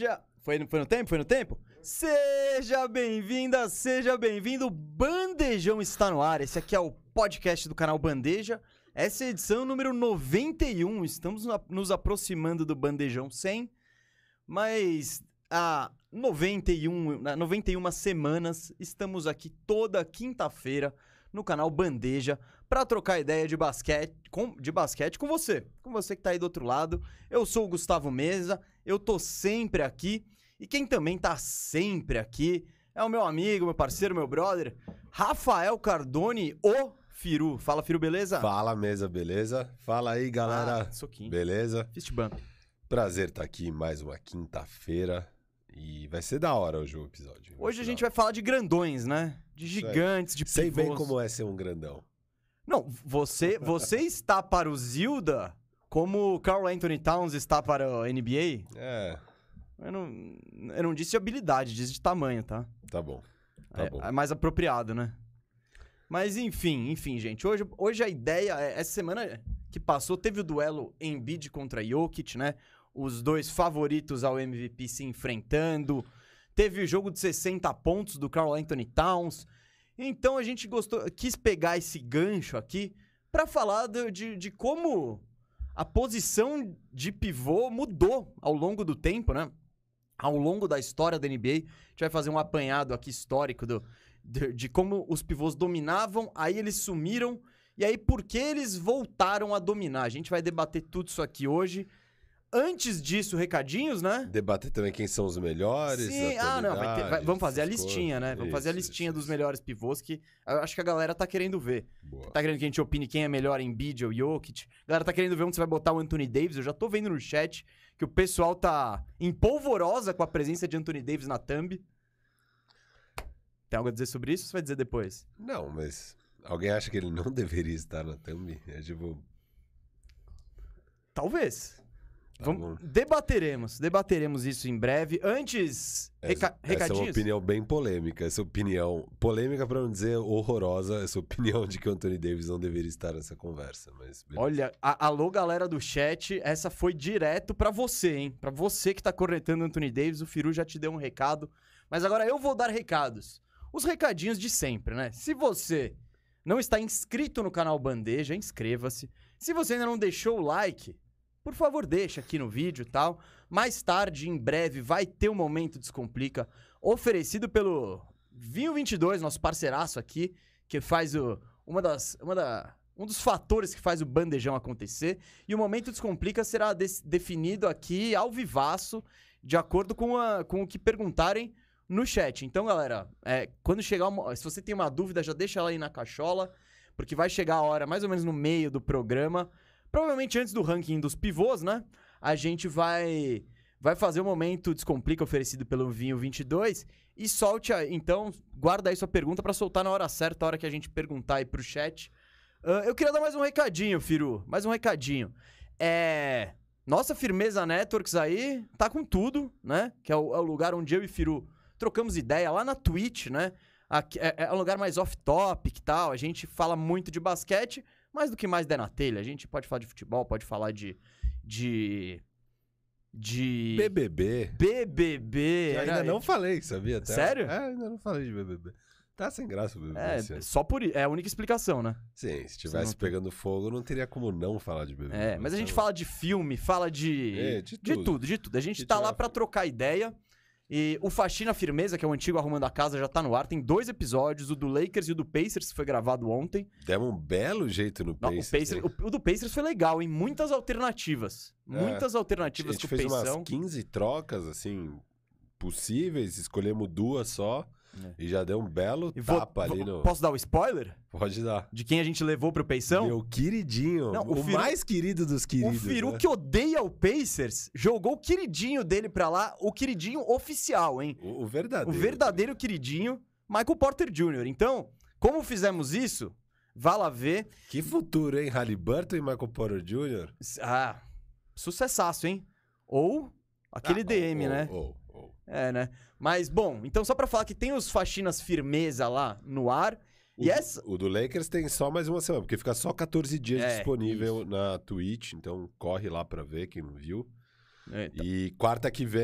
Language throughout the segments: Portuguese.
Foi no tempo? Foi no tempo? Seja bem-vinda, seja bem-vindo. Bandejão está no ar. Esse aqui é o podcast do canal Bandeja. Essa é a edição número 91. Estamos nos aproximando do Bandejão 100. Mas há 91 semanas estamos aqui toda quinta-feira no canal Bandeja para trocar ideia de basquete com você. Com você que tá aí do outro lado. Eu sou o Gustavo Meza, eu tô sempre aqui. E quem também tá sempre aqui é o meu amigo, meu parceiro, meu brother, Rafael Cardone, o Firu. Fala, Firu, beleza? Fala, Meza, beleza? Fala aí, galera. Soquinho. Beleza? Fist bump. Prazer estar aqui mais uma quinta-feira. E vai ser da hora hoje o episódio. Hoje a gente vai falar de grandões, né? De gigantes, de pivôs. Sei bem como é ser um grandão. Não, você está para o Zilda como o Karl Anthony Towns está para o NBA? É. Eu não disse habilidade, disse de tamanho, tá? Tá bom. Bom. É mais apropriado, né? Mas enfim, gente. Hoje a ideia é... Essa semana que passou, teve o duelo Embiid contra Jokic, né? Os dois favoritos ao MVP se enfrentando. Teve o jogo de 60 pontos do Karl Anthony Towns. Então a gente quis pegar esse gancho aqui para falar de como a posição de pivô mudou ao longo do tempo, né? Ao longo da história da NBA. A gente vai fazer um apanhado aqui histórico de como os pivôs dominavam, aí eles sumiram, e aí por que eles voltaram a dominar. A gente vai debater tudo isso aqui hoje. Antes disso, recadinhos, né? Debater também quem são os melhores. Sim, vamos fazer a listinha, né? Vamos fazer a listinha dos melhores pivôs que eu acho que a galera tá querendo ver. Boa. Tá querendo que a gente opine quem é melhor, Embiid ou Jokic. A galera tá querendo ver onde você vai botar o Anthony Davis. Eu já tô vendo no chat que o pessoal tá empolvorosa com a presença de Anthony Davis na thumb. Tem algo a dizer sobre isso ou você vai dizer depois? Não, mas alguém acha que ele não deveria estar na thumb? É tipo... Talvez. Tá bom. Debateremos isso em breve. Antes, recadinhos. Essa é uma opinião bem polêmica. Essa opinião polêmica, pra não dizer horrorosa, essa opinião de que o Anthony Davis não deveria estar nessa conversa. Mas beleza. Olha, alô galera do chat, essa foi direto pra você, hein? Pra você que tá cornetando o Anthony Davis, o Firu já te deu um recado. Mas agora eu vou dar recados. Os recadinhos de sempre, né? Se você não está inscrito no canal Bandeja, inscreva-se. Se você ainda não deixou o like... Por favor, deixa aqui no vídeo e tal. Mais tarde, em breve, vai ter um Momento Descomplica oferecido pelo Vinho 22, nosso parceiraço aqui, que faz um dos fatores que faz o bandejão acontecer. E o Momento Descomplica será definido aqui ao vivaço, de acordo com o que perguntarem no chat. Então, galera, quando chegar se você tem uma dúvida, já deixa ela aí na cachola, porque vai chegar a hora, mais ou menos no meio do programa... Provavelmente antes do ranking dos pivôs, né? A gente vai fazer o Momento Descomplica oferecido pelo Vinho 22 e então, guarda aí sua pergunta pra soltar na hora certa, a hora que a gente perguntar aí pro chat. Eu queria dar mais um recadinho, Firu. Mais um recadinho. Nossa Firmeza Networks aí tá com tudo, né? Que é o lugar onde eu e Firu trocamos ideia lá na Twitch, né? Aqui, é um lugar mais off-topic e tal. A gente fala muito de basquete... Mais do que mais der na telha. A gente pode falar de futebol, pode falar de BBB. BBB. Eu ainda não falei, sabia? Até... Sério? Ainda não falei de BBB. Tá sem graça o BBB. Só por isso. É a única explicação, né? Sim, se tivesse pegando fogo, não teria como não falar de BBB. Mas a gente fala de filme, fala de tudo. A gente tá lá pra trocar ideia. E o Faxina Firmeza, que é o antigo Arrumando a Casa, já tá no ar. Tem 2 episódios, o do Lakers e o do Pacers, que foi gravado ontem. Demos um belo jeito no Pacers. O do Pacers foi legal, hein? Muitas alternativas. Muitas alternativas com o Pacers. A gente fez umas 15 trocas, assim, possíveis. Escolhemos 2 só. E já deu um belo tapa ali no... Posso dar o spoiler? Pode dar. De quem a gente levou pro Peição? Meu queridinho. Não, o Firu, mais querido dos queridos. O Firu, né? Que odeia o Pacers, jogou o queridinho dele pra lá, o queridinho oficial, hein? O verdadeiro. O verdadeiro queridinho, Michael Porter Jr. Então, como fizemos isso, vá lá ver. Que futuro, hein? Halliburton e Michael Porter Jr.? Sucessaço, hein? Ou aquele DM, né? Né? Mas, bom, então só pra falar que tem os Faxinas Firmeza lá no ar. O do Lakers tem só mais uma semana, porque fica só 14 dias disponível na Twitch, então corre lá pra ver quem não viu. E quarta que vem...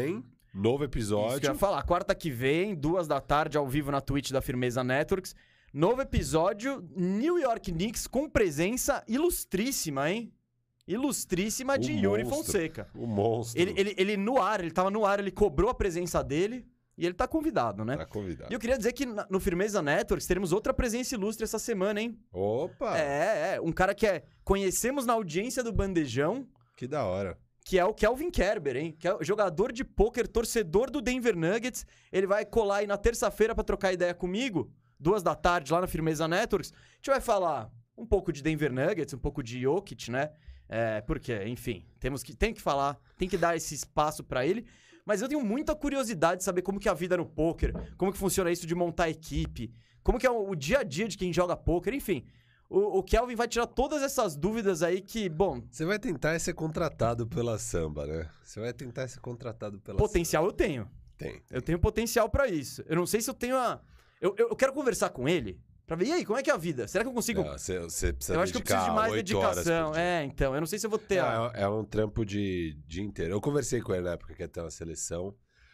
Novo Isso que eu episódio. ia falar. Quarta que vem, 2h, ao vivo na Twitch da Firmeza Networks. Novo episódio, New York Knicks com presença ilustríssima, hein? Ilustríssima de Yuri Fonseca. O monstro. Ele no ar, ele tava no ar, ele cobrou a presença dele e ele tá convidado, né? Tá convidado. E eu queria dizer que no Firmeza Networks teremos outra presença ilustre essa semana, hein? Opa! Um cara que conhecemos na audiência do Bandejão, Que da hora. que é o Kelvin Kerber, hein? Que é jogador de pôquer, torcedor do Denver Nuggets. Ele vai colar aí na terça-feira pra trocar ideia comigo, 2h, lá na Firmeza Networks. A gente vai falar um pouco de Denver Nuggets, um pouco de Jokic, né? Porque, enfim, tem que falar, tem que dar esse espaço pra ele. Mas eu tenho muita curiosidade de saber como que é a vida no pôquer, como que funciona isso de montar equipe, como que é o dia a dia de quem joga pôquer, enfim. O Kelvin vai tirar todas essas dúvidas aí que, bom... Você vai tentar ser contratado pela Samba, né? Você vai tentar ser contratado pela Potencial eu tenho. Tem. Eu tenho potencial pra isso. Eu não sei se eu tenho a... Eu quero conversar com ele pra ver, e aí, como é que é a vida? Será que eu consigo... Não, você precisa Eu acho que eu preciso de mais dedicação. Então, eu não sei se eu vou ter É um trampo de dia inteiro. Eu conversei com ele na época que ia ter uma seleção.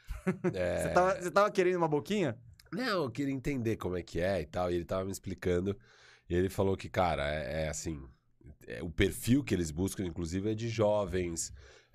Você tava querendo uma boquinha? Não, eu queria entender como é que é e tal. E ele tava me explicando. E ele falou que, cara, assim... o perfil que eles buscam, inclusive, é de jovens...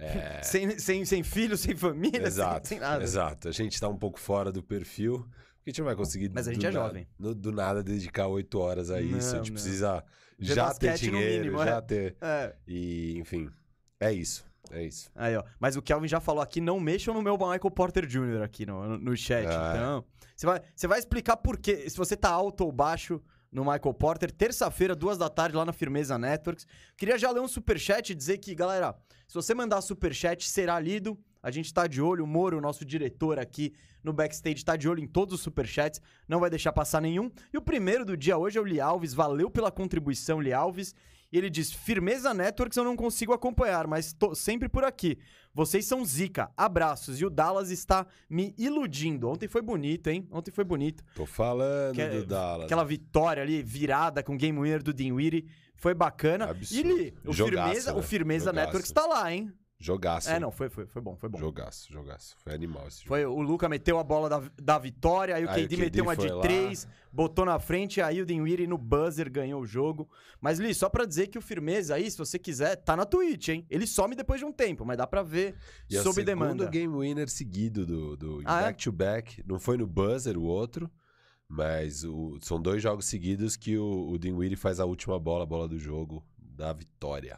Sem filho, sem família, Exato, sem nada. Exato. A gente tá um pouco fora do perfil... Porque a gente não vai conseguir... Mas a gente é jovem. Do nada dedicar 8 horas a isso. A gente precisa Ver já ter basquete no dinheiro, mínimo, já ter... É. E, enfim, é isso. É isso. Aí, ó. Mas o Kelvin já falou aqui, não mexam no meu Michael Porter Jr. aqui no chat. Então, você vai explicar por quê, se você tá alto ou baixo no Michael Porter. Terça-feira, 2h, lá na Firmeza Networks. Queria já ler um superchat e dizer que, galera, se você mandar superchat, será lido. A gente tá de olho, o Moro, o nosso diretor aqui no backstage, tá de olho em todos os superchats, não vai deixar passar nenhum. E o primeiro do dia hoje é o Li Alves, valeu pela contribuição, Li Alves. E ele diz, Firmeza Networks eu não consigo acompanhar, mas tô sempre por aqui. Vocês são zica, abraços. E o Dallas está me iludindo. Ontem foi bonito, hein? Ontem foi bonito. Tô falando do Dallas. Aquela vitória ali, virada com o game winner do Dinwiddie, foi bacana. Absurdo. E Li, o Firmeza Jogaço. Networks tá lá, hein? Jogaço. Não, foi bom. Jogaço. Foi animal esse jogo. Foi, o Luka meteu a bola da vitória, aí o KD meteu uma de 3, botou na frente, aí o Dinwiddie no buzzer ganhou o jogo. Mas, Li, só pra dizer que o Firmeza aí, se você quiser, tá na Twitch, hein? Ele some depois de um tempo, mas dá pra ver sob demanda. E o game winner seguido do back-to-back. Não foi no buzzer o outro, mas são 2 jogos seguidos que o Dinwiddie faz a última bola, a bola do jogo, da vitória.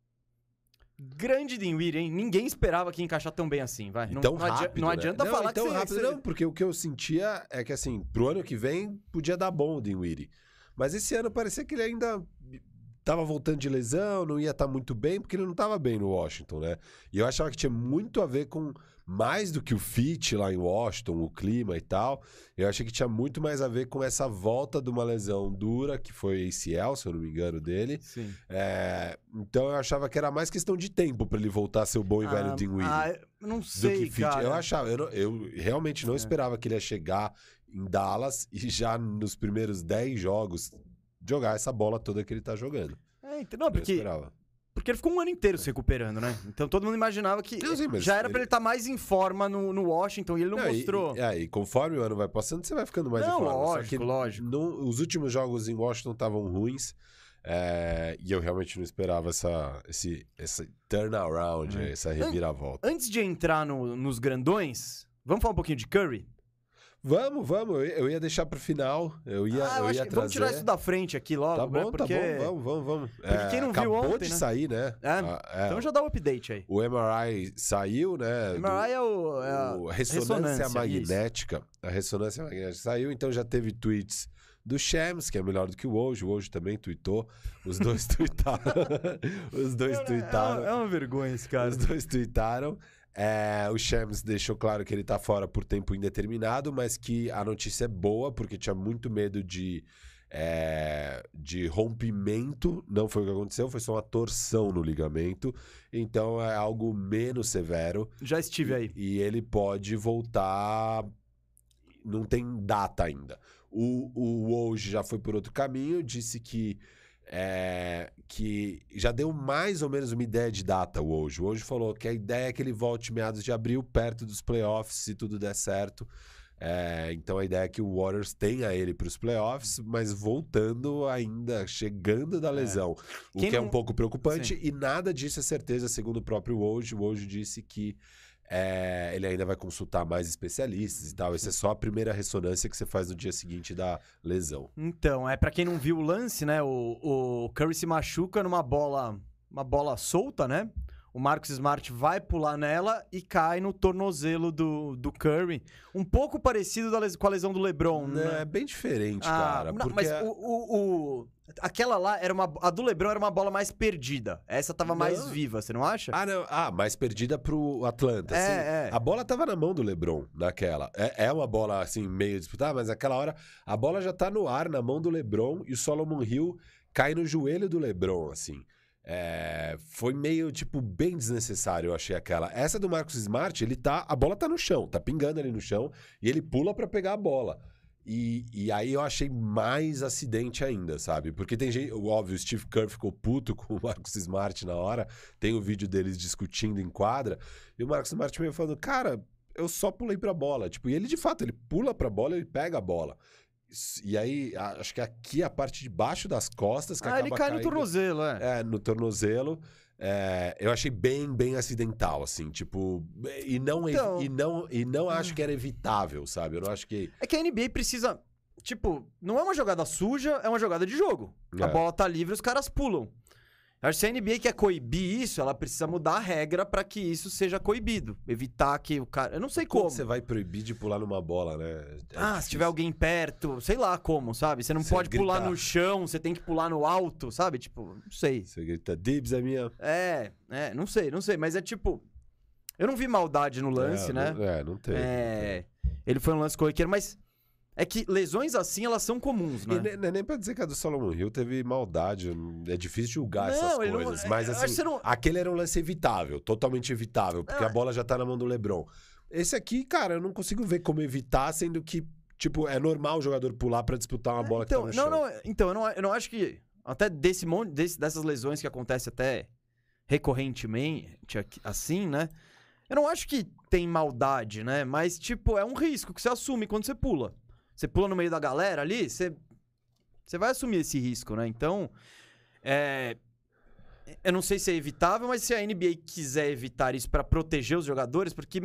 Grande Dinwiddie, hein? Ninguém esperava que ia encaixar tão bem assim, vai. Não adianta falar tão que rápido, não, porque o que eu sentia é que, assim, pro ano que vem podia dar bom o Dinwiddie. Mas esse ano parecia que ele ainda tava voltando de lesão, não ia estar muito bem, porque ele não tava bem no Washington, né? E eu achava que tinha muito a ver com mais do que o fit lá em Washington, o clima e tal. Eu achei que tinha muito mais a ver com essa volta de uma lesão dura, que foi ACL, se eu não me engano, dele. Sim. Então eu achava que era mais questão de tempo pra ele voltar a ser o bom e velho Dinwiddie. Não sei, cara. Eu achava, eu realmente não esperava que ele ia chegar em Dallas e já nos primeiros 10 jogos jogar essa bola toda que ele tá jogando. Não, porque ele ficou um ano inteiro se recuperando, né? Então todo mundo imaginava que já era pra ele estar mais em forma no Washington e ele não mostrou. E conforme o ano vai passando, você vai ficando mais em forma. Lógico. Os últimos jogos em Washington estavam ruins. E eu realmente não esperava esse turnaround, essa reviravolta. Antes de entrar nos grandões, vamos falar um pouquinho de Curry? Vamos. Eu ia deixar pro final. Eu ia trazer. Vamos tirar isso da frente aqui logo. Tá bom, porque... Vamos. Porque quem não viu ontem, acabou de sair, né? Então já dá um update aí. O MRI saiu, né? O MRI a ressonância magnética. Isso. A ressonância magnética saiu, então já teve tweets do Shams, que é melhor do que o Woj também tweetou. Os dois tweetaram. É uma vergonha esse cara. Os dois tweetaram. O Shams deixou claro que ele tá fora por tempo indeterminado, mas que a notícia é boa, porque tinha muito medo de rompimento. Não foi o que aconteceu, foi só uma torção no ligamento. Então é algo menos severo. Já estive aí. E ele pode voltar... Não tem data ainda. O Woj já foi por outro caminho, disse que que já deu mais ou menos uma ideia de data o Woj. O Woj falou que a ideia é que ele volte meados de abril, perto dos playoffs, se tudo der certo. Então a ideia é que o Warriors tenha ele para os playoffs, mas voltando ainda, chegando da lesão. O que é um pouco preocupante. Sim. E nada disso é certeza, segundo o próprio Woj. O Woj disse que ele ainda vai consultar mais especialistas e tal. Essa é só a primeira ressonância que você faz no dia seguinte da lesão. Então, pra quem não viu o lance, né? O Curry se machuca numa bola solta, né? O Marcus Smart vai pular nela e cai no tornozelo do Curry. Um pouco parecido com a lesão do LeBron, né? É bem diferente, cara. Não, porque mas aquela lá, a do LeBron era uma bola mais perdida. Essa tava mais viva, você não acha? Não. Mais perdida pro Atlanta. A bola tava na mão do LeBron, naquela. É uma bola, assim, meio disputada, mas naquela hora a bola já tá no ar, na mão do LeBron, e o Solomon Hill cai no joelho do LeBron, assim. Foi meio, tipo, bem desnecessário, eu achei aquela. Essa do Marcus Smart, a bola tá no chão, tá pingando ali no chão, e ele pula pra pegar a bola. E aí eu achei mais acidente ainda, sabe? Porque tem gente, óbvio, o Steve Kerr ficou puto com o Marcus Smart na hora, tem o vídeo deles discutindo em quadra, e o Marcus Smart meio falando, cara, eu só pulei pra bola. Tipo, e ele de fato, ele pula pra bola e ele pega a bola. E aí, acho que aqui a parte de baixo das costas que acaba ele cai caindo, no tornozelo, no tornozelo. Eu achei bem acidental, assim, tipo... E não acho que era evitável, sabe? Eu não acho que... É que a NBA precisa... Tipo, não é uma jogada suja, é uma jogada de jogo. A bola tá livre, os caras pulam. Eu acho que se a NBA quer coibir isso, ela precisa mudar a regra pra que isso seja coibido. Evitar que o cara... Eu não sei como. Você vai proibir de pular numa bola, né? Se tiver alguém perto, sei lá como, sabe? Você não pode pular no chão, você tem que pular no alto, sabe? Tipo, não sei. Você grita, Dibs é minha... Não sei. Mas é tipo... Eu não vi maldade no lance, né? Não tem. Ele foi um lance corriqueiro, mas... É que lesões assim, elas são comuns, né? E nem pra dizer que a do Solomon Hill teve maldade. É difícil julgar essas coisas. Mas assim, aquele era um lance evitável. Totalmente evitável. Porque a bola já tá na mão do LeBron. Esse aqui, cara, eu não consigo ver como evitar, sendo que, tipo, é normal o jogador pular pra disputar uma bola que tá no chão. Então, eu não acho que... Até dessas lesões que acontecem até recorrentemente, assim, né? Eu não acho que tem maldade, né? Mas, tipo, é um risco que você assume quando você pula. Você pula no meio da galera ali, você vai assumir esse risco, né? Então, eu não sei se é evitável, mas se a NBA quiser evitar isso pra proteger os jogadores, porque,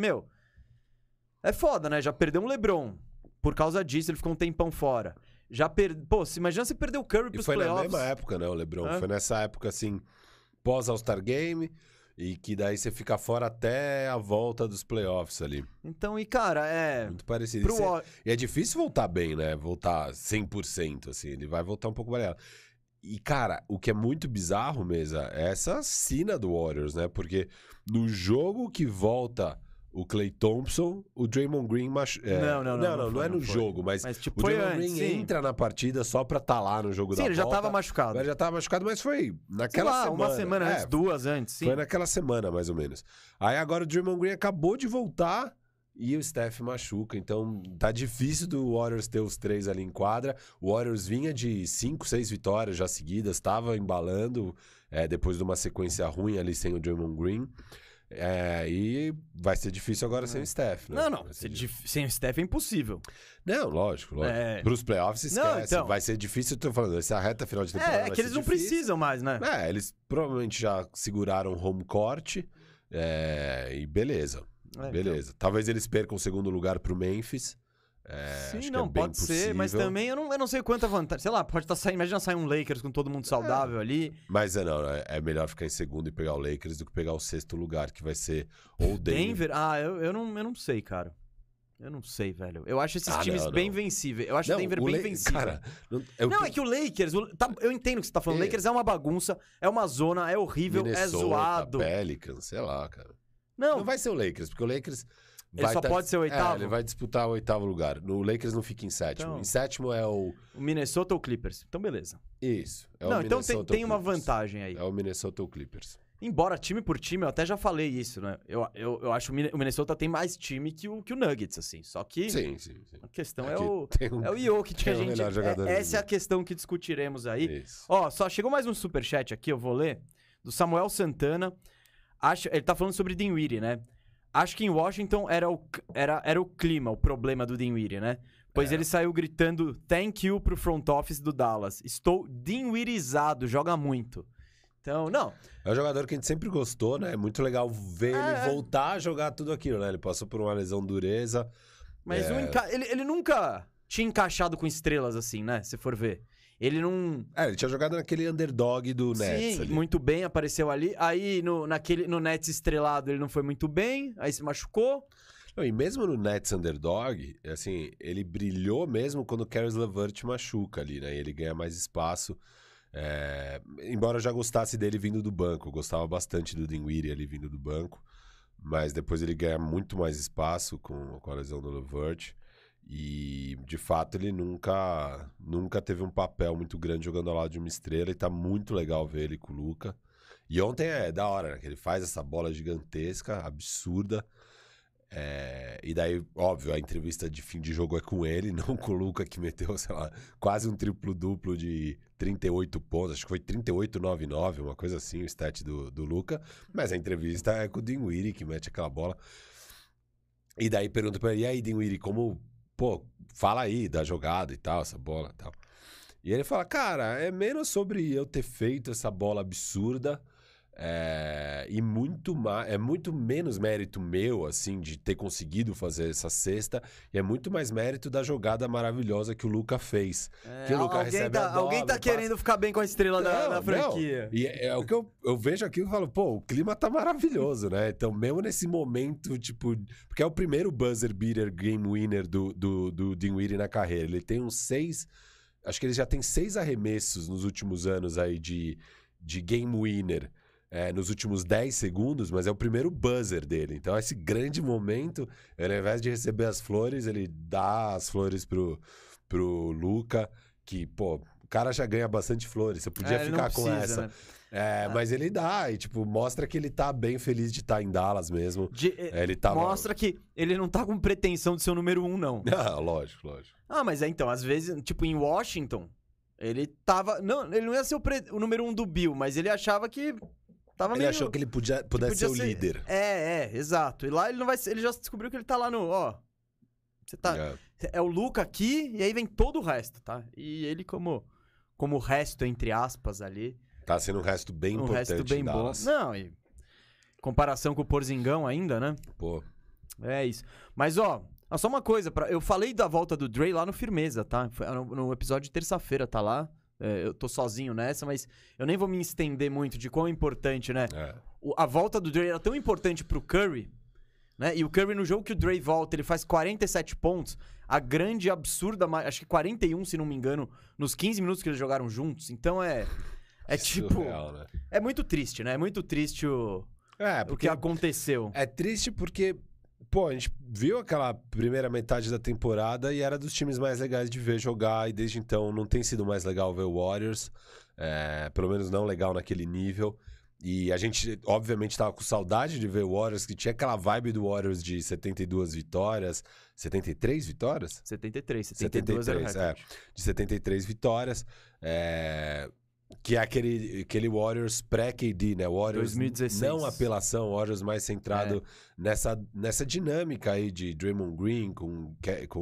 é foda, né? Já perdeu um LeBron. Por causa disso, ele ficou um tempão fora. Pô, imagina você perder o Curry pros playoffs. Foi na mesma época, né, o LeBron? Foi nessa época, assim, pós-All-Star Game... E que daí você fica fora até a volta dos playoffs ali. Então, cara, muito parecido. E é difícil voltar bem, né? Voltar 100%, assim. Ele vai voltar um pouco variado. E, cara, o que é muito bizarro, Mesa, é essa sina do Warriors, né? Porque no jogo que volta o Klay Thompson, o Draymond Green... Não é no jogo, mas tipo, o Draymond Green entra na partida só pra estar lá no jogo da volta. Sim, ele já tava machucado. Ele já tava machucado, mas foi naquela semana. Uma semana antes, 2 antes, sim. Foi naquela semana, mais ou menos. Aí agora o Draymond Green acabou de voltar e o Steph machuca. Então tá difícil do Warriors ter os 3 ali em quadra. O Warriors vinha de 5, 6 vitórias já seguidas, estava embalando depois de uma sequência ruim ali sem o Draymond Green. E vai ser difícil agora sem o Steph, né? Não. Sem o Steph é impossível. Não, lógico. Pros playoffs, esquece. Não, então... Vai ser difícil, eu tô falando. Essa reta final de temporada vai que eles não precisam mais, né? Eles provavelmente já seguraram home court. E beleza. Beleza. Então... Talvez eles percam o segundo lugar pro Memphis. Sim, acho não, que é bem pode ser, mas também eu não sei quanta vantagem. Sei lá, pode estar saindo. Imagina sair um Lakers com todo mundo saudável ali. Mas é melhor ficar em segundo e pegar o Lakers do que pegar o 6º lugar, que vai ser ou Denver. Eu não sei, cara. Eu não sei, velho. Eu acho esses times bem vencíveis. Eu acho o Denver bem vencível. Cara, é que o Lakers... eu entendo o que você tá falando. O Lakers é uma bagunça, é uma zona, é horrível, Minnesota, é zoado. Pelicans, sei lá, cara. Não vai ser o Lakers, porque o Lakers... Ele só pode ser o 8º? Ele vai disputar o 8º lugar. No Lakers não fica em 7º. Então, em 7º é o Minnesota ou Clippers. Então, beleza. Isso. Então tem uma vantagem aí. É o Minnesota ou Clippers. Embora time por time, eu até já falei isso, né? Eu acho que o Minnesota tem mais time que o Nuggets, assim. Só que Sim. a questão Aqui é o Jokic que a gente... melhor jogador do Essa é a mundo. questão que discutiremos aí. Isso. Ó, só chegou mais um superchat aqui, eu vou ler. Do Samuel Santana. Ele tá falando sobre Dinwiddie, né? Acho que em Washington era o clima, o problema do Dinwiddie, né? Pois ele saiu gritando thank you pro front office do Dallas. Estou Dinwiddieizado, joga muito. Então, não. É um jogador que a gente sempre gostou, né? É muito legal ver ele voltar a jogar tudo aquilo, né? Ele passou por uma lesão dureza. Mas ele nunca tinha encaixado com estrelas assim, né? Se for ver. Ele não... Ele tinha jogado naquele underdog do Nets. Sim, ali. muito bem, apareceu ali. Aí no Nets estrelado ele não foi muito bem, aí se machucou. Não, e mesmo no Nets underdog, assim, ele brilhou mesmo quando o Caris LeVert machuca ali, né? E ele ganha mais espaço. Embora eu já gostasse dele vindo do banco, eu gostava bastante do Dinwiddie ali vindo do banco, mas depois ele ganha muito mais espaço com a lesão do LeVert e de fato ele nunca teve um papel muito grande jogando ao lado de uma estrela e tá muito legal ver ele com o Luka. E ontem é da hora, né? Que ele faz essa bola gigantesca, absurda. E daí, óbvio, a entrevista de fim de jogo é com ele, não com o Luka, que meteu, sei lá, quase um triplo-duplo de 38 pontos. Acho que foi 38,99, uma coisa assim, o stat do Luka. Mas a entrevista é com o Dinwiddie, que mete aquela bola. E daí pergunta pra ele, e aí, Dinwiddie, como... Pô, fala aí da jogada e tal, essa bola e tal. E ele fala, cara, é menos sobre eu ter feito essa bola absurda... e é muito menos mérito meu, assim, de ter conseguido fazer essa cesta, e é muito mais mérito da jogada maravilhosa que o Luka fez. Que o Luka recebe a bola, alguém tá querendo ficar bem com a estrela da franquia. Não. E é o que eu vejo aqui e falo, pô, o clima tá maravilhoso, né? Então, mesmo nesse momento, tipo... Porque é o primeiro buzzer beater game winner do Dinwiddie na carreira. Ele tem uns 6... Acho que ele já tem 6 arremessos nos últimos anos aí de game winner. Nos últimos 10 segundos, mas é o primeiro buzzer dele. Então, esse grande momento, ele, ao invés de receber as flores, ele dá as flores pro Luka, que, pô, o cara já ganha bastante flores, você podia ficar com essa. Né? Mas ele dá, e, tipo, mostra que ele tá bem feliz de estar em Dallas mesmo. Mostra que ele não tá com pretensão de ser o número 1, não. Lógico. Mas então, às vezes, tipo, em Washington, ele tava... Não, ele não ia ser o número 1 do Bill, mas ele achava que... Ele achou que ele pudesse ser o líder. Exato. E lá ele não vai ser, ele já descobriu que ele tá lá no, você tá é o Luka aqui e aí vem todo o resto, tá? E ele como o resto entre aspas ali, tá sendo um resto bem importante, resto bem bom. Não, e comparação com o Porzingão ainda, né? Pô. É isso. Mas só uma coisa, eu falei da volta do Dre lá no Firmeza, tá? No episódio de terça-feira tá lá. Eu tô sozinho nessa, mas eu nem vou me estender muito de quão importante, né? A volta do Dre era tão importante pro Curry, né? E o Curry, no jogo que o Dre volta, ele faz 47 pontos. A grande, absurda, acho que 41, se não me engano, nos 15 minutos que eles jogaram juntos. Então tipo... Surreal, né? É muito triste, né? É muito triste o que aconteceu. É triste porque... Pô, a gente viu aquela primeira metade da temporada e era dos times mais legais de ver jogar, e desde então não tem sido mais legal ver o Warriors, pelo menos não legal naquele nível. E a gente, obviamente, tava com saudade de ver o Warriors, que tinha aquela vibe do Warriors de 72 vitórias, 73 vitórias? 72 era o recorde. De 73 vitórias, que é aquele Warriors pré-KD, né? Warriors 2016. Não apelação, Warriors mais centrado nessa dinâmica aí de Draymond Green com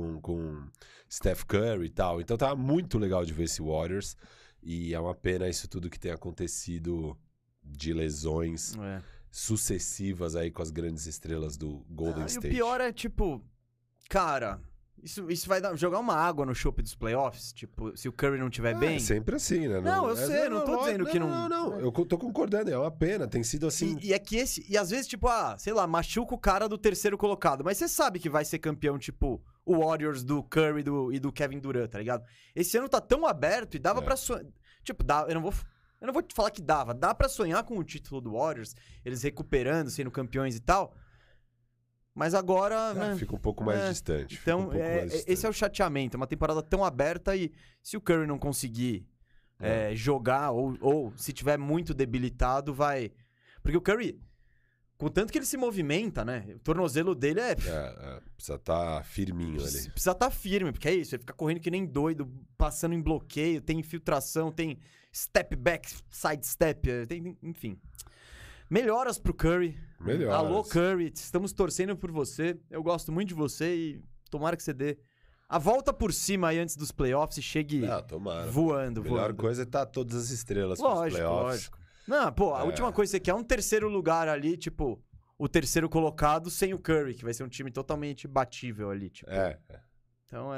Steph Curry e tal. Então tava muito legal de ver esse Warriors. E é uma pena isso tudo que tem acontecido de lesões sucessivas aí com as grandes estrelas do Golden State. E o pior é, tipo, cara... Isso vai jogar uma água no chope dos playoffs? Tipo, se o Curry não estiver bem? É sempre assim, né? Não, eu sei, não tô dizendo que não... Não, eu tô concordando, é uma pena, tem sido assim... E é que e às vezes, tipo, sei lá, machuca o cara do terceiro colocado, mas você sabe que vai ser campeão, tipo, o Warriors do Curry e do Kevin Durant, tá ligado? Esse ano tá tão aberto e dava pra sonhar... Tipo, eu não vou te falar que dá pra sonhar com o título do Warriors, eles recuperando, sendo campeões e tal... Mas agora... né, fica um pouco mais distante. Então, esse é o chateamento. É uma temporada tão aberta e se o Curry não conseguir jogar ou se tiver muito debilitado, vai... Porque o Curry, contanto que ele se movimenta, né? O tornozelo dele precisa estar firminho ali. Precisa estar firme, porque é isso. Ele fica correndo que nem doido, passando em bloqueio, tem infiltração, tem step back, side step, enfim. Melhoras pro Curry. Melhoras. Alô, Curry, estamos torcendo por você. Eu gosto muito de você e tomara que você dê a volta por cima aí antes dos playoffs e chegue voando. A melhor coisa é estar todas as estrelas pros playoffs. Lógico. Não, pô, a última coisa que você quer é um terceiro lugar ali, tipo, o terceiro colocado sem o Curry, que vai ser um time totalmente batível ali, tipo. Então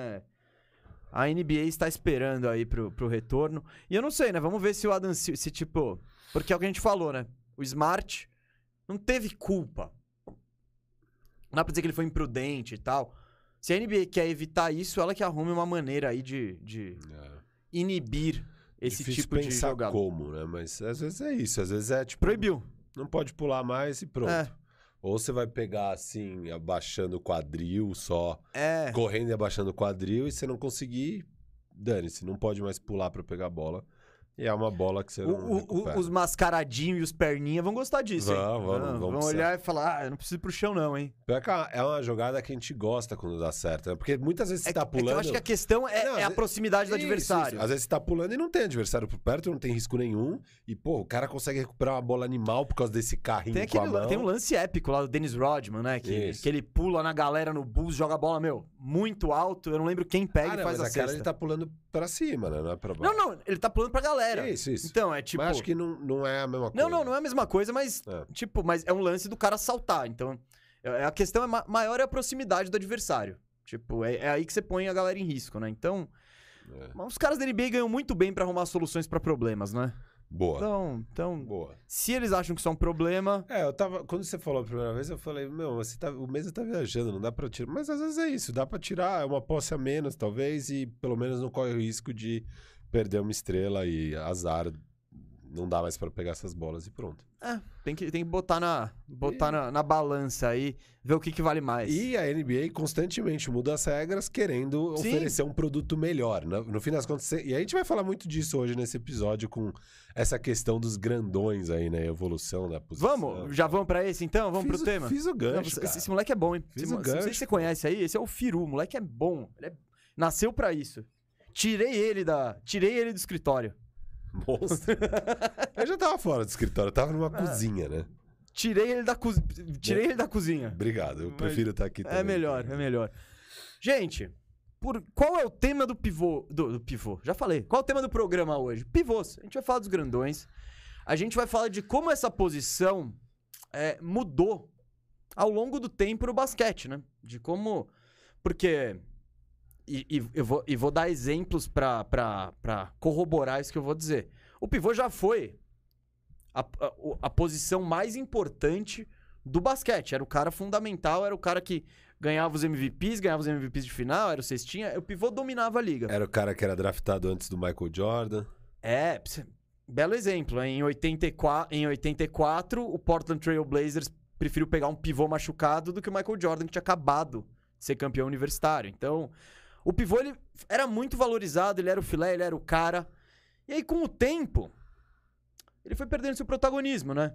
a NBA está esperando aí pro retorno. E eu não sei, né? Vamos ver se o Adam Silver, tipo... Porque é o que a gente falou, né? O Smart não teve culpa. Não dá pra dizer que ele foi imprudente e tal. Se a NBA quer evitar isso, ela que arrume uma maneira aí de inibir esse difícil tipo de pensar jogada. como, né? Mas às vezes é isso. Às vezes é tipo... Proibiu. Não pode pular mais e pronto. Ou você vai pegar assim, abaixando o quadril só. Correndo e abaixando o quadril e você não conseguir... Dane-se, não pode mais pular pra pegar a bola. E é uma bola que você não recupera. Os mascaradinhos e os perninhas vão gostar disso, hein? Vão olhar e falar, eu não preciso ir pro chão não, hein? É uma jogada que a gente gosta quando dá certo, né? Porque muitas vezes você tá pulando... eu acho que a questão é a proximidade do adversário. Às vezes você tá pulando e não tem adversário por perto, não tem risco nenhum. E, pô, o cara consegue recuperar uma bola animal por causa desse carrinho com a mão. Tem um lance épico lá do Dennis Rodman, né? Que ele pula na galera no Bulls, joga a bola, muito alto. Eu não lembro quem pega e faz a cesta. Mas ele tá pulando pra cima, né? Não é pra baixo. Não, ele tá pulando pra galera. Isso. Então, é tipo... Mas acho que não é a mesma coisa. Não é a mesma coisa, mas... mas é um lance do cara saltar. Então, a questão maior é a proximidade do adversário. Tipo, é aí que você põe a galera em risco, né? Então, os caras da NBA ganham muito bem pra arrumar soluções pra problemas, né? Boa. Então Boa. Se eles acham que isso é um problema... Quando você falou a primeira vez, eu falei, o Mesa tá viajando, não dá pra tirar. Mas às vezes é isso, dá pra tirar, é uma posse a menos, talvez, e pelo menos não corre o risco de perder uma estrela e azar, não dá mais pra pegar essas bolas e pronto. Tem que botar na balança aí, ver o que vale mais. E a NBA constantemente muda as regras querendo oferecer um produto melhor. No fim das contas, e a gente vai falar muito disso hoje nesse episódio com essa questão dos grandões aí, né? Evolução da posição. Já vamos pra esse então? Vamos pro tema? Fiz o gancho, esse moleque é bom, hein? Não sei se você conhece aí, esse é o Firu, o moleque é bom. Nasceu pra isso. Tirei ele do escritório. Monstro. Eu já tava fora do escritório, eu tava numa cozinha, né? Tirei ele da cozinha. Obrigado, eu prefiro estar aqui também. É melhor. Gente, qual é o tema do pivô? Do pivô, já falei. Qual é o tema do programa hoje? Pivôs. A gente vai falar dos grandões. A gente vai falar de como essa posição mudou ao longo do tempo no basquete, né? De como... Porque... eu vou dar exemplos pra corroborar isso que eu vou dizer. O pivô já foi a posição mais importante do basquete. Era o cara fundamental, era o cara que ganhava os MVPs de final, era o cestinha. O pivô dominava a liga. Era o cara que era draftado antes do Michael Jordan. Belo exemplo. Em 84, o Portland Trail Blazers preferiu pegar um pivô machucado do que o Michael Jordan, que tinha acabado de ser campeão universitário. Então... O pivô, ele era muito valorizado, ele era o filé, ele era o cara. E aí, com o tempo, ele foi perdendo seu protagonismo, né?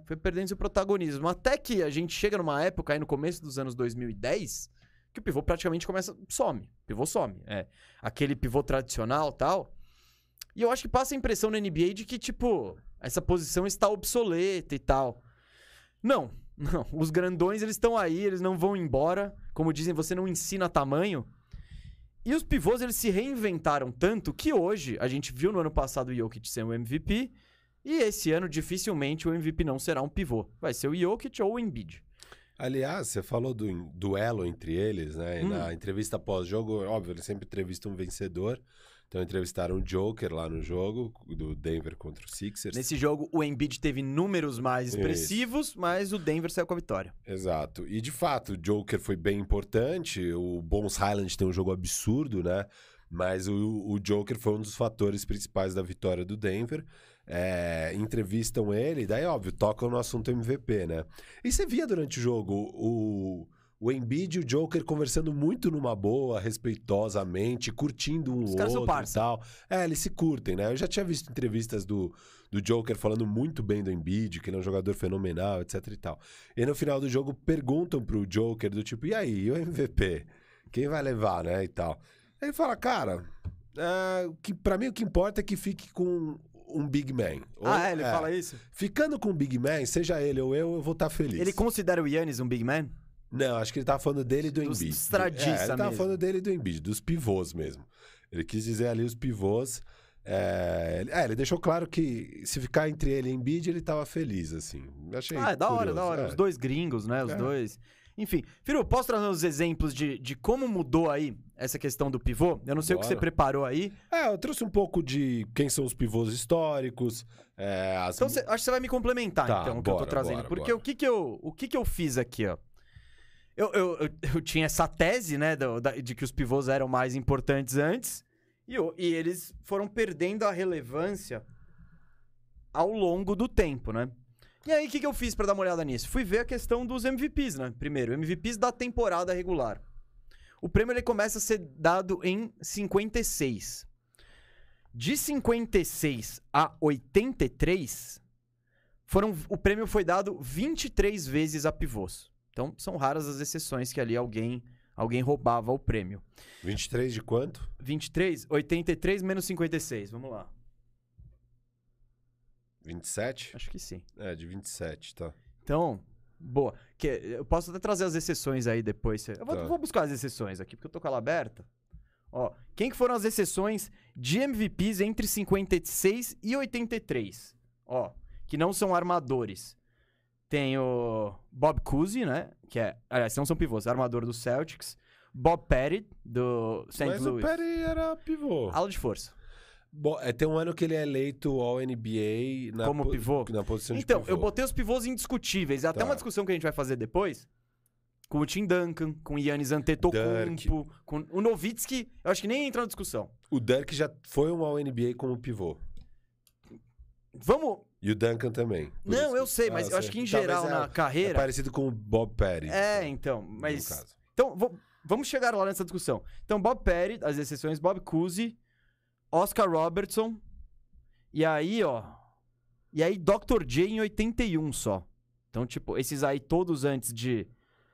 Até que a gente chega numa época, aí no começo dos anos 2010, que o pivô praticamente some. O pivô some. Aquele pivô tradicional e tal. E eu acho que passa a impressão na NBA de que, tipo, essa posição está obsoleta e tal. Não. Os grandões, eles estão aí, eles não vão embora. Como dizem, você não ensina tamanho. E os pivôs, eles se reinventaram tanto que hoje, a gente viu no ano passado o Jokic ser um MVP, e esse ano, dificilmente, o MVP não será um pivô. Vai ser o Jokic ou o Embiid. Aliás, você falou do duelo entre eles, né? E na entrevista pós-jogo, óbvio, eles sempre entrevistam um vencedor. Então entrevistaram o Joker lá no jogo, do Denver contra o Sixers. Nesse jogo, o Embiid teve números mais expressivos, mas o Denver saiu com a vitória. Exato. E, de fato, o Joker foi bem importante. O Bones Highland tem um jogo absurdo, né? Mas o Joker foi um dos fatores principais da vitória do Denver. Entrevistam ele, daí, óbvio, tocam no assunto MVP, né? E você via durante o jogo o Embiid e o Joker conversando muito numa boa, respeitosamente, curtindo um Os caras são outro e parça. tal. Eles se curtem, né? Eu já tinha visto entrevistas do Joker falando muito bem do Embiid, que ele é um jogador fenomenal, etc e tal. E no final do jogo perguntam pro Joker do tipo, e aí, e o MVP? Quem vai levar, né? E tal. Ele fala, cara, pra mim o que importa é que fique com um big man. Ele fala isso? Ficando com um big man, seja ele ou eu vou estar feliz. Ele considera o Giannis um big man? Não, acho que ele tava falando dele e do Embiid. Dos tradiça ele tava mesmo. falando dele e do Embiid, dos pivôs mesmo. Ele quis dizer ali os pivôs. Ele deixou claro que se ficar entre ele e Embiid, ele tava feliz, assim. Achei É da hora, curioso. da hora. Os dois gringos, né? Os dois. Enfim. Firu, posso trazer uns exemplos de como mudou aí essa questão do pivô? Eu não sei o que você preparou aí. Eu trouxe um pouco de quem são os pivôs históricos. Então, acho que você vai me complementar, então, o que eu tô trazendo. Porque bora. o que eu fiz aqui, ó? Eu tinha essa tese, né, de que os pivôs eram mais importantes antes, e eles foram perdendo a relevância ao longo do tempo, né? E aí, o que eu fiz pra dar uma olhada nisso? Fui ver a questão dos MVPs, né? Primeiro, MVPs da temporada regular. O prêmio ele começa a ser dado em 56. De 56 a 83, o prêmio foi dado 23 vezes a pivôs. Então, são raras as exceções que ali alguém roubava o prêmio. 23 de quanto? 23, 83 menos 56. Vamos lá. 27? Acho que sim. De 27, tá. Então, boa. Eu posso até trazer as exceções aí depois. Eu vou buscar as exceções aqui, porque eu tô com ela aberta. Ó, quem que foram as exceções de MVPs entre 56 e 83? Ó, que não são armadores. Tem o Bob Cousy, né? Aliás, não são pivôs, armador do Celtics. Bob Pettit, do St. Louis. Mas o Pettit era pivô. Ala de força. Tem um ano que ele é eleito ao NBA como pivô. Na posição de então, pivô. eu botei os pivôs indiscutíveis. É até uma discussão que a gente vai fazer depois. Com o Tim Duncan, com o Giannis Antetokounmpo, com o Nowitzki. Eu acho que nem entra na discussão. O Dirk já foi um ao NBA como pivô. Vamos... E o Duncan também. Não, eu sei, mas eu acho que em geral na carreira... É parecido com o Bob Pettit. Então, mas... No caso. Então, vamos chegar lá nessa discussão. Então, Bob Pettit, as exceções, Bob Cousy, Oscar Robertson, e aí, ó... E aí, Dr. J em 81 só. Então, tipo, esses aí todos antes de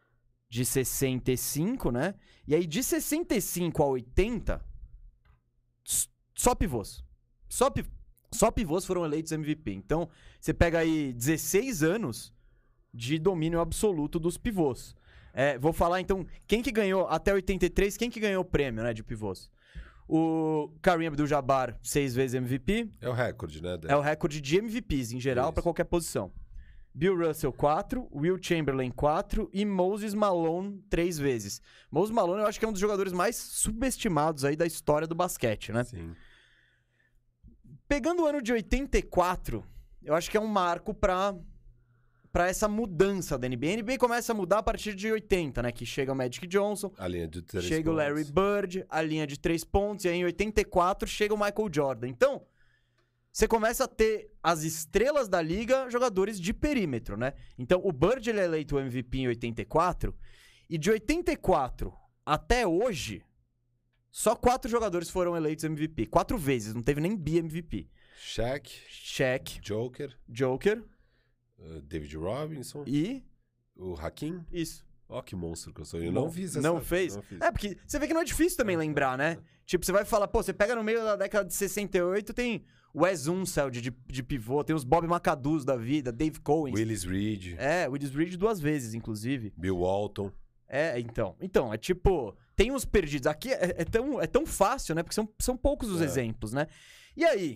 65, né? E aí, de 65 a 80, só pivôs. Só pivôs foram eleitos MVP. Então, você pega aí 16 anos de domínio absoluto dos pivôs. Vou falar, então, quem que ganhou até 83, quem que ganhou o prêmio, né, de pivôs? O Kareem Abdul-Jabbar, 6 vezes MVP. É o recorde, né? É o recorde de MVPs, em geral, para qualquer posição. Bill Russell, 4. Will Chamberlain, 4. E Moses Malone, 3 vezes. Moses Malone, eu acho que é um dos jogadores mais subestimados aí da história do basquete, né? Sim. Pegando o ano de 84, eu acho que é um marco pra essa mudança da NBA. A NBA começa a mudar a partir de 80, né? Que chega o Magic Johnson, A linha de 3 chega o Larry Bird, a linha de 3 pontos, e aí em 84 chega o Michael Jordan. Então, você começa a ter as estrelas da liga, jogadores de perímetro, né? Então, o Bird ele é eleito o MVP em 84, e de 84 até hoje, só 4 jogadores foram eleitos MVP. 4 vezes, não teve nem BMVP. Shaq, Joker, David Robinson e... o Hakim. Isso. Ó, que monstro que eu sou. Eu não fiz essa. Não fez? Porque você vê que não é difícil também lembrar, né? Tipo, você vai falar, pô, você pega no meio da década de 68, tem Wes Unseld de pivô, tem os Bob McAdoo da vida, Dave Cowens. Willis Reed. Willis Reed 2 vezes, inclusive. Bill Walton. Então, é tipo, tem uns perdidos. Aqui é tão fácil, né? Porque são poucos os exemplos, né? E aí,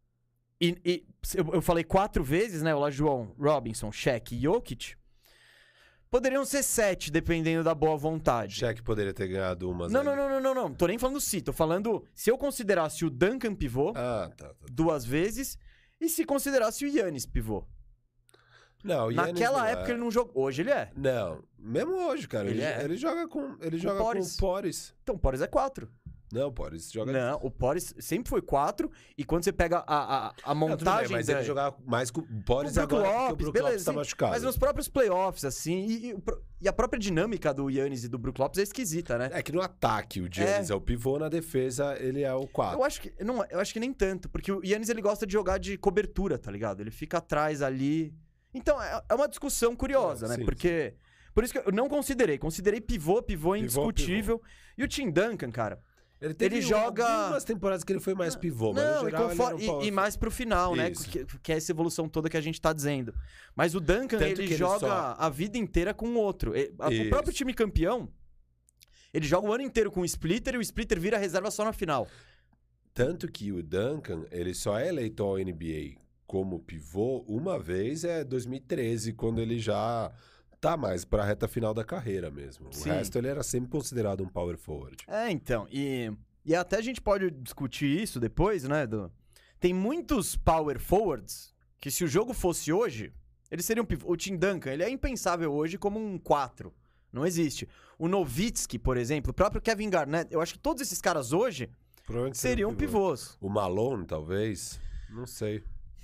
eu falei 4 vezes, né? O Olajuwon, Robinson, Shaq e Jokic. Poderiam ser 7, dependendo da boa vontade. Shaq poderia ter ganhado umas. Não. Tô nem falando se. Tô falando se eu considerasse o Duncan pivô 2 vezes e se considerasse o Giannis pivô. Não, o Giannis naquela época ele não jogou. Hoje ele é. Não, mesmo hoje, cara. Ele joga com o Porres. Então o Porres é 4. Não, o Porres joga... Não, o Porres sempre foi 4, e quando você pega a Não, tudo montagem... bem, mas ele jogava mais com o Porres o Brook agora, porque o Lopes, Brook Lopes beleza, tá sim, machucado. mas nos próprios playoffs, assim, e a própria dinâmica do Yannis e do Brook Lopes é esquisita, né? É que no ataque o Giannis é o pivô, na defesa ele é o 4. Eu acho que nem tanto, porque o Yannis ele gosta de jogar de cobertura, tá ligado? Ele fica atrás ali. Então, é uma discussão curiosa, né? Sim, porque... Por isso que eu não considerei pivô indiscutível. E o Tim Duncan, cara... Ele joga algumas temporadas que ele foi mais pivô, mas não, no geral e mais pro final, né? Isso. Que é essa evolução toda que a gente tá dizendo. Mas o Duncan, ele joga a vida inteira com o outro. O próprio time campeão, ele joga o ano inteiro com o Splitter e o Splitter vira reserva só na final. Tanto que o Duncan, ele só é eleito ao NBA como pivô uma vez, 2013, quando ele já tá mais pra reta final da carreira mesmo. Sim. O resto ele era sempre considerado um power forward. Então, e até a gente pode discutir isso depois, né? Tem muitos power forwards que se o jogo fosse hoje, eles seriam pivô. O Tim Duncan, ele é impensável hoje como um 4. Não existe. O Nowitzki, por exemplo, o próprio Kevin Garnett, eu acho que todos esses caras hoje seriam pivôs. O Malone, talvez? Não sei.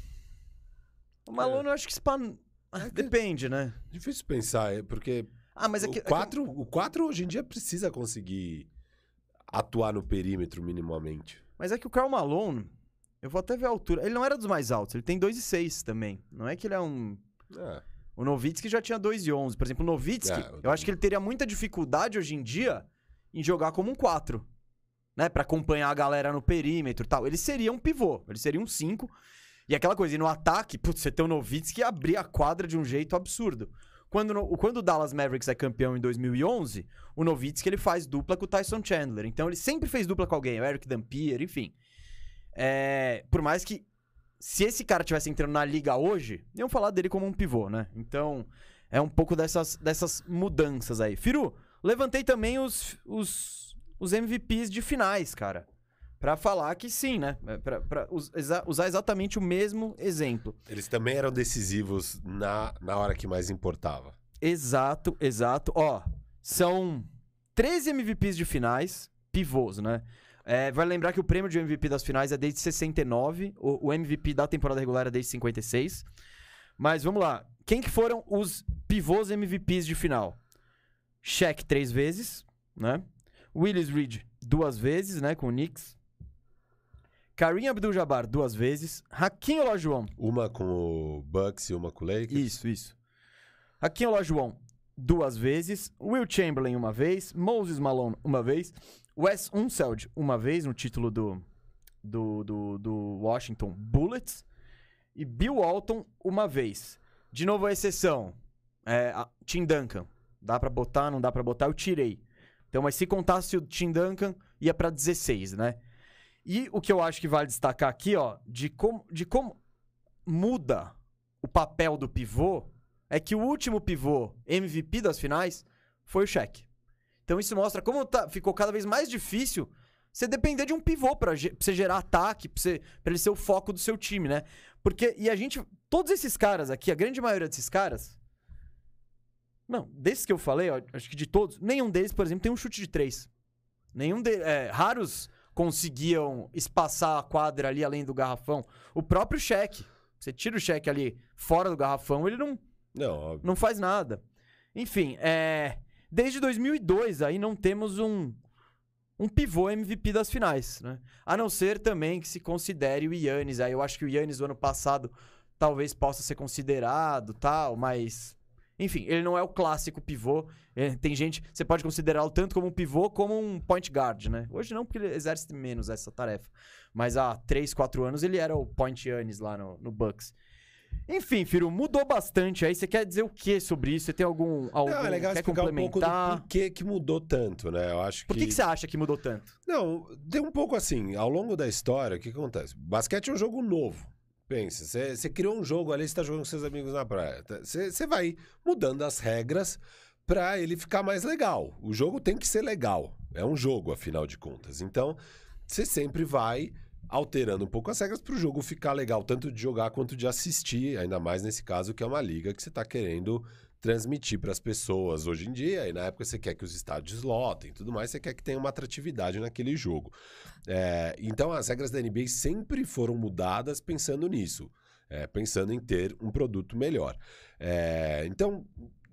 O Malone, eu acho que depende, né? Difícil pensar, porque mas o 4 hoje em dia precisa conseguir atuar no perímetro minimamente. Mas é que o Karl Malone, eu vou até ver a altura. Ele não era dos mais altos, ele tem 2,6 também. Não é que ele é um... O Nowitzki já tinha 2,11. Por exemplo, o Nowitzki, eu acho que ele teria muita dificuldade hoje em dia em jogar como um 4. Né? Pra acompanhar a galera no perímetro e tal. Ele seria um pivô, ele seria um 5. E aquela coisa, e no ataque, putz, você tem o Nowitzki abrir a quadra de um jeito absurdo. Quando o Dallas Mavericks é campeão em 2011, o Nowitzki ele faz dupla com o Tyson Chandler. Então ele sempre fez dupla com alguém, o Eric Dampier, enfim. Por mais que, se esse cara tivesse entrando na liga hoje, iam falar dele como um pivô, né? Então, é um pouco dessas mudanças aí. Firu, levantei também os MVPs de finais, cara. Pra falar que sim, né? Pra usar exatamente o mesmo exemplo. Eles também eram decisivos na hora que mais importava. Exato. Ó, são 13 MVPs de finais, pivôs, né? Vai lembrar que o prêmio de MVP das finais é desde 69, o MVP da temporada regular é desde 56. Mas vamos lá. Quem que foram os pivôs MVPs de final? Shaq 3 vezes, né? Willis Reed 2 vezes, né? Com o Knicks. Kareem Abdul-Jabbar 2 vezes. Hakeem Olajuwon. Uma com o Bucks e uma com o Lakers. Isso. Hakeem Olajuwon 2 vezes. Will Chamberlain 1 vez. Moses Malone 1 vez. Wes Unseld 1 vez no título do Washington Bullets. E Bill Walton 1 vez. De novo a exceção. Tim Duncan. Dá pra botar, não dá pra botar? Eu tirei. Então, mas se contasse o Tim Duncan, ia pra 16, né? E o que eu acho que vale destacar aqui, ó, de como muda o papel do pivô, é que o último pivô MVP das finais foi o Shaq. Então isso mostra como ficou cada vez mais difícil você depender de um pivô pra você gerar ataque, pra ele ser o foco do seu time, né? Porque, todos esses caras aqui, a grande maioria desses caras, não, desses que eu falei, ó, acho que de todos, nenhum deles, por exemplo, tem um chute de 3. Raros conseguiam espaçar a quadra ali além do garrafão. O próprio Shaq. Você tira o Shaq ali fora do garrafão, ele não faz nada. Enfim, desde 2002 aí não temos um pivô MVP das finais, né? A não ser também que se considere o Giannis. Aí eu acho que o Giannis do ano passado talvez possa ser considerado, tal, mas... Enfim, ele não é o clássico pivô. Tem gente... Você pode considerá-lo tanto como um pivô como um point guard, né? Hoje não, porque ele exerce menos essa tarefa. Mas há 3, 4 anos ele era o point Giannis lá no Bucks. Enfim, Firu, mudou bastante aí. Você quer dizer o que sobre isso? Você tem algum não, é legal quer explicar complementar? Um pouco do porquê que mudou tanto, né? Eu acho Por que você acha que mudou tanto? Não, tem um pouco assim. Ao longo da história, o que acontece? Basquete é um jogo novo. Pensa, você criou um jogo ali, você tá jogando com seus amigos na praia. Você vai mudando as regras pra ele ficar mais legal. O jogo tem que ser legal. É um jogo, afinal de contas. Então, você sempre vai alterando um pouco as regras pro jogo ficar legal, tanto de jogar quanto de assistir, ainda mais nesse caso que é uma liga que você tá querendo transmitir para as pessoas hoje em dia, e na época você quer que os estádios lotem e tudo mais, você quer que tenha uma atratividade naquele jogo. Então as regras da NBA sempre foram mudadas pensando nisso, pensando em ter um produto melhor. Então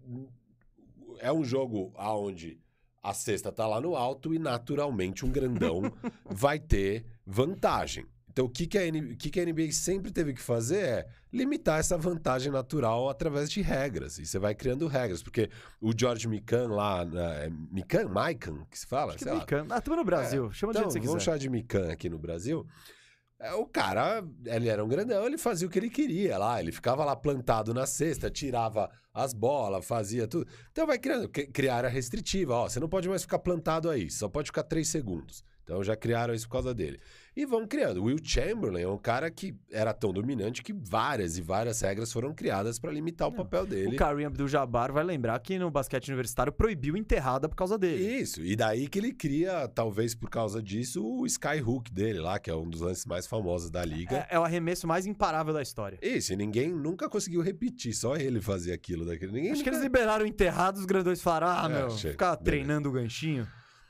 é um jogo onde a cesta tá lá no alto e naturalmente um grandão vai ter vantagem. Então, o que a NBA sempre teve que fazer é limitar essa vantagem natural através de regras. E você vai criando regras, porque o George Mikan lá... Mikan, que se fala? Acho que é Mikan. Estamos no Brasil. Chama do jeito que você quiser. Vamos chamar de Mikan aqui no Brasil. O cara, ele era um grandão, ele fazia o que ele queria lá. Ele ficava lá plantado na cesta, tirava as bolas, fazia tudo. Então, vai criando. Criar área restritiva. Ó, você não pode mais ficar plantado aí, só pode ficar 3 segundos. Então já criaram isso por causa dele. E vão criando. O Will Chamberlain é um cara que era tão dominante que várias e várias regras foram criadas para limitar o papel dele. O Kareem Abdul-Jabbar vai lembrar que no basquete universitário proibiu enterrada por causa dele. Isso. E daí que ele cria, talvez por causa disso, o skyhook dele lá, que é um dos lances mais famosos da liga. É o arremesso mais imparável da história. Isso. E ninguém nunca conseguiu repetir. Só ele fazia aquilo daquele. Acho que eles liberaram enterrado, os grandões falaram, ficar treinando o ganchinho.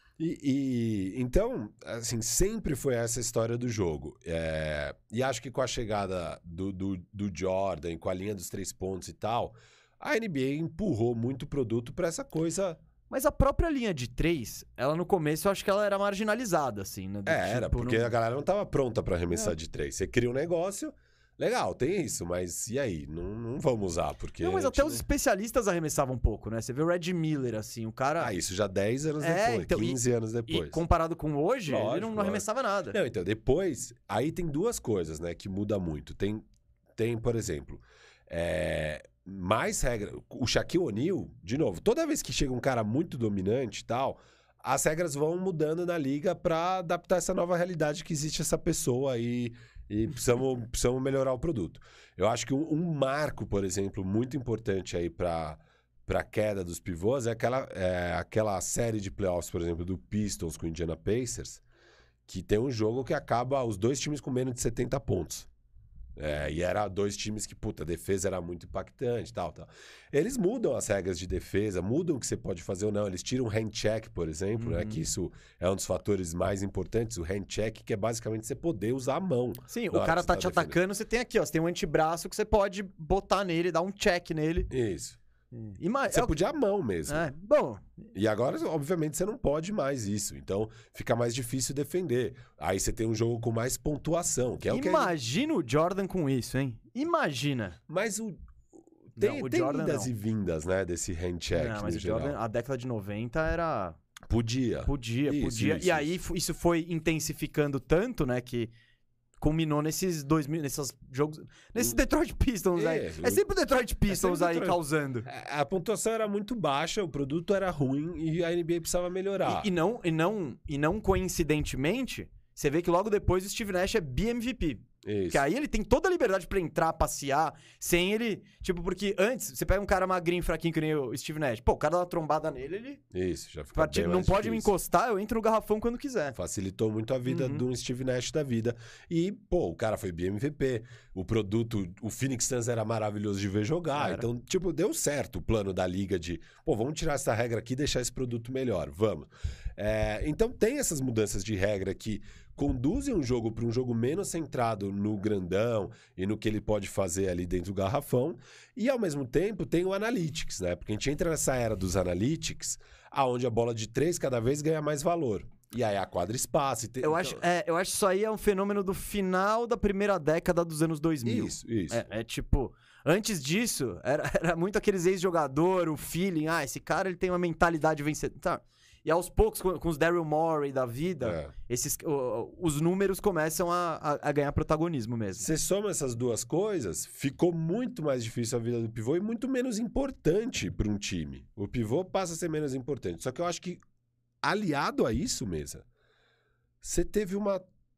Então, assim, sempre foi essa história do jogo. E acho que com a chegada do Jordan, com a linha dos 3 pontos e tal, a NBA empurrou muito produto para essa coisa. Mas a própria linha de 3, ela no começo eu acho que ela era marginalizada, assim, né? Era, porque a galera não tava pronta para arremessar de 3. Você cria um negócio... Legal, tem isso, mas e aí? Não vamos usar, porque... Não, mas até os especialistas arremessavam um pouco, né? Você vê o Red Miller, assim, o cara... isso já 10 anos depois, então, 15 anos depois. E comparado com hoje, lógico, ele não arremessava nada. Não, então, depois... Aí tem 2 coisas, né, que muda muito. Tem por exemplo, mais regra... O Shaquille O'Neal, de novo, toda vez que chega um cara muito dominante e tal... As regras vão mudando na liga para adaptar essa nova realidade que existe essa pessoa aí... E precisamos melhorar o produto. Eu acho que um marco, por exemplo, muito importante aí para a queda dos pivôs é aquela série de playoffs, por exemplo, do Pistons com o Indiana Pacers, que tem um jogo que acaba os 2 times com menos de 70 pontos. E era 2 times que, a defesa era muito impactante, tal. Eles mudam as regras de defesa, mudam o que você pode fazer ou não. Eles tiram o hand check, por exemplo, né? Que isso é um dos fatores mais importantes, o hand check, que é basicamente você poder usar a mão. Sim, o cara tá te atacando, você tem aqui, ó, você tem um antebraço que você pode botar nele, dar um check nele. Isso. Você podia a mão mesmo. Bom. E agora, obviamente, você não pode mais isso. Então, fica mais difícil defender. Aí você tem um jogo com mais pontuação, que é o que... Imagina o Jordan com isso, hein? Imagina. Mas tem Jordan, indas e vindas, né, desse hand check. Não, mas o Jordan, a década de 90 era... Podia. Podia. E aí isso foi intensificando tanto, né, que... culminou nesses 2000, nesses jogos... Nesses Detroit Pistons aí. É sempre o Detroit Pistons aí causando. A pontuação era muito baixa, o produto era ruim e a NBA precisava melhorar. E não coincidentemente, você vê que logo depois o Steve Nash é BMVP. Isso. Que aí ele tem toda a liberdade pra entrar, passear, sem ele... Tipo, porque antes, você pega um cara magrinho, fraquinho, que nem o Steve Nash. Pô, o cara dá uma trombada nele, ele... Isso, já fica bem não mais pode difícil. me encostar, eu entro no garrafão quando quiser. Facilitou muito a vida de um Steve Nash da vida. E, o cara foi BMVP. O produto, o Phoenix Suns era maravilhoso de ver jogar. Então, deu certo o plano da liga de... vamos tirar essa regra aqui e deixar esse produto melhor. Vamos. Então, tem essas mudanças de regra que conduzem um jogo para um jogo menos centrado no grandão e no que ele pode fazer ali dentro do garrafão. E, ao mesmo tempo, tem o Analytics, né? Porque a gente entra nessa era dos Analytics, aonde a bola de 3 cada vez ganha mais valor. E aí a quadra espaça. Eu acho que isso aí é um fenômeno do final da primeira década dos anos 2000. Isso. Tipo... Antes disso, era muito aqueles ex-jogador, o feeling. Esse cara ele tem uma mentalidade vencedora. Tá. E aos poucos, com os Daryl Morey da vida, os números começam a ganhar protagonismo mesmo. Você soma essas 2 coisas, ficou muito mais difícil a vida do pivô e muito menos importante para um time. O pivô passa a ser menos importante. Só que eu acho que, aliado a isso, Mesa, você teve uma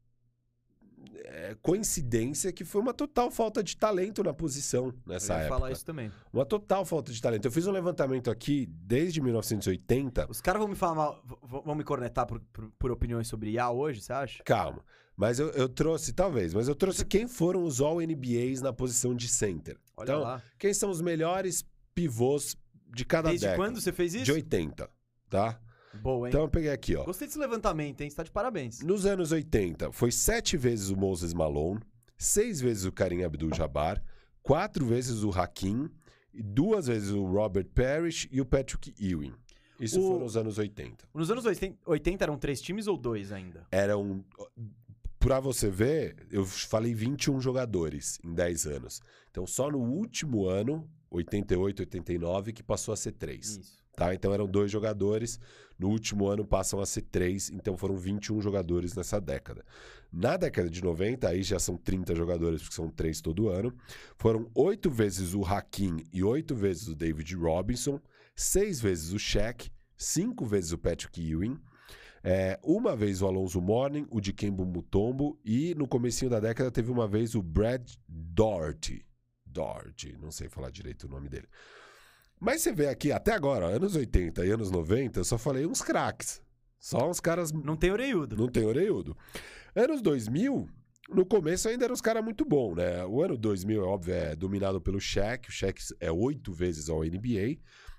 coincidência que foi uma total falta de talento na posição nessa época. Eu ia falar isso também. Uma total falta de talento. Eu fiz um levantamento aqui desde 1980. Os caras vão me falar mal, vão me cornetar por opiniões sobre IA hoje, você acha? Calma. Mas eu trouxe, talvez, mas eu trouxe quem foram os All-NBAs na posição de center. Olha lá. Quem são os melhores pivôs de cada Desde década. quando você fez isso? De 80, tá? Boa, hein? Então eu peguei aqui, ó. Gostei desse levantamento, hein? Você tá de parabéns. Nos anos 80, foi 7 vezes o Moses Malone, 6 vezes o Kareem Abdul-Jabbar, 4 vezes o Hakim, 2 vezes o Robert Parrish e o Patrick Ewing. Isso foram nos anos 80. Nos anos 80 eram 3 times ou 2 ainda? Eram... Pra você ver, eu falei 21 jogadores em 10 anos. Então só no último ano, 88, 89, que passou a ser 3. Isso. Tá? Então eram 2 jogadores, no último ano passam a ser 3, então foram 21 jogadores nessa década. Na década de 90, aí já são 30 jogadores, porque são 3 todo ano. Foram 8 vezes o Hakim e 8 vezes o David Robinson, 6 vezes o Shaq, 5 vezes o Patrick Ewing, uma vez o Alonzo Mourning, o Dikembe Mutombo e no comecinho da década teve uma vez o Brad Daugherty. Daugherty, não sei falar direito o nome dele. Mas você vê aqui, até agora, anos 80 e anos 90, eu só falei uns craques. Só uns caras... Não tem oreiudo. Não tem oreiudo. Anos 2000, no começo ainda eram os caras muito bons, né? O ano 2000, é óbvio, é dominado pelo Shaq. O Shaq é 8 vezes ao NBA.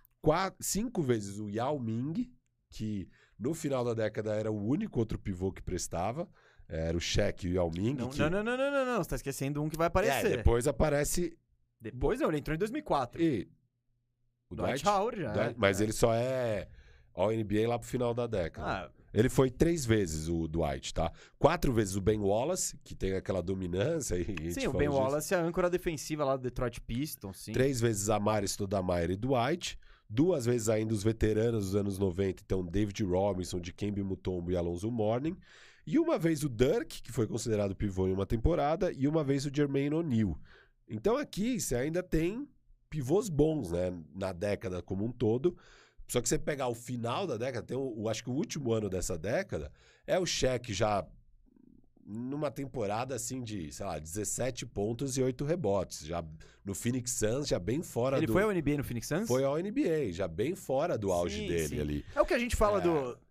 5 vezes o Yao Ming, que no final da década era o único outro pivô que prestava. Era o Shaq e o Yao Ming. Não, não. Você tá esquecendo um que vai aparecer. Depois aparece... Depois não, ele entrou em 2004. E... O Dwight Howard já. Mas ele só é All-NBA lá pro final da década. Ele foi 3 vezes o Dwight, tá? 4 vezes o Ben Wallace, que tem aquela dominância. Sim, o Ben Wallace é a âncora defensiva lá do Detroit Pistons, sim. 3 vezes Amar'e Stoudemire e Dwight. 2 vezes ainda os veteranos dos anos 90, então David Robinson, Dikembe Mutombo e Alonzo Mourning. E uma vez o Dirk, que foi considerado pivô em uma temporada, e uma vez o Jermaine O'Neal. Então aqui você ainda tem pivôs bons, né, na década como um todo. Só que você pegar o final da década, acho que o último ano dessa década, é o Shaq já numa temporada assim de, sei lá, 17 pontos e 8 rebotes. Já no Phoenix Suns, já bem fora Ele foi ao NBA no Phoenix Suns? Foi ao NBA, já bem fora do auge dele ali. É o que a gente fala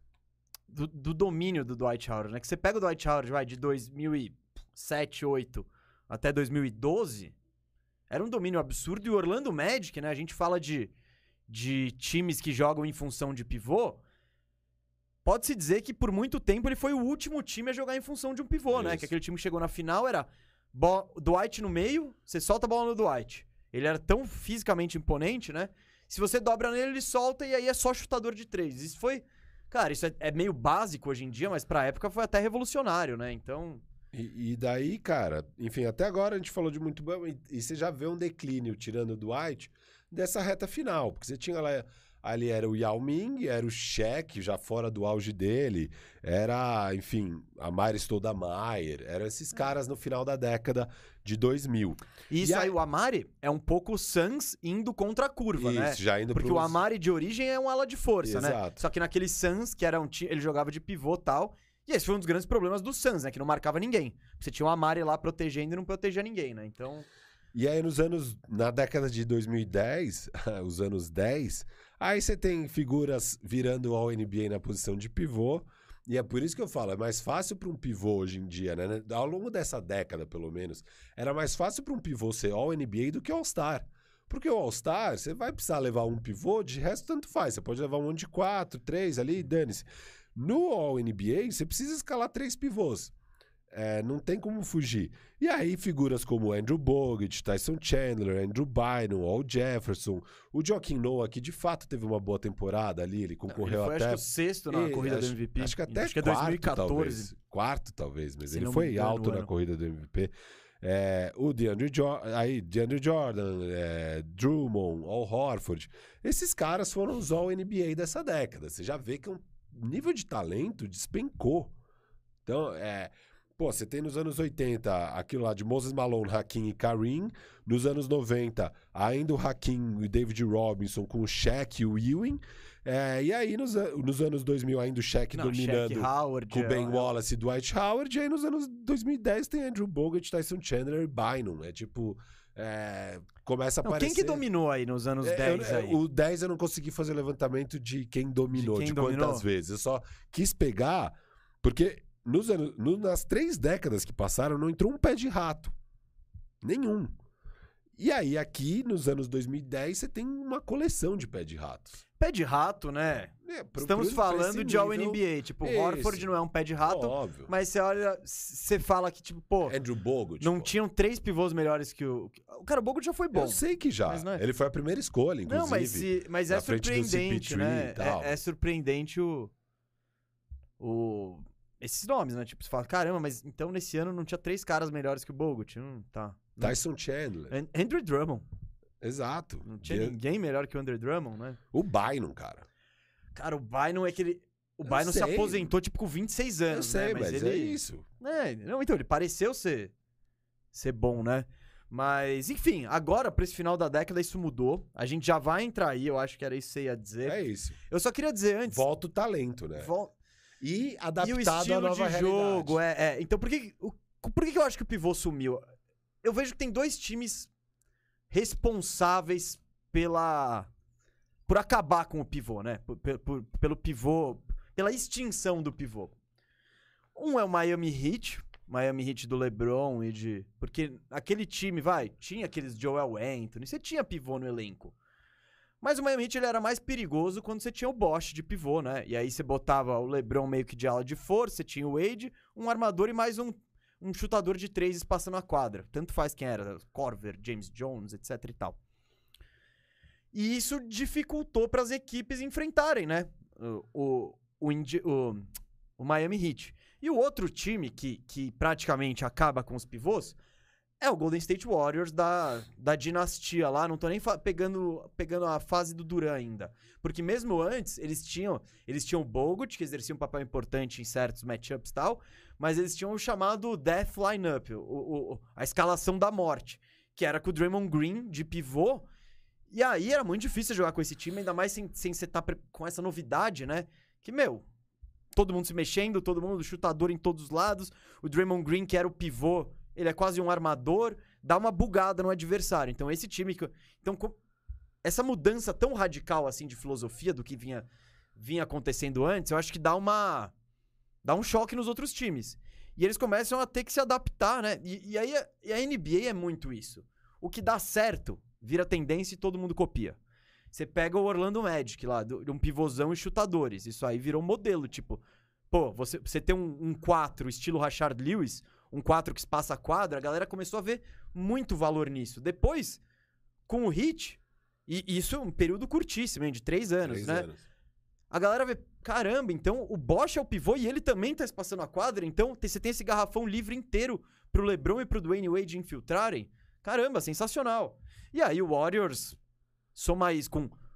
do domínio do Dwight Howard, né? Que você pega o Dwight Howard de 2007, 2008 até 2012... Era um domínio absurdo. E o Orlando Magic, né? A gente fala de times que jogam em função de pivô. Pode-se dizer que por muito tempo ele foi o último time a jogar em função de um pivô, né? Que aquele time que chegou na final era Dwight no meio, você solta a bola no Dwight. Ele era tão fisicamente imponente, né? Se você dobra nele, ele solta e aí é só chutador de 3. Isso foi... Cara, isso é meio básico hoje em dia, mas pra época foi até revolucionário, né? Então... E daí, cara, enfim, até agora a gente falou de muito bom, e você já vê um declínio, tirando o Dwight, dessa reta final, porque você tinha lá, ali era o Yao Ming, era o Shaq, já fora do auge dele, era, enfim, Amar'e Stoudemire, eram esses caras no final da década de 2000. Isso aí, o Amar'e é um pouco o Suns indo contra a curva, né? Já indo porque o Amar'e de origem é um ala de força, né? Só que naquele Suns, que era ele jogava de pivô e tal... E esse foi um dos grandes problemas do Suns, né? Que não marcava ninguém. Você tinha o Amar'e lá protegendo e não protegia ninguém, né? Então... E aí na década de 2010, os anos 10, aí você tem figuras virando ao NBA na posição de pivô. E é por isso que eu falo, é mais fácil para um pivô hoje em dia, né? Ao longo dessa década, pelo menos, era mais fácil para um pivô ser All-NBA do que All-Star. Porque o All-Star, você vai precisar levar um pivô, de resto tanto faz. Você pode levar um monte de 4, 3 ali, dane-se. No All-NBA, você precisa escalar 3 pivôs. Não tem como fugir. E aí, figuras como Andrew Bogut, Tyson Chandler, Andrew Bynum, Al Jefferson, o Joakim Noah, que de fato teve uma boa temporada ali, ele concorreu ele foi, até... acho que o 6º na corrida do MVP. Acho que até acho que é quarto, 2014. Talvez. Quarto, talvez, mas ele foi alto na corrida do MVP. O DeAndre Jordan, Drummond, Al Horford. Esses caras foram os All-NBA dessa década. Você já vê que o nível de talento despencou. Então, você tem nos anos 80 aquilo lá de Moses Malone, Hakim e Kareem. Nos anos 90, ainda o Hakim e David Robinson com o Shaq e o Ewing. E aí, nos anos 2000, ainda o Shaq dominando Shaq, Howard, com o Ben Wallace e Dwight Howard. E aí, nos anos 2010, tem Andrew Bogut, Tyson Chandler e Bynum. Começa a aparecer... Quem que dominou aí nos anos 10? O 10 eu não consegui fazer o levantamento de quem dominou, de quantas vezes. Eu só quis pegar, porque nas 3 décadas que passaram, não entrou um pé de rato. Nenhum. E aí, aqui, nos anos 2010, você tem uma coleção de pé de ratos. Pé de rato, né? Estamos falando de All-NBA. Tipo, o Horford não é um pé de rato. Óbvio. Mas você olha, você fala que, tipo, pô... Andrew Bogut. Não tinham 3 pivôs melhores que o... O cara, o Bogut já foi bom. Eu sei que já. Mas não é... Ele foi a primeira escolha, inclusive. Não, mas é surpreendente, né? Tal. É surpreendente esses nomes, né? Tipo, você fala, caramba, mas então nesse ano não tinha 3 caras melhores que o Bogut? Tá. Tyson Chandler. Andrew Drummond. Exato. Não tinha ninguém melhor que o Andrew Drummond, né? O Bynum, cara. Cara, o Bynum é que ele... O Bynum se aposentou, tipo, com 26 anos, eu sei, né? mas ele... é isso. Não, então, ele pareceu ser bom, né? Mas, enfim, agora, pra esse final da década, isso mudou. A gente já vai entrar aí, eu acho que era isso que você ia dizer. É isso. Eu só queria dizer antes... Volta o talento, né? E adaptado e o estilo à nova de jogo, Então, por que eu acho que o pivô sumiu? Eu vejo que tem 2 times responsáveis por acabar com o pivô, né? Pelo pivô, pela extinção do pivô. Um é o Miami Heat do LeBron porque aquele time, tinha aqueles Joel Anthony, você tinha pivô no elenco. Mas o Miami Heat ele era mais perigoso quando você tinha o Bosh de pivô, né? E aí você botava o LeBron meio que de ala de força, você tinha o Wade, um armador e mais um chutador de 3 espaçando a quadra. Tanto faz quem era, Korver, James Jones, etc e tal. E isso dificultou para as equipes enfrentarem, né? O Miami Heat. E o outro time que praticamente acaba com os pivôs é o Golden State Warriors da dinastia lá. Não tô nem pegando a fase do Durant ainda. Porque mesmo antes, eles tinham o Bogut, que exercia um papel importante em certos matchups e tal, mas eles tinham o chamado Death Lineup, a escalação da morte, que era com o Draymond Green de pivô. E aí era muito difícil jogar com esse time, ainda mais sem você estar com essa novidade, né? Que, todo mundo se mexendo, todo mundo chutador em todos os lados. O Draymond Green, que era o pivô, ele é quase um armador, dá uma bugada no adversário. Então esse time... essa mudança tão radical, assim, de filosofia do que vinha acontecendo antes, eu acho que dá um choque nos outros times. E eles começam a ter que se adaptar, né? E aí a NBA é muito isso. O que dá certo vira tendência e todo mundo copia. Você pega o Orlando Magic lá, de um pivôzão e chutadores. Isso aí virou modelo, tipo... Pô, você tem um 4 estilo Rashard Lewis, um 4 que espaça a quadra, a galera começou a ver muito valor nisso. Depois, com o Heat, e isso é um período curtíssimo, hein, de 3 anos, 3 né? anos. A galera vê, caramba, então o Bosh é o pivô e ele também tá espaçando a quadra, então você tem esse garrafão livre inteiro pro LeBron e pro Dwayne Wade infiltrarem. Caramba, sensacional. E aí o Warriors soma isso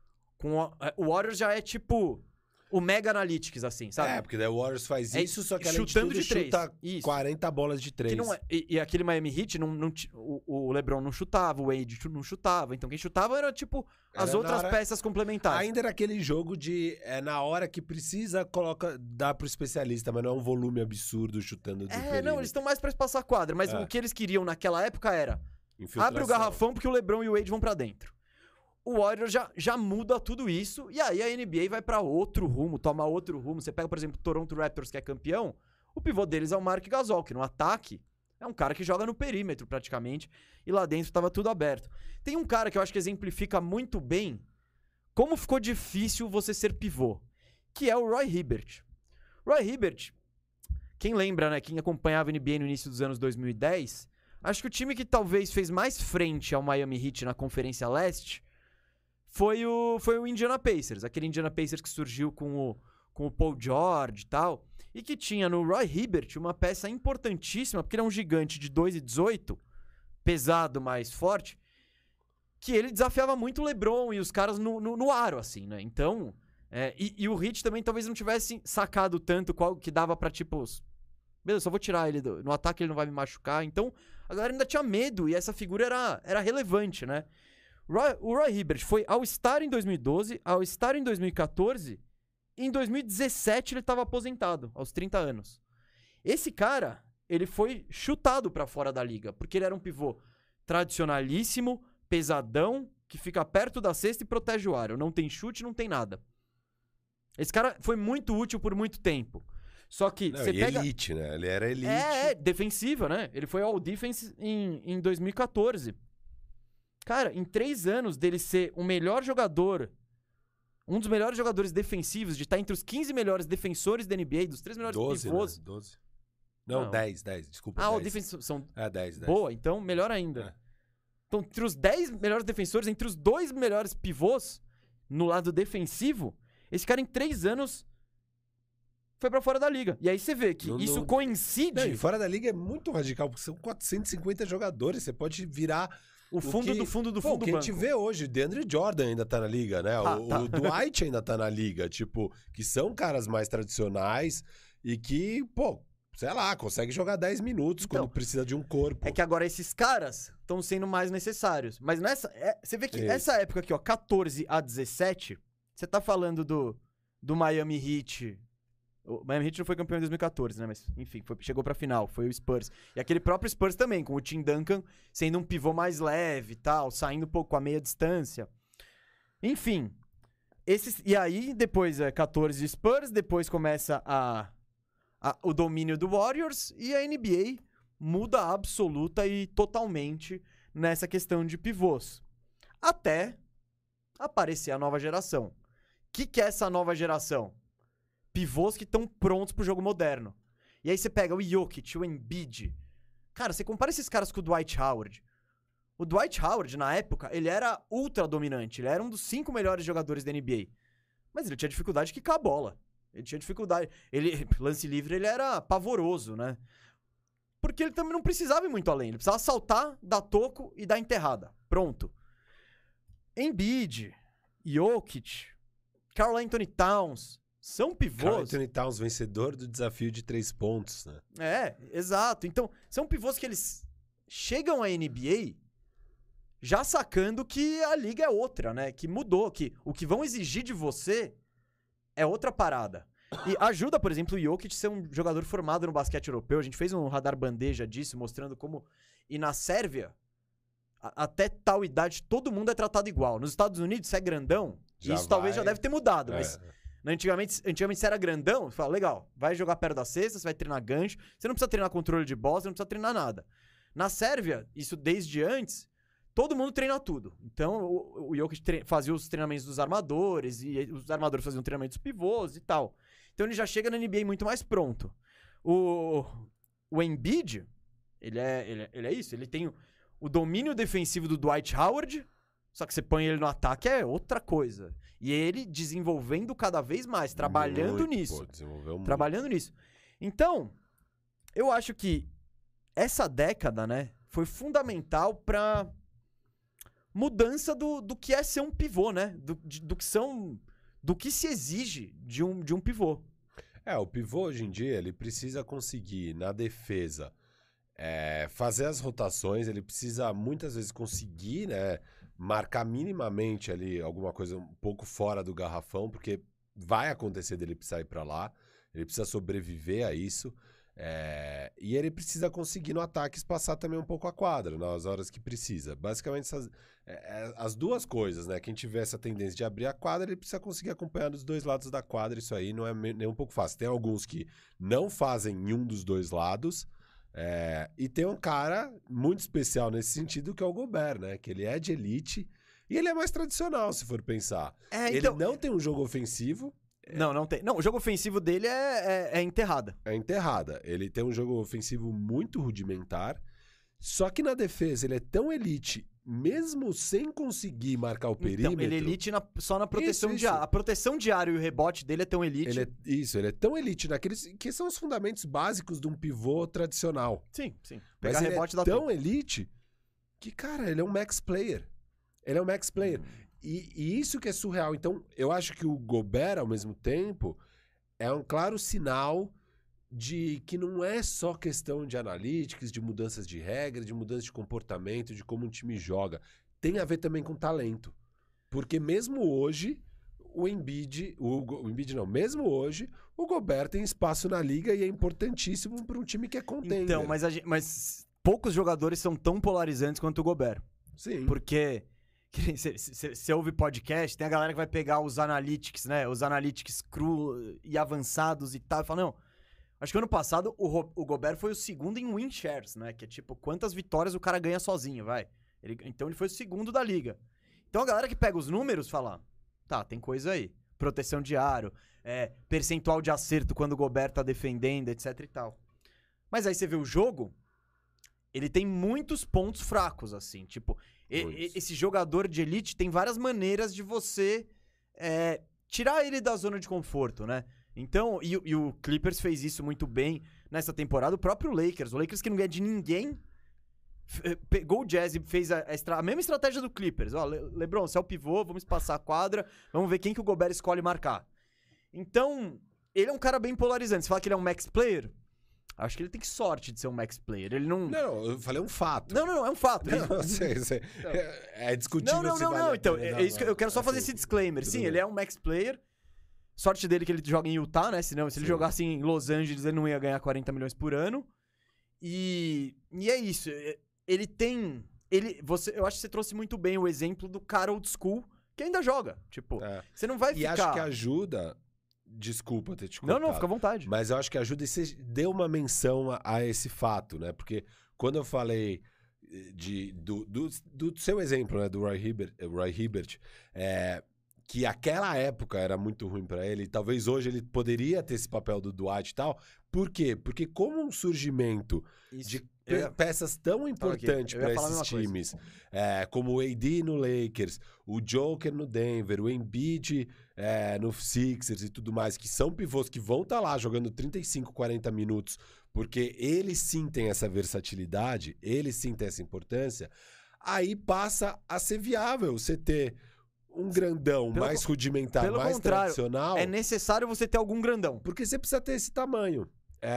o Warriors já é tipo o Mega Analytics, assim, sabe? Porque daí o Warriors faz isso, só que além chutando de tudo, de 3. chuta Isso. 40 bolas de 3. E aquele Miami Heat, o LeBron não chutava, o Wade não chutava. Então quem chutava era tipo as outras peças complementares. Ainda era aquele jogo de na hora que precisa, dá pro especialista, mas não é um volume absurdo chutando do perímetro. Não, eles estão mais pra espaçar a quadra. Mas o que eles queriam naquela época era abre o garrafão porque o LeBron e o Wade vão pra dentro. O Warriors já muda tudo isso, e aí a NBA vai pra outro rumo, toma outro rumo. Você pega, por exemplo, o Toronto Raptors, que é campeão, o pivô deles é o Marc Gasol, que no ataque é um cara que joga no perímetro praticamente, e lá dentro tava tudo aberto. Tem um cara que eu acho que exemplifica muito bem como ficou difícil você ser pivô, que é o Roy Hibbert. Roy Hibbert, quem lembra, né, quem acompanhava a NBA no início dos anos 2010, acho que o time que talvez fez mais frente ao Miami Heat na Conferência Leste foi o Indiana Pacers. Aquele Indiana Pacers que surgiu com o Paul George e tal. E que tinha no Roy Hibbert uma peça importantíssima, porque ele é um gigante de 2,18, pesado, mais forte, que ele desafiava muito o LeBron e os caras no aro, assim, né? Então... E o Heat também talvez não tivesse sacado tanto qual que dava pra, tipo... Beleza, só vou tirar ele no ataque, ele não vai me machucar. Então, a galera ainda tinha medo e essa figura era relevante, né? O Roy Hibbert foi All-Star em 2012, All-Star em 2014, e em 2017 ele estava aposentado, aos 30 anos. Esse cara, ele foi chutado pra fora da liga, porque ele era um pivô tradicionalíssimo, pesadão, que fica perto da cesta e protege o aro. Não tem chute, não tem nada. Esse cara foi muito útil por muito tempo. Só que você pega... elite, né? Ele era elite. Defensiva, né? Ele foi All-Defense em 2014. Cara, em 3 anos dele ser o melhor jogador, um dos melhores jogadores defensivos, de estar entre os 15 melhores defensores da NBA, dos 3 melhores 12, pivôs. né? 12. Não, 10, desculpa. Ah, 10. o defensor são 10. boa, então melhor ainda. Então, entre os 10 melhores defensores, entre os 2 melhores pivôs no lado defensivo, esse cara em 3 anos foi pra fora da liga. E aí você vê que isso coincide... Não, e fora da liga é muito radical, porque são 450 jogadores, você pode virar... O fundo do fundo do fundo do banco. banco. A gente vê hoje, o DeAndre Jordan ainda tá na liga, né? O Dwight ainda tá na liga, tipo, que são caras mais tradicionais e que, pô, sei lá, consegue jogar 10 minutos então, quando precisa de um corpo. É que agora esses caras estão sendo mais necessários. Mas você vê que essa época aqui, ó, 14 a 17, você tá falando do Miami Heat. O Miami Heat não foi campeão em 2014, né? Mas, enfim, chegou pra final, foi o Spurs. E aquele próprio Spurs também, com o Tim Duncan sendo um pivô mais leve e tal, saindo um pouco a meia distância. Enfim. E aí, depois 14 Spurs, depois começa o domínio do Warriors e a NBA muda absoluta e totalmente nessa questão de pivôs. Até aparecer a nova geração. O que é essa nova geração? Pivôs que estão prontos pro jogo moderno. E aí você pega o Jokic, o Embiid. Cara, você compara esses caras com o Dwight Howard. O Dwight Howard, na época, ele era ultra dominante. Ele era um dos 5 melhores jogadores da NBA. Mas ele tinha dificuldade de quicar a bola. Ele tinha dificuldade. Lance livre, ele era pavoroso, né? Porque ele também não precisava ir muito além. Ele precisava saltar, dar toco e dar enterrada. Pronto. Embiid, Jokic, Karl Anthony Towns... São pivôs... Karl Anthony Towns, vencedor do desafio de 3 pontos, né? É, exato. Então, são pivôs que eles chegam à NBA já sacando que a liga é outra, né? Que mudou, que o que vão exigir de você é outra parada. E ajuda, por exemplo, o Jokic ser um jogador formado no basquete europeu. A gente fez um radar bandeja disso, mostrando como... E na Sérvia, até tal idade, todo mundo é tratado igual. Nos Estados Unidos, você é grandão, isso talvez já deve ter mudado, mas... Antigamente você era grandão, você fala, legal, vai jogar perto da cesta, você vai treinar gancho, você não precisa treinar controle de bola, você não precisa treinar nada. Na Sérvia, isso desde antes, todo mundo treina tudo. Então, o Jokic fazia os treinamentos dos armadores, e os armadores faziam treinamentos dos pivôs e tal. Então ele já chega na NBA muito mais pronto. O Embiid, ele é isso, ele tem o domínio defensivo do Dwight Howard, só que você põe ele no ataque é outra coisa. E ele desenvolvendo cada vez mais, trabalhando nisso. Trabalhando nisso. Então, eu acho que essa década, né, foi fundamental pra mudança do que é ser um pivô, né? Do que se exige de um pivô. O pivô hoje em dia, ele precisa conseguir, na defesa, fazer as rotações, ele precisa muitas vezes conseguir, né, marcar minimamente ali alguma coisa um pouco fora do garrafão, porque vai acontecer dele precisar ir pra lá, ele precisa sobreviver a isso, e ele precisa conseguir no ataque espaçar também um pouco a quadra, nas horas que precisa. Basicamente, as duas coisas, né? Quem tiver essa tendência de abrir a quadra, ele precisa conseguir acompanhar dos dois lados da quadra, isso aí não é nem um pouco fácil. Tem alguns que não fazem nenhum dos dois lados, e tem um cara muito especial nesse sentido, que é o Gobert, né? Que ele é de elite e ele é mais tradicional, se for pensar. Ele não tem um jogo ofensivo. Não tem. Não, o jogo ofensivo dele é enterrada. É enterrada. Ele tem um jogo ofensivo muito rudimentar, só que na defesa ele é tão elite, mesmo sem conseguir marcar o perímetro... Então, ele é elite só na proteção diária. A proteção diária e o rebote dele é tão elite. Ele é tão elite naqueles que são os fundamentos básicos de um pivô tradicional. Sim. Mas ele é tão elite que, cara, ele é um max player. Ele é um max player. E isso que é surreal. Então, eu acho que o Gobert, ao mesmo tempo, é um claro sinal de que não é só questão de analytics, de mudanças de regra, de mudança de comportamento, de como um time joga. Tem a ver também com talento. Porque mesmo hoje, mesmo hoje, o Gobert tem espaço na liga e é importantíssimo para um time que é contender. Então, mas poucos jogadores são tão polarizantes quanto o Gobert. Sim. Porque você ouve podcast, tem a galera que vai pegar os analytics, né? Os analytics cru e avançados e tal, e fala, não... Acho que ano passado o Gobert foi o segundo em win shares, né? Que é tipo, quantas vitórias o cara ganha sozinho, vai. Então ele foi o segundo da liga. Então a galera que pega os números fala, tá, tem coisa aí. Proteção de aro, percentual de acerto quando o Gobert tá defendendo, etc e tal. Mas aí você vê o jogo, ele tem muitos pontos fracos, assim. Tipo, esse jogador de elite tem várias maneiras de você tirar ele da zona de conforto, né? Então, e o Clippers fez isso muito bem nessa temporada. O próprio Lakers, o Lakers que não ganha de ninguém, pegou o Jazz e fez a mesma estratégia do Clippers. Ó, LeBron, você é o pivô, vamos passar a quadra, vamos ver quem que o Gobert escolhe marcar. Então, ele é um cara bem polarizante. Você fala que ele é um max player? Acho que ele tem sorte de ser um max player. Ele não... Não, eu falei um fato. Não, é um fato. Não, sei. É discutível se vale Não. Então, pena, é isso que eu quero só fazer esse disclaimer. Sim, ele é um max player. Sorte dele que ele joga em Utah, né? Senão, se ele jogasse em Los Angeles, ele não ia ganhar 40 milhões por ano. E é isso. Ele tem... eu acho que você trouxe muito bem o exemplo do cara old school que ainda joga. Tipo, você não vai ficar... E acho que ajuda... Desculpa ter te cortado. Não, fica à vontade. Mas eu acho que ajuda e você deu uma menção a esse fato, né? Porque quando eu falei do seu exemplo, né? Do Roy Hibbert, que aquela época era muito ruim pra ele, talvez hoje ele poderia ter esse papel do Dwight e tal. Por quê? Porque como um surgimento de peças tão importantes para esses times, como o AD no Lakers, o Joker no Denver, o Embiid no Sixers e tudo mais, que são pivôs que vão estar lá jogando 35, 40 minutos, porque eles sim têm essa versatilidade, eles sim têm essa importância, aí passa a ser viável você ter um grandão mais rudimentar, mais tradicional. É necessário você ter algum grandão. Porque você precisa ter esse tamanho.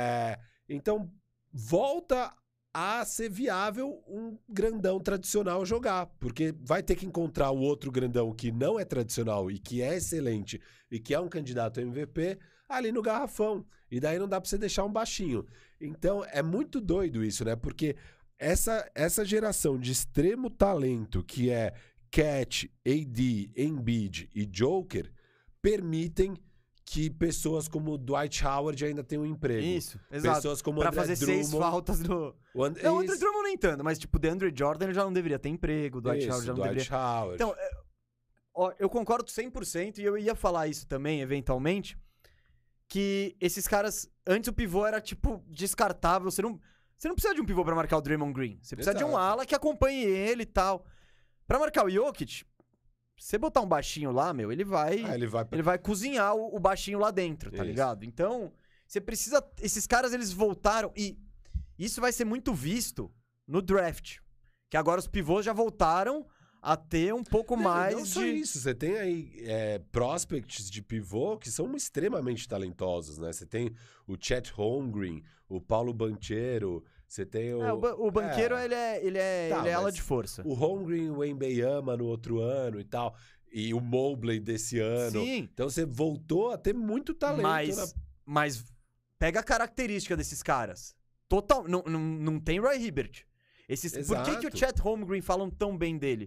Então, volta a ser viável um grandão tradicional jogar. Porque vai ter que encontrar o outro grandão que não é tradicional e que é excelente e que é um candidato a MVP ali no garrafão. E daí não dá pra você deixar um baixinho. Então, é muito doido isso, né? Porque essa geração de extremo talento que é Cat, AD, Embiid e Joker permitem que pessoas como Dwight Howard ainda tenham um emprego. Isso, exato. Pessoas como pra André fazer Drummond, 6 faltas no... o André Drummond nem tanto, mas tipo, o DeAndre Jordan ele já não deveria ter emprego, o Dwight Howard já não deveria... Howard. Então, eu concordo 100% e eu ia falar isso também, eventualmente, que esses caras... Antes o pivô era, tipo, descartável. Você não precisa de um pivô pra marcar o Draymond Green. Você precisa de um ala que acompanhe ele e tal. Pra marcar o Jokic, você botar um baixinho lá, meu, ele vai cozinhar o baixinho lá dentro, tá ligado? Então, você precisa... Esses caras, eles voltaram e isso vai ser muito visto no draft. Que agora os pivôs já voltaram a ter um pouco mais não só isso, você tem aí prospects de pivô que são extremamente talentosos, né? Você tem o Chet Holmgren, o Paulo Banchero, você tem o Banqueiro, ele é ala de força. O Holmgren, o Wembanyama no outro ano e tal, e o Mobley desse ano. Sim. Então você voltou a ter muito talento. Mas pega a característica desses caras. Total, não tem Roy Hibbert. Por que o Chet Holmgren falam tão bem dele?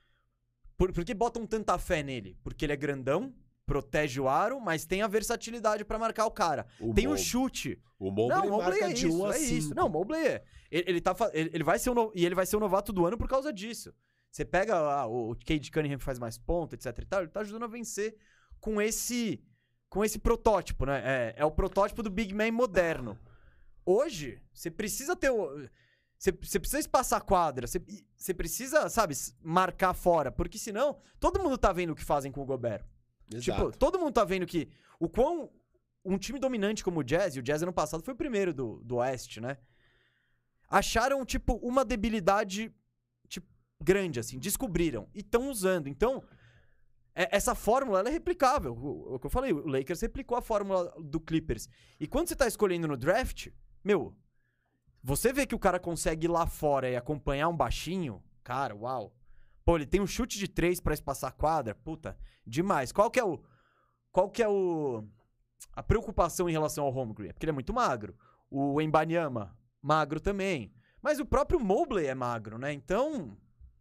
Por que botam tanta fé nele? Porque ele é grandão, protege o aro, mas tem a versatilidade pra marcar o cara. Tem um chute. O Mobley marca de 1 a 5. Isso. Não, o Mobley é. Ele vai ser ele vai ser o novato do ano por causa disso. Você pega o Cade Cunningham que faz mais ponto, etc e tal, ele tá ajudando a vencer com esse protótipo, né? É o protótipo do Big Man moderno. Hoje, você precisa ter Você precisa espaçar a quadra, você precisa, sabe, marcar fora, porque senão todo mundo tá vendo o que fazem com o Gobert. Exato. Tipo, todo mundo tá vendo que o quão um time dominante como o Jazz, e o Jazz ano passado foi o primeiro do Oeste, né? Acharam, tipo, uma debilidade tipo, grande, assim, descobriram e estão usando. Então, essa fórmula, ela é replicável. O que eu falei, o Lakers replicou a fórmula do Clippers. E quando você tá escolhendo no draft, meu... Você vê que o cara consegue ir lá fora e acompanhar um baixinho, cara, uau. Pô, ele tem um chute de 3 pra espaçar a quadra, puta, demais. Qual que é a preocupação em relação ao Holmgren? É porque ele é muito magro. O Wembanyama, magro também. Mas o próprio Mobley é magro, né? Então,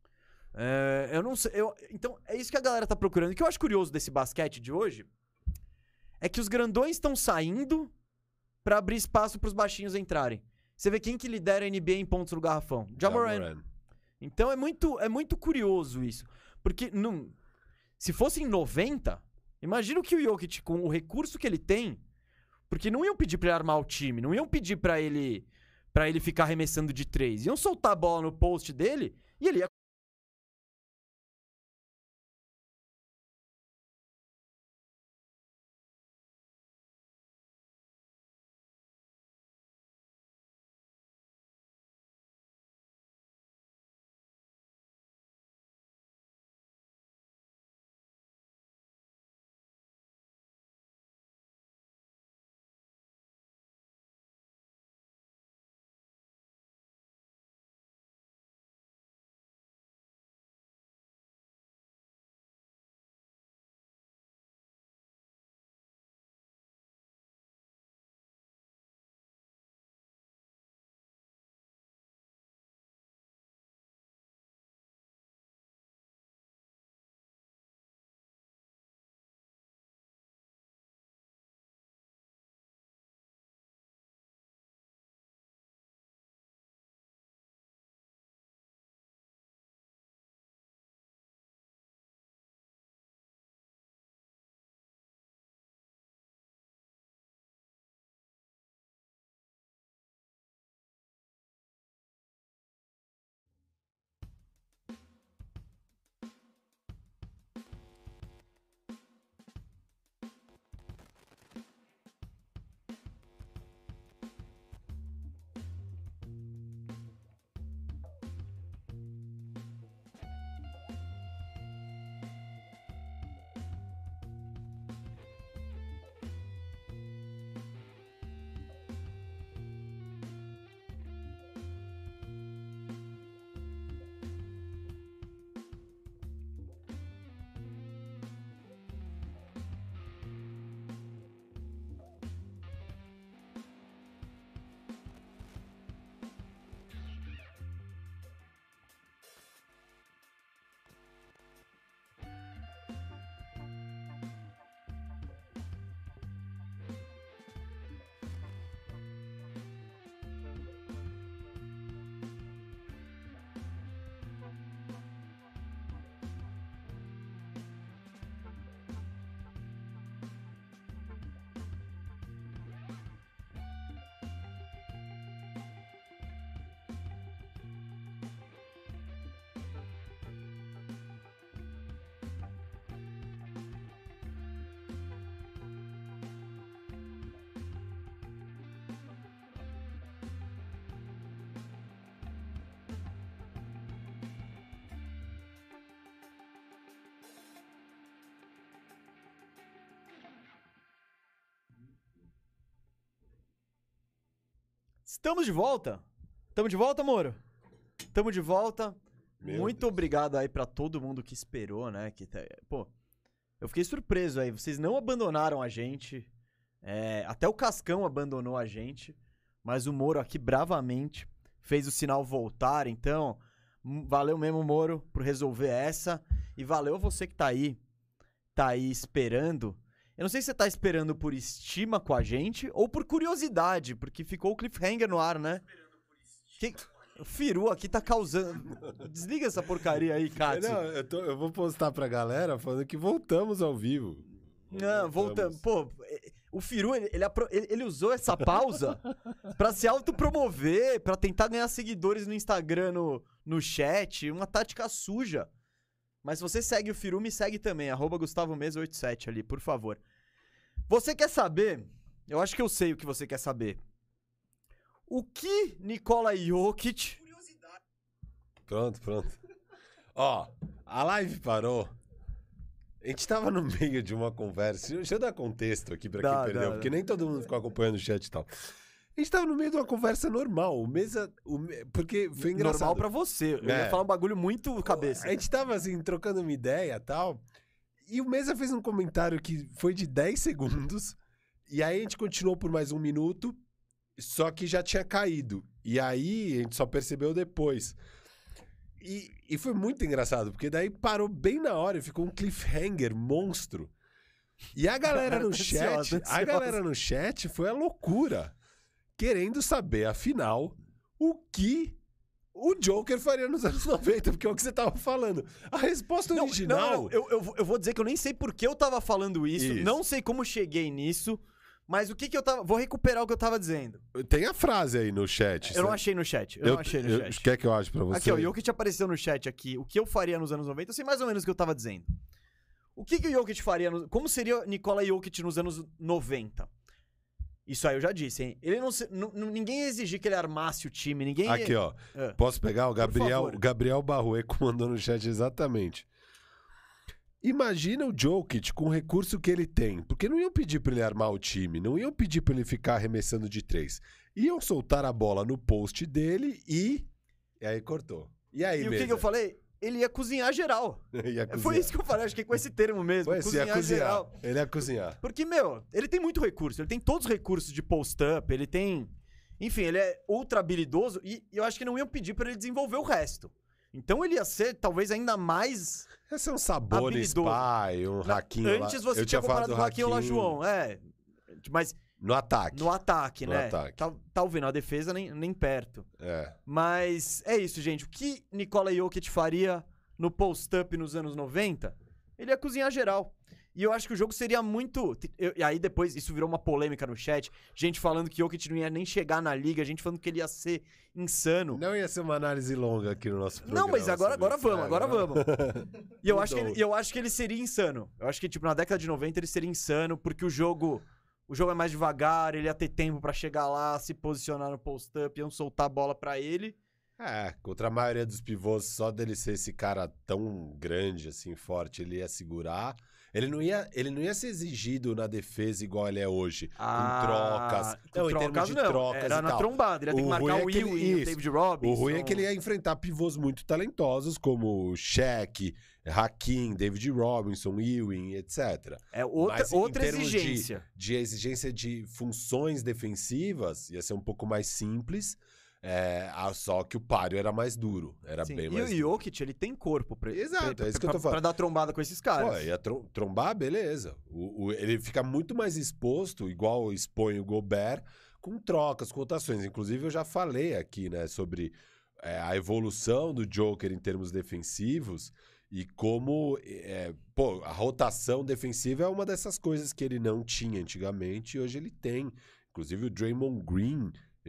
eu não sei. Então, é isso que a galera tá procurando. O que eu acho curioso desse basquete de hoje é que os grandões estão saindo pra abrir espaço pros baixinhos entrarem. Você vê quem que lidera a NBA em pontos no garrafão? Ja Morant. Então é muito curioso isso. Porque se fosse em 90, imagina o que o Jokic, com o recurso que ele tem, porque não iam pedir pra ele armar o time, não iam pedir pra ele ficar arremessando de 3. Iam soltar a bola no post dele e ele ia Estamos de volta? Estamos de volta, Moro? Estamos de volta. Muito obrigado aí pra todo mundo que esperou, né? Pô, eu fiquei surpreso aí. Vocês não abandonaram a gente. Até o Cascão abandonou a gente. Mas o Moro aqui bravamente fez o sinal voltar. Então, valeu mesmo, Moro, por resolver essa. E valeu você que tá aí esperando. Eu não sei se você tá esperando por estima com a gente ou por curiosidade, porque ficou o cliffhanger no ar, né? O Firu aqui tá causando... Desliga essa porcaria aí, Katsu. Não, eu vou postar pra galera falando que voltamos ao vivo. Não, voltamos. Pô, o Firu, ele usou essa pausa pra se autopromover, pra tentar ganhar seguidores no Instagram, no chat, uma tática suja. Mas se você segue o Firu, me segue também, @GustavoMesa87 ali, por favor. Você quer saber? Eu acho que eu sei o que você quer saber. O que Nikola Jokic... Pronto. Ó, a live parou. A gente tava no meio de uma conversa. Deixa eu dar contexto aqui pra quem perdeu, porque nem todo mundo ficou acompanhando o chat e tal. A gente tava no meio de uma conversa normal. Porque foi engraçado. Normal pra você. Eu ia falar um bagulho muito cabeça. A gente tava assim, trocando uma ideia e tal. E o Mesa fez um comentário que foi de 10 segundos. E aí a gente continuou por mais 1 minuto. Só que já tinha caído. E aí a gente só percebeu depois. E foi muito engraçado, porque daí parou bem na hora e ficou um cliffhanger monstro. E a galera no chat, galera no chat foi a loucura. Querendo saber, afinal, o que O Joker faria nos anos 90, porque é o que você tava falando. A resposta original... Não, eu vou dizer que eu nem sei por que eu tava falando isso. Não sei como cheguei nisso, mas o que eu tava... Vou recuperar o que eu tava dizendo. Tem a frase aí no chat. Eu não achei no chat. Eu não achei no chat. Quer que eu ache pra você? Aqui, ó, o Jokic apareceu no chat aqui. O que eu faria nos anos 90, eu sei mais ou menos o que eu tava dizendo. O que o Jokic faria... Como seria Nikola Jokic nos anos 90? Isso aí eu já disse, hein? Ele ninguém ia exigir que ele armasse o time, ninguém... Aqui, ó. Posso pegar? O Gabriel Barrueco mandou no chat exatamente. Imagina o Jokic com o recurso que ele tem. Porque não iam pedir pra ele armar o time, não iam pedir pra ele ficar arremessando de 3. Iam soltar a bola no post dele e... E aí cortou. E aí, o que eu falei? Ele ia cozinhar geral. Foi isso que eu falei, acho que é com esse termo mesmo. Cozinhar geral. Ele ia cozinhar. Porque, ele tem muito recurso. Ele tem todos os recursos de post-up, ele tem... Enfim, ele é ultra habilidoso e eu acho que não iam pedir pra ele desenvolver o resto. Então ele ia ser, talvez, ainda mais... Ia ser um Sabonis Spy, um Hakim... Antes você tinha comparado com o Hakim Olajuwon, mas... No ataque, né? Tá ouvindo, a defesa nem perto. Mas é isso, gente. O que Nikola Jokic faria no post-up nos anos 90? Ele ia cozinhar geral. E eu acho que o jogo seria muito... E aí depois isso virou uma polêmica no chat. Gente falando que Jokic não ia nem chegar na liga. Gente falando que ele ia ser insano. Não ia ser uma análise longa aqui no nosso programa. Não, mas agora vamos. E eu acho que ele seria insano. Eu acho que, tipo, na década de 90 ele seria insano, porque o jogo é mais devagar, ele ia ter tempo pra chegar lá, se posicionar no post-up, iam soltar a bola pra ele. Contra a maioria dos pivôs, só dele ser esse cara tão grande, assim, forte, ele ia segurar. Ele não ia ser exigido na defesa igual ele é hoje, com trocas. Em termos de trocas era na trombada, ele ia ter que marcar o Ewing, o David Robinson. O ruim é que ele ia enfrentar pivôs muito talentosos, como Shaq, Hakim, David Robinson, Ewing, etc. Outra exigência. De exigência de funções defensivas, ia ser um pouco mais simples. Só que o páreo era mais duro. Era bem mais duro. E o Jokic, ele tem corpo pra... Exato, é isso que eu tô falando. Pra dar trombada com esses caras. Pô, ia trombar, beleza. Ele fica muito mais exposto, igual expõe o Gobert, com trocas, com rotações. Inclusive, eu já falei aqui, né, sobre a evolução do Joker em termos defensivos e como, a rotação defensiva é uma dessas coisas que ele não tinha antigamente e hoje ele tem. Inclusive, o Draymond Green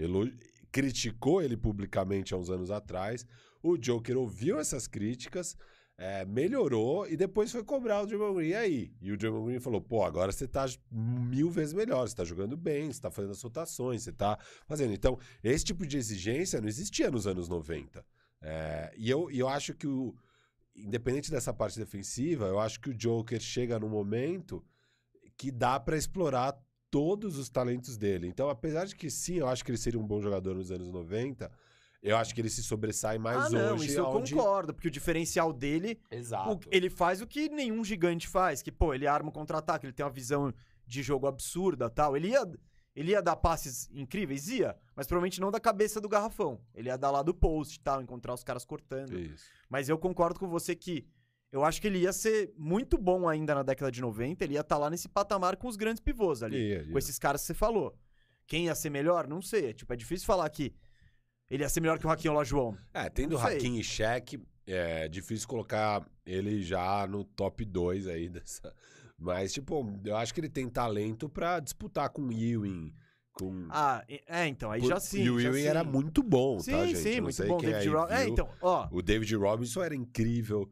criticou ele publicamente há uns anos atrás. O Joker ouviu essas críticas, melhorou e depois foi cobrar o Draymond Green. E aí? E o Draymond Green falou, agora você tá 1000 vezes melhor, você tá jogando bem, você tá fazendo as rotações, você tá fazendo. Então, esse tipo de exigência não existia nos anos 90. E eu acho que independente dessa parte defensiva, eu acho que o Joker chega num momento que dá pra explorar todos os talentos dele. Então, apesar de que sim, eu acho que ele seria um bom jogador nos anos 90, eu acho que ele se sobressai mais hoje. Isso eu concordo, porque o diferencial dele... Exato. Ele faz o que nenhum gigante faz, que, ele arma o contra-ataque, ele tem uma visão de jogo absurda e tal. Ele ia dar passes incríveis? Ia, mas provavelmente não da cabeça do garrafão. Ele ia dar lá do post e tal, encontrar os caras cortando. Isso. Mas eu concordo com você que eu acho que ele ia ser muito bom ainda na década de 90, ele ia estar lá nesse patamar com os grandes pivôs ali, com esses caras que você falou. Quem ia ser melhor? Não sei. É difícil falar que ele ia ser melhor que o Hakim Olajuwon. Tendo Hakim e Shaq, é difícil colocar ele já no top 2 aí dessa... Mas, eu acho que ele tem talento pra disputar com o Ewing, com... então, aí já sim. E o Ewing era muito bom, tá, gente? Sim, muito bom. David Robinson. Então, o David Robinson era incrível.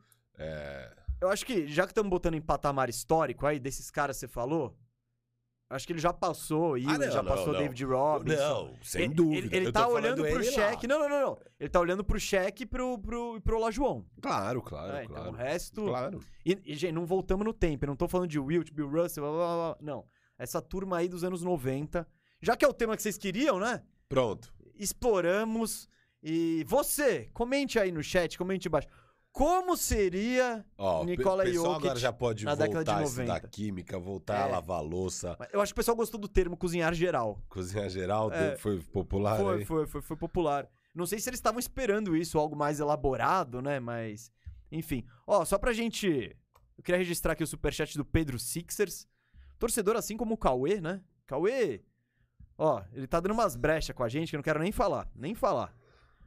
Eu acho que, já que estamos botando em patamar histórico aí, desses caras que você falou, acho que ele já passou, já passou David Robinson. Não, sem dúvida. Ele tá olhando pro Shaq. Não. Ele tá olhando pro Shaq e pro Olajuwon. Claro. Então o resto... Claro. E, gente, não voltamos no tempo. Eu não tô falando de Wilt, Bill Russell, blá, blá, blá. Não. Essa turma aí dos anos 90. Já que é o tema que vocês queriam, né? Pronto. Exploramos. E você, comente aí no chat, comente embaixo. Como seria Nikola Jokic agora já pode na década de 90? Estudar química, voltar a lavar louça. Eu acho que o pessoal gostou do termo cozinhar geral. Cozinhar geral foi popular? Foi popular. Não sei se eles estavam esperando isso, algo mais elaborado, né? Mas, enfim. Só pra gente... Eu queria registrar aqui o superchat do Pedro Sixers. Torcedor assim como o Cauê, né? Cauê, ele tá dando umas brechas com a gente que eu não quero nem falar.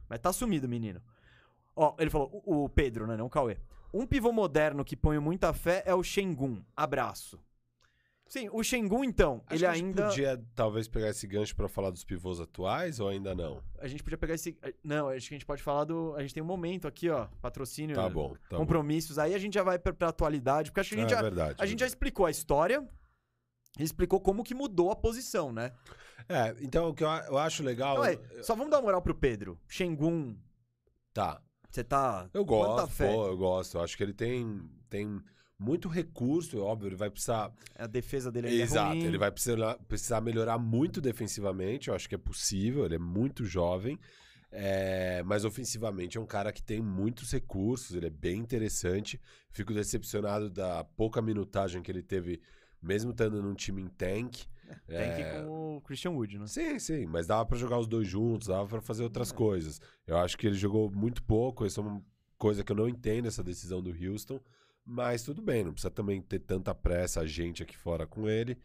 Mas tá sumido, menino. Ó, ele falou, o Pedro, né? Não o Cauê. Um pivô moderno que ponho muita fé é o Şengün. Abraço. Sim, o Şengün, então, Acho ele que a gente ainda... podia, talvez, pegar esse gancho pra falar dos pivôs atuais ou ainda não? A gente podia pegar esse... Não, acho que a gente pode falar do... A gente tem um momento aqui, ó. Patrocínio. Tá bom, tá compromissos. Aí a gente já vai pra atualidade. Porque acho que a gente já explicou a história. E explicou como que mudou a posição, né? Então o que eu acho legal... Só vamos dar uma moral pro Pedro. Şengün. Tá. Você tá... Eu gosto, eu gosto. Eu acho que ele tem muito recurso, óbvio, ele vai precisar... A defesa dele é Exato, ruim. Ele vai precisar melhorar muito defensivamente, eu acho que é possível, ele é muito jovem, mas ofensivamente é um cara que tem muitos recursos, ele é bem interessante. Fico decepcionado da pouca minutagem que ele teve, mesmo estando num time em tank. Tank com o Christian Wood, né? Sim, mas dava pra jogar os dois juntos, dava pra fazer outras coisas. Eu acho que ele jogou muito pouco, isso é uma coisa que eu não entendo, essa decisão do Houston. Mas tudo bem, não precisa também ter tanta pressa, a gente aqui fora com ele.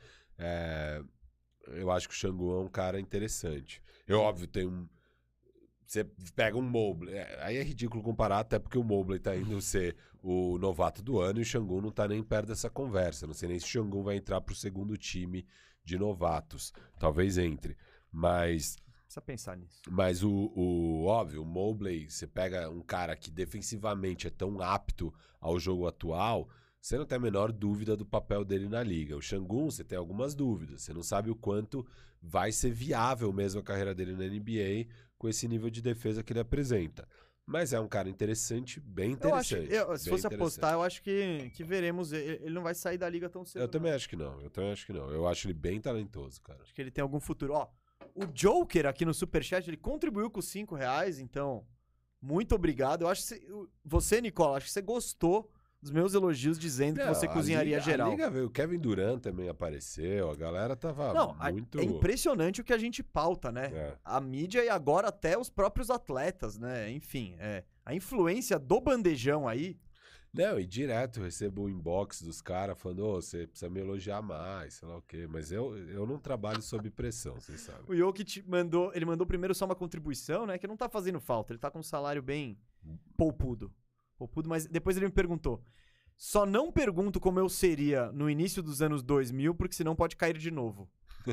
Eu acho que o Şengün é um cara interessante. Óbvio, tem um... Você pega um Mobley, aí é ridículo comparar, até porque o Mobley tá indo ser o novato do ano e o Şengün não tá nem perto dessa conversa. Não sei nem se o Şengün vai entrar pro segundo time de novatos. Talvez entre, mas... Precisa pensar nisso. Mas óbvio, o Mobley, você pega um cara que defensivamente é tão apto ao jogo atual, você não tem a menor dúvida do papel dele na liga. O Şengün, você tem algumas dúvidas. Você não sabe o quanto vai ser viável mesmo a carreira dele na NBA com esse nível de defesa que ele apresenta. Mas é um cara interessante, bem interessante. Se fosse apostar, eu acho que veremos. Ele não vai sair da liga tão cedo. Eu também acho que não. Eu acho ele bem talentoso, cara. Acho que ele tem algum futuro. Ó, o Joker aqui no Superchat, ele contribuiu com R$5, então, muito obrigado. Eu acho que você, Nicola, acho que você gostou dos meus elogios dizendo que você cozinharia geral. A liga veio, o Kevin Durant também apareceu, a galera tava muito... É impressionante o que a gente pauta, né? A mídia e agora até os próprios atletas, né? Enfim, a influência do bandejão aí... Não, e direto eu recebo o inbox dos caras falando, você precisa me elogiar mais, sei lá o quê. Mas eu não trabalho sob pressão, vocês sabem. O Jokic mandou primeiro só uma contribuição, né? Que não tá fazendo falta, ele tá com um salário bem poupudo, mas depois ele me perguntou, só não pergunto como eu seria no início dos anos 2000, porque senão pode cair de novo.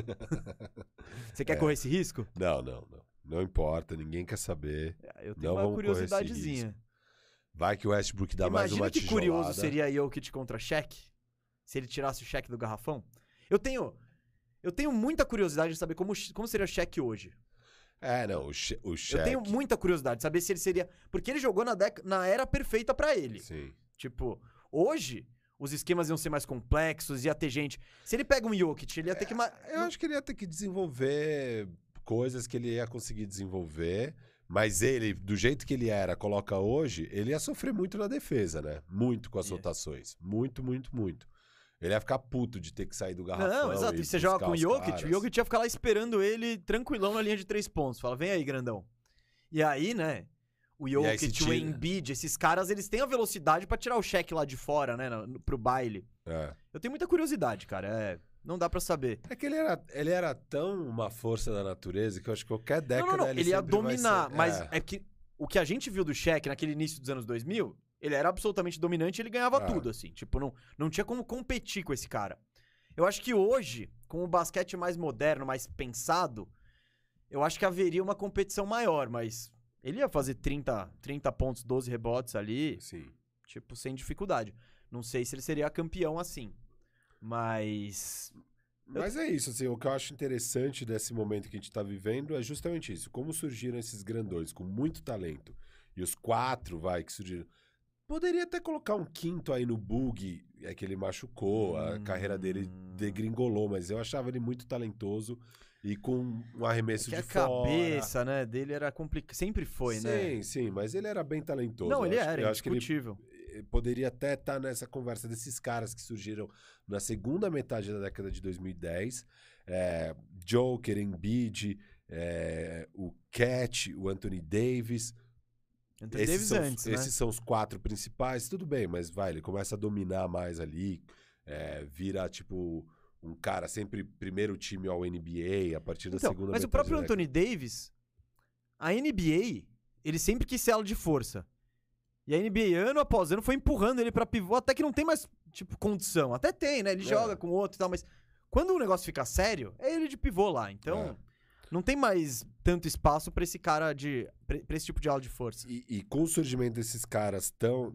Você quer correr esse risco? Não importa, ninguém quer saber. Eu tenho uma curiosidadezinha. Vai que o Westbrook dá mais uma tijolada. Imagina que curioso seria Jokic contra Shaq, se ele tirasse o Shaq do garrafão. Eu tenho muita curiosidade de saber como seria o Shaq hoje. O Shaq... Eu tenho muita curiosidade de saber se ele seria... Porque ele jogou na era perfeita pra ele. Sim. Tipo, hoje, os esquemas iam ser mais complexos, ia ter gente... Se ele pega um Jokic, ele ia ter que... Eu acho que ele ia ter que desenvolver coisas que ele ia conseguir desenvolver... Mas ele, do jeito que ele coloca hoje, ele ia sofrer muito na defesa, né? Muito com as rotações. Muito. Ele ia ficar puto de ter que sair do garrafão. Não, exato. E você joga com o Jokic, o Jokic ia ficar lá esperando ele tranquilão na linha de 3 pontos. Fala, vem aí, grandão. E aí, né? O Jokic, o Embiid, esses caras, eles têm a velocidade pra tirar o Shaq lá de fora, né? Pro baile. Eu tenho muita curiosidade, cara. Não dá pra saber. É que ele era tão uma força da natureza que eu acho que qualquer década ele ia dominar, mas é que o que a gente viu do Shaq naquele início dos anos 2000, ele era absolutamente dominante e ele ganhava tudo, assim. Tipo, não tinha como competir com esse cara. Eu acho que hoje, com o basquete mais moderno, mais pensado, eu acho que haveria uma competição maior, mas ele ia fazer 30 pontos, 12 rebotes ali, sim, tipo, sem dificuldade. Não sei se ele seria campeão assim. Mas é isso, assim, o que eu acho interessante desse momento que a gente tá vivendo é justamente isso. Como surgiram esses grandões com muito talento. E os 4, que surgiram. Poderia até colocar um quinto aí no Bug, que ele machucou, a carreira dele degringolou, mas eu achava ele muito talentoso e com um arremesso de fora. A cabeça, né, dele era complicada, sempre foi, né? Sim, mas ele era bem talentoso. Não, ele era indiscutível. Poderia até estar nessa conversa desses caras que surgiram na segunda metade da década de 2010. Joker, Embiid, o Cat, o Anthony Davis. Esses são os 4 principais. Tudo bem, mas ele começa a dominar mais ali. Vira, tipo, um cara sempre primeiro time ao NBA a partir da segunda metade. Mas o próprio Anthony Davis, a NBA... ele sempre quis ser ala de força. E a NBA, ano após ano, foi empurrando ele pra pivô, até que não tem mais, tipo, condição. Até tem, né? Ele joga com outro e tal, mas quando o negócio fica sério, é ele de pivô lá. Então, não tem mais tanto espaço pra esse cara pra esse tipo de ala de força. E com o surgimento desses caras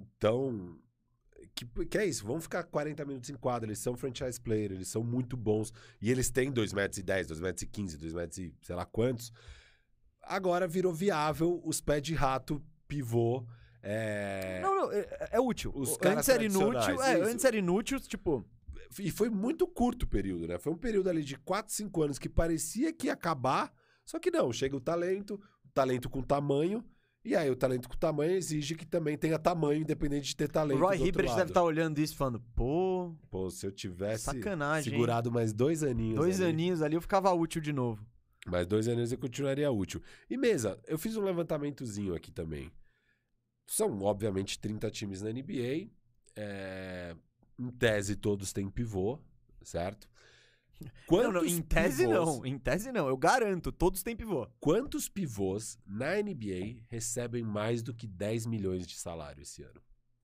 que é isso, vão ficar 40 minutos em quadra, eles são franchise player, eles são muito bons, e eles têm 2,10 m, 2,15 m, 2 metros e sei lá quantos. Agora virou viável os pés de rato, pivô. Não, é útil. Os caras antes era inútil, isso. antes era inútil, tipo... E foi muito curto o período, né? Foi um período ali de 4, 5 anos que parecia que ia acabar, só que não, chega o talento com tamanho, e aí o talento com tamanho exige que também tenha tamanho, independente de ter talento. O Roy Hibbert deve estar olhando isso e falando, pô, se eu tivesse sacanagem, segurado mais 2 aninhos. 2 aninhos ali, eu ficava útil de novo. Mais 2 aninhos eu continuaria útil. E Mesa, eu fiz um levantamentozinho aqui também. São, obviamente, 30 times na NBA. Em tese, todos têm pivô, certo? Em tese não. Eu garanto, todos têm pivô. Quantos pivôs na NBA recebem mais do que 10 milhões de salário esse ano?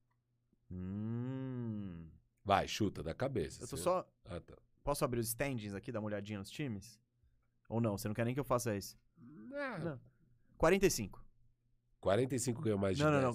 Vai, chuta da cabeça. Eu tô só... Ah, tá. Posso abrir os standings aqui, dar uma olhadinha nos times? Ou não? Você não quer nem que eu faça isso? Não. 45. 45 ganhou mais de 10. Não.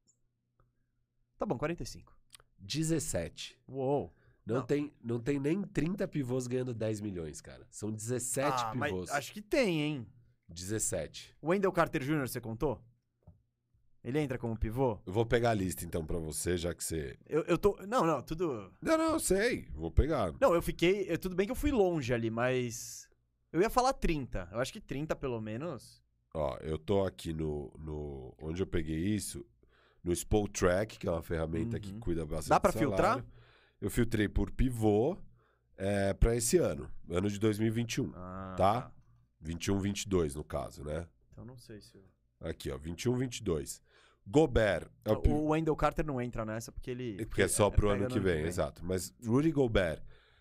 Tá bom, 45. 17. Uou. Não tem nem 30 pivôs ganhando 10 milhões, cara. São 17 pivôs. Mas acho que tem, hein? 17. O Wendell Carter Jr., você contou? Ele entra como pivô? Eu vou pegar a lista, então, pra você, já que você... Eu tô... Não, tudo... Não, eu sei. Vou pegar. Não, eu fiquei... Tudo bem que eu fui longe ali, mas... Eu ia falar 30. Eu acho que 30, pelo menos. Ó, eu tô aqui no onde eu peguei isso, no Spotrac, que é uma ferramenta que cuida bastante. Dá pra do salário. filtrar? Eu filtrei por pivô pra esse ano de 2021, tá? 21, 22 no caso, né? Então não sei se... Aqui, ó, 21, 22. Gobert. O Wendell Carter não entra nessa porque ele... Porque é só pro ano que vem, exato. Mas Rudy Gobert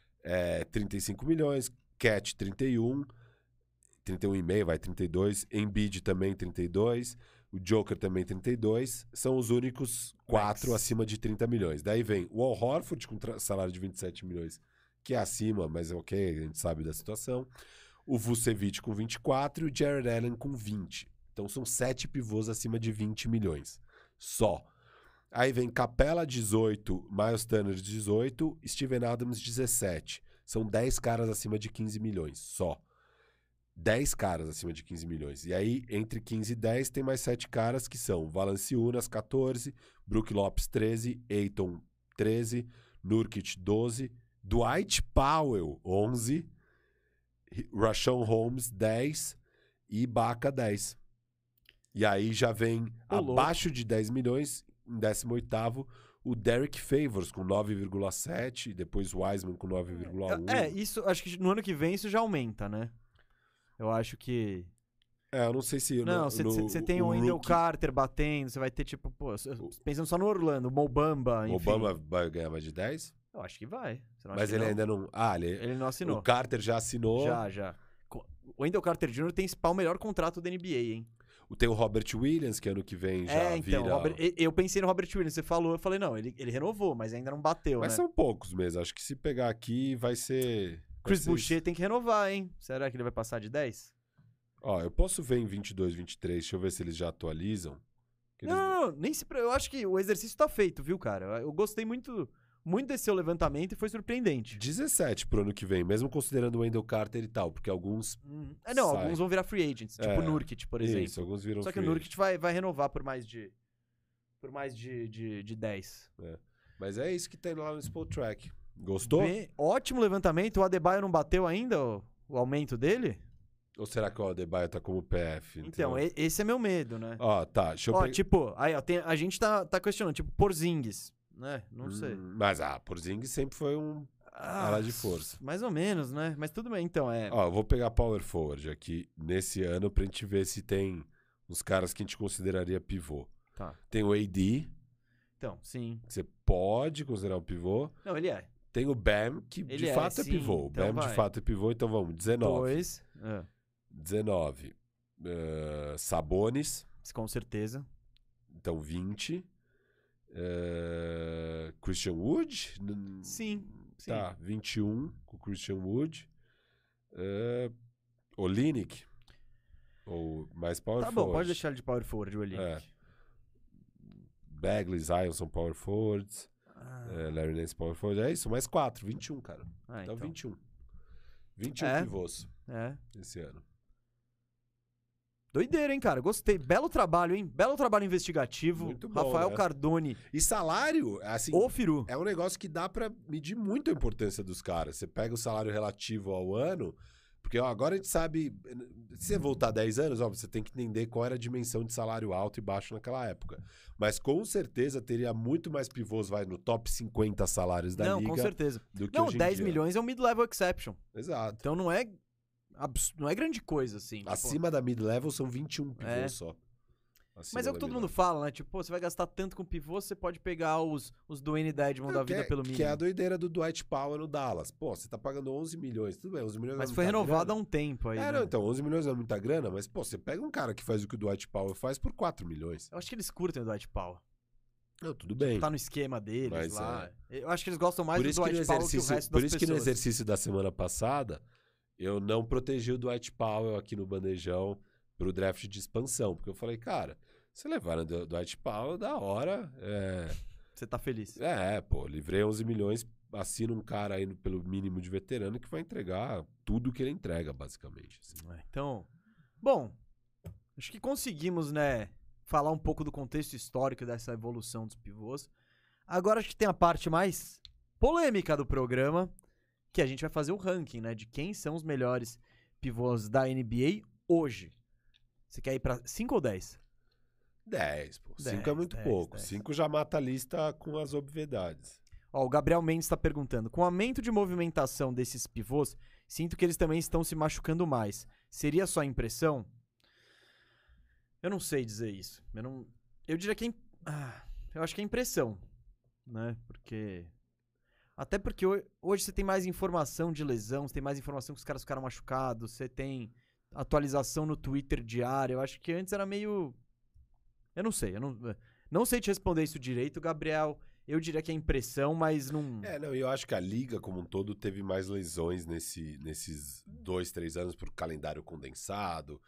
35 milhões, Cat 31, 31,5, vai 32, Embiid também 32, o Joker também 32, são os únicos 4 acima de 30 milhões. Daí vem o Al Horford com salário de 27 milhões, que é acima, mas ok, a gente sabe da situação. O Vucevic com 24 e o Jared Allen com 20. Então são 7 pivôs acima de 20 milhões. Só. Aí vem Capela 18, Miles Turner 18, Steven Adams 17. São 10 caras acima de 15 milhões. Só. 10 caras acima de 15 milhões. E aí, entre 15 e 10, tem mais 7 caras que são Valanciunas 14, Brook Lopes 13, Ayton 13, Nurkic 12, Dwight Powell 11, Rashawn Holmes 10 e Ibaka 10. E aí já vem abaixo de 10 milhões, em 18º, o Derek Favors com 9,7, e depois o Wiseman com 9,1. Isso, acho que no ano que vem isso já aumenta, né? Eu acho que... Eu não sei se... Não, você tem o Wendell Carter batendo, você vai ter tipo, pensando só no Orlando, o Mobamba, enfim. O Mobamba vai ganhar mais de 10? Eu acho que vai. Mas ele ainda não... ele não assinou. O Carter já assinou. Já. O Wendell Carter Jr. tem o melhor contrato da NBA, hein? Tem o Robert Williams, que ano que vem já vira... eu pensei no Robert Williams, você falou, eu falei, não, ele renovou, mas ainda não bateu, mas né? São poucos mesmo, acho que se pegar aqui vai ser... Chris Boucher tem que renovar, hein? Será que ele vai passar de 10? Ó, eu posso ver em 22, 23, deixa eu ver se eles já atualizam. Não, nem se... Eu acho que o exercício tá feito, viu, cara? Eu gostei muito desse seu levantamento e foi surpreendente. 17 pro ano que vem, mesmo considerando o Wendell Carter e tal, porque alguns... alguns vão virar free agents, tipo o Nurkic, por exemplo. Isso, alguns viram Só que o Nurkic vai renovar por mais de 10. Mas é isso que tem lá no Spotrac. Gostou? Ótimo levantamento. O Adebayo não bateu ainda o aumento dele? Ou será que o Adebayo tá como PF? Então, esse é meu medo, né? Tá. Deixa eu tipo, a gente tá questionando, tipo, Porzingis, né? Não sei. Mas, Porzingis sempre foi um ala de força. Mais ou menos, né? Mas tudo bem, então, eu vou pegar Power Forward aqui nesse ano pra gente ver se tem uns caras que a gente consideraria pivô. Tá. Tem o AD. Então, sim. Que você pode considerar um pivô. Não, ele é. Tem o Bam, que de fato é pivô. O Bam de fato é pivô, então vamos. 19. 2. 19. Sabonis. Com certeza. Então, 20. Christian Wood? Sim. Tá, 21 com o Christian Wood. Olynyk. Ou mais power Tá forward. bom, pode deixar ele de power forward, o Olynyk. Bagley, Zion são power forwards. Larry Nance power forward. É isso, mais 4. 21, cara. Então, 21. 21 pivôs. Esse ano. Doideira, hein, cara? Gostei. Belo trabalho, hein? Belo trabalho investigativo. Muito bom, Rafael né? Cardone. E salário, assim... Ô, Firu. É um negócio que dá pra medir muito a importância dos caras. Você pega o salário relativo ao ano... Porque agora a gente sabe... Se você voltar 10 anos, óbvio, você tem que entender qual era a dimensão de salário alto e baixo naquela época. Mas com certeza teria muito mais pivôs, no top 50 salários da liga. Não, com certeza. Do que Não, hoje em 10 dia. milhões é um mid-level exception. Exato. Então não é grande coisa, assim. Acima da mid-level são 21 pivôs só. Mas é o que todo mundo fala, né? Tipo, você vai gastar tanto com pivô, você pode pegar os Dwayne Dedmon da vida pelo mínimo. Que é a doideira do Dwight Powell no Dallas. Pô, você tá pagando 11 milhões. Tudo bem, 11 milhões Mas não é foi muita renovado grana. há um tempo aí. É, né? não, então, 11 milhões não é muita grana, mas, pô, você pega um cara que faz o que o Dwight Powell faz por 4 milhões. Eu acho que eles curtem o Dwight Powell. Não, tudo bem. Tá no esquema deles Mas, lá. Eu acho que eles gostam mais Por do isso que Dwight Powell que o resto das Por isso que no pessoas. exercício da semana passada, eu não protegi o Dwight Powell aqui no bandejão pro draft de expansão. Porque eu falei, cara, se levaram o Dwight Powell, da hora. Você tá feliz. Pô, livrei 11 milhões, assino um cara aí pelo mínimo de veterano que vai entregar tudo que ele entrega, basicamente. Assim. Então, bom, acho que conseguimos, né, falar um pouco do contexto histórico dessa evolução dos pivôs. Agora acho que tem a parte mais polêmica do programa, que a gente vai fazer o ranking, né, de quem são os melhores pivôs da NBA hoje. Você quer ir pra 5 ou 10? 10, pô. 5 é muito pouco. 5 já mata a lista com as obviedades. Ó, o Gabriel Mendes está perguntando, com o aumento de movimentação desses pivôs, sinto que eles também estão se machucando mais. Seria só impressão? Eu não sei dizer isso. Eu diria que eu acho que é impressão, né? Até porque hoje você tem mais informação de lesão, você tem mais informação que os caras ficaram machucados, você tem atualização no Twitter diária. Eu acho que antes era meio... Eu não sei, não sei te responder isso direito, Gabriel. Eu diria que é impressão, mas não... Eu acho que a liga como um todo teve mais lesões nesses 2, 3 anos por calendário condensado,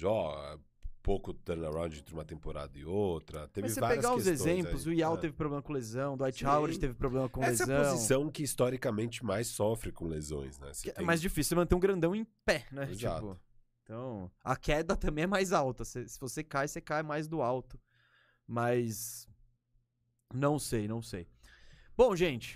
pouco turnaround entre uma temporada e outra. Teve mas você várias pegar os questões exemplos, aí. o Yao teve problema com lesão, o Dwight Howard teve problema com lesão. Essa é a posição que historicamente mais sofre com lesões, né? É mais difícil manter um grandão em pé, né? Exato. Então, a queda também é mais alta. Se você cai mais do alto. Mas não sei. Bom, gente,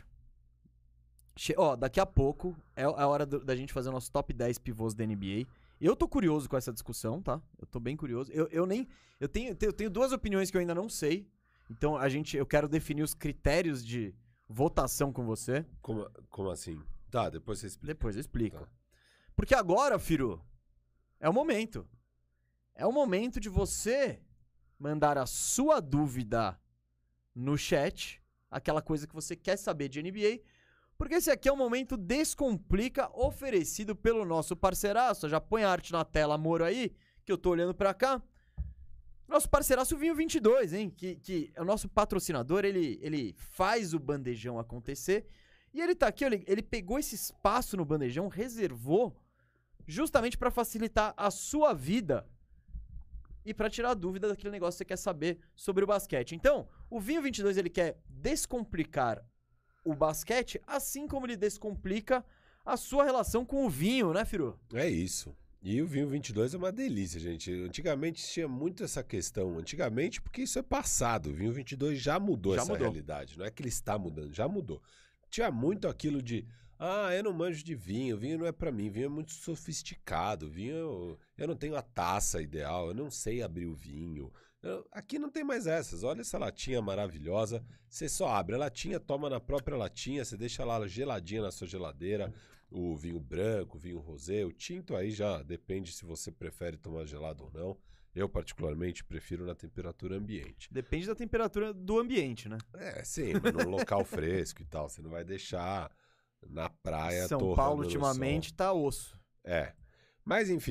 daqui a pouco é a hora da gente fazer o nosso top 10 pivôs da NBA. Eu tô curioso com essa discussão, tá? Eu tô bem curioso. Eu tenho duas opiniões que eu ainda não sei. Então eu quero definir os critérios de votação com você. Como assim? Tá, depois você explica. Depois eu explico. Tá. Porque agora, Firu, é o momento. É o momento de você mandar a sua dúvida no chat, aquela coisa que você quer saber de NBA, porque esse aqui é o Momento Descomplica, oferecido pelo nosso parceiraço. Já põe a arte na tela, Moro, aí, que eu tô olhando pra cá. Nosso parceiraço Vinho 22, hein, que é o nosso patrocinador, ele faz o bandejão acontecer, e ele tá aqui, ele pegou esse espaço no bandejão, reservou, justamente pra facilitar a sua vida e pra tirar a dúvida daquele negócio que você quer saber sobre o basquete. Então, o Vinho 22, ele quer descomplicar o basquete, assim como ele descomplica a sua relação com o vinho, né, Firu? É isso. E o Vinho 22 é uma delícia, gente. Antigamente tinha muito essa questão. Antigamente, porque isso é passado. O Vinho 22 já mudou realidade. Não é que ele está mudando, já mudou. Tinha muito aquilo de... eu não manjo de vinho não é pra mim, vinho é muito sofisticado, vinho eu não tenho a taça ideal, eu não sei abrir o vinho. Aqui não tem mais essas, olha essa latinha maravilhosa, você só abre a latinha, toma na própria latinha, você deixa lá geladinha na sua geladeira, o vinho branco, o vinho rosé, o tinto aí já depende se você prefere tomar gelado ou não. Eu, particularmente, prefiro na temperatura ambiente. Depende da temperatura do ambiente, né? Sim, mas num local fresco e tal, você não vai deixar... na praia, São Paulo ultimamente tá osso. Mas enfim,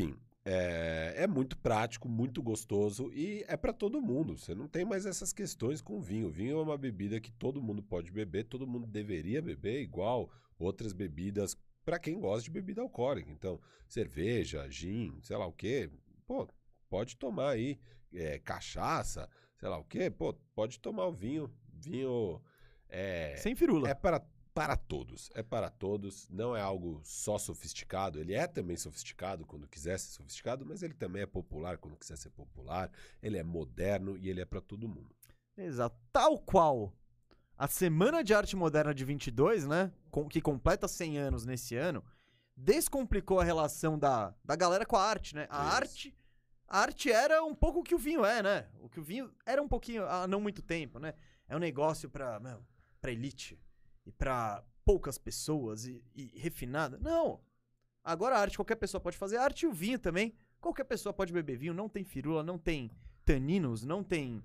é muito prático, muito gostoso e é para todo mundo. Você não tem mais essas questões com vinho. Vinho é uma bebida que todo mundo pode beber, todo mundo deveria beber, igual outras bebidas para quem gosta de bebida alcoólica. Então, cerveja, gin, sei lá o quê, pô, pode tomar aí, cachaça, sei lá o quê, pô, pode tomar o vinho. Vinho Sem firula. é para todos, é para todos, não é algo só sofisticado, ele é também sofisticado quando quiser ser sofisticado, mas ele também é popular quando quiser ser popular, ele é moderno e ele é para todo mundo. Exato. Tal qual a Semana de Arte Moderna de 22, né, que completa 100 anos nesse ano, descomplicou a relação da galera com a arte, né? A arte era um pouco o que o vinho é, né? O que o vinho era um pouquinho há não muito tempo, né? É um negócio pra elite e pra poucas pessoas e refinada. Não! Agora a arte qualquer pessoa pode fazer. A arte e o vinho também. Qualquer pessoa pode beber vinho. Não tem firula, não tem taninos, não tem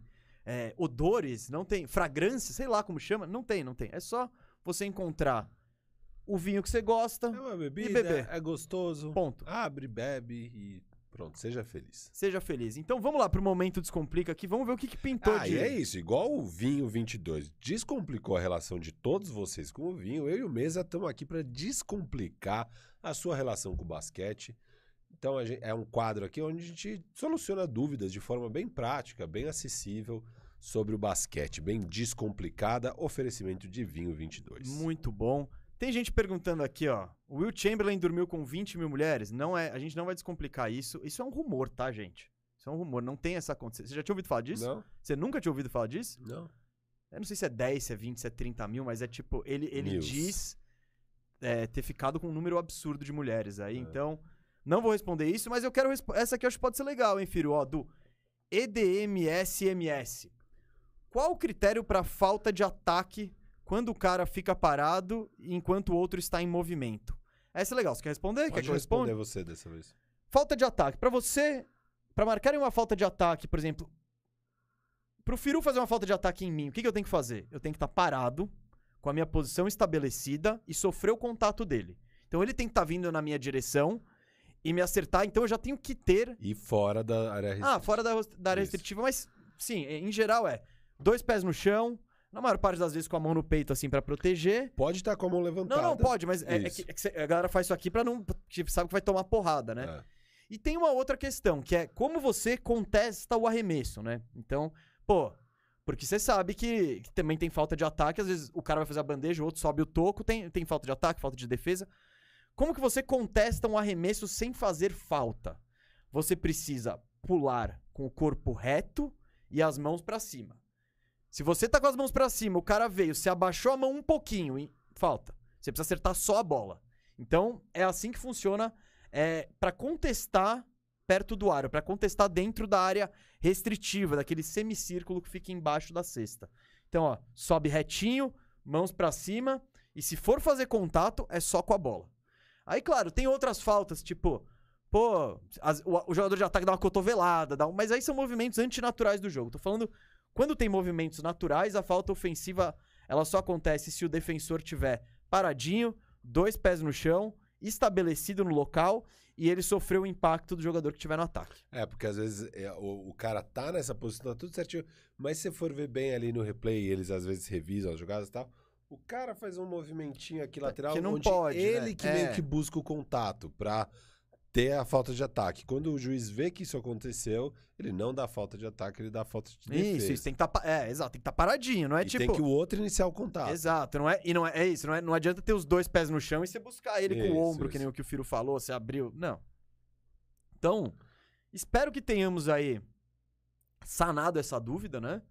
odores, não tem fragrância, sei lá como chama. Não tem. É só você encontrar o vinho que você gosta É uma bebida, e beber. é gostoso. Ponto. Abre, bebe e pronto, seja feliz. Seja feliz. Então vamos lá pro Momento Descomplica aqui. Vamos ver o que pintou E é isso. Igual o vinho 22 descomplicou a relação de todos vocês com o vinho, eu e o Mesa estamos aqui para descomplicar a sua relação com o basquete. Então é um quadro aqui onde a gente soluciona dúvidas de forma bem prática, bem acessível sobre o basquete, bem descomplicada. Oferecimento de vinho 22. Muito bom. Tem gente perguntando aqui, ó. O Will Chamberlain dormiu com 20 mil mulheres? Não é, a gente não vai descomplicar isso. Isso é um rumor, tá, gente? Isso é um rumor, não tem essa acontecendo. Você já tinha ouvido falar disso? Não. Você nunca tinha ouvido falar disso? Não. Eu não sei se é 10, se é 20, se é 30 mil, mas é tipo, ele diz ter ficado com um número absurdo de mulheres aí. Então, não vou responder isso, mas eu quero essa aqui eu acho que pode ser legal, hein, Firo? Ó, do EDMSMS. Qual o critério para falta de ataque quando o cara fica parado enquanto o outro está em movimento? Essa é legal. Você quer responder? Quer que eu responda? Responder você dessa vez. Falta de ataque. Pra marcarem uma falta de ataque, por exemplo, pro Firu fazer uma falta de ataque em mim, o que eu tenho que fazer? Eu tenho que estar parado, com a minha posição estabelecida e sofrer o contato dele. Então ele tem que estar vindo na minha direção e me acertar, então eu já tenho que ter... E fora da área restritiva. Fora da área restritiva, mas sim, em geral 2 pés no chão, na maior parte das vezes com a mão no peito, assim, pra proteger. Pode estar com a mão levantada. Não, pode, mas é que a galera faz isso aqui pra não... Porque sabe que vai tomar porrada, né? E tem uma outra questão, que é como você contesta o arremesso, né? Então, porque você sabe que também tem falta de ataque, às vezes o cara vai fazer a bandeja, o outro sobe o toco, tem falta de ataque, falta de defesa. Como que você contesta um arremesso sem fazer falta? Você precisa pular com o corpo reto e as mãos pra cima. Se você tá com as mãos pra cima, o cara veio, você abaixou a mão um pouquinho e falta. Você precisa acertar só a bola. Então, é assim que funciona pra contestar perto do aro, pra contestar dentro da área restritiva, daquele semicírculo que fica embaixo da cesta. Então, sobe retinho, mãos pra cima, e se for fazer contato, é só com a bola. Aí, claro, tem outras faltas, tipo, o jogador de ataque dá uma cotovelada, mas aí são movimentos antinaturais do jogo. Tô falando, quando tem movimentos naturais, a falta ofensiva, ela só acontece se o defensor tiver paradinho, 2 pés no chão, estabelecido no local, e ele sofreu o impacto do jogador que estiver no ataque. Porque às vezes o cara tá nessa posição, tá tudo certinho, mas se você for ver bem ali no replay, eles às vezes revisam as jogadas e tal, o cara faz um movimentinho aqui lateral, que não onde pode, ele né? que meio que busca o contato pra ter a falta de ataque. Quando o juiz vê que isso aconteceu, ele não dá falta de ataque, ele dá falta de defesa. Isso tem que estar exato, tem que estar paradinho, não é e tem que o outro iniciar o contato. Exato, não adianta ter os 2 pés no chão e você buscar ele com o ombro, que nem o que o Firo falou, você abriu, não. Então, espero que tenhamos aí sanado essa dúvida, né?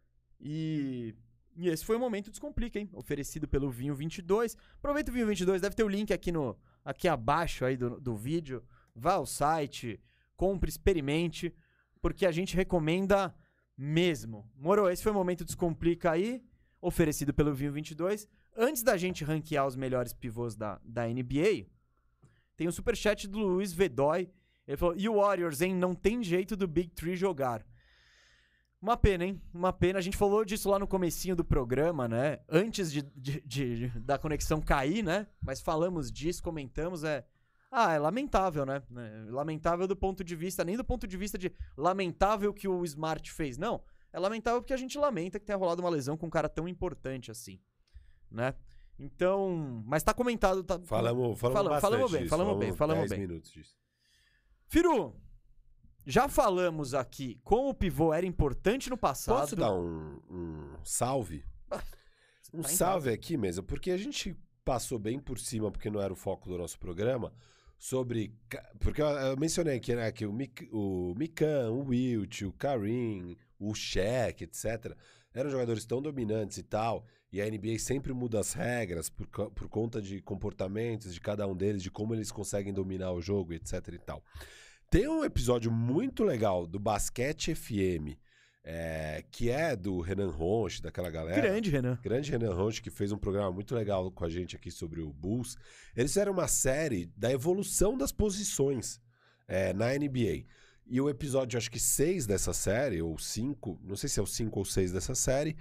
E esse foi o Momento Descomplica, hein? Oferecido pelo Vinho 22. Aproveita o Vinho 22, deve ter o link aqui abaixo aí do vídeo. Vá ao site, compre, experimente, porque a gente recomenda mesmo. Moro, esse foi o Momento Descomplica aí, oferecido pelo Vinho 22. Antes da gente ranquear os melhores pivôs da NBA, tem um superchat do Luiz Vedói. Ele falou, e o Warriors, hein? Não tem jeito do Big Three jogar. Uma pena, hein? Uma pena. A gente falou disso lá no comecinho do programa, né? Antes da conexão cair, né? Mas falamos disso, comentamos. Ah, é lamentável, né? Lamentável do ponto de vista, nem do ponto de vista de lamentável que o Smart fez, não. É lamentável porque a gente lamenta que tenha rolado uma lesão com um cara tão importante assim, né? Então, mas tá comentado... Tá... Falamos bem. 10 minutos disso. Firu, já falamos aqui como o pivô era importante no passado. Posso dar um salve? Um salve aqui mesmo, porque a gente passou bem por cima, porque não era o foco do nosso programa, sobre... Porque eu mencionei aqui, né, que o Mikan, o Wilt, o Kareem, o Shaq, etc., eram jogadores tão dominantes e tal, e a NBA sempre muda as regras por conta de comportamentos de cada um deles, de como eles conseguem dominar o jogo, etc. e tal. Tem um episódio muito legal do Basquete FM, que é do Renan Ronchi, daquela galera. Grande Renan Ronchi, que fez um programa muito legal com a gente aqui sobre o Bulls. Eles fizeram uma série da evolução das posições na NBA. E o episódio, acho que 6 dessa série, ou 5, não sei se é o 5 ou 6 dessa série,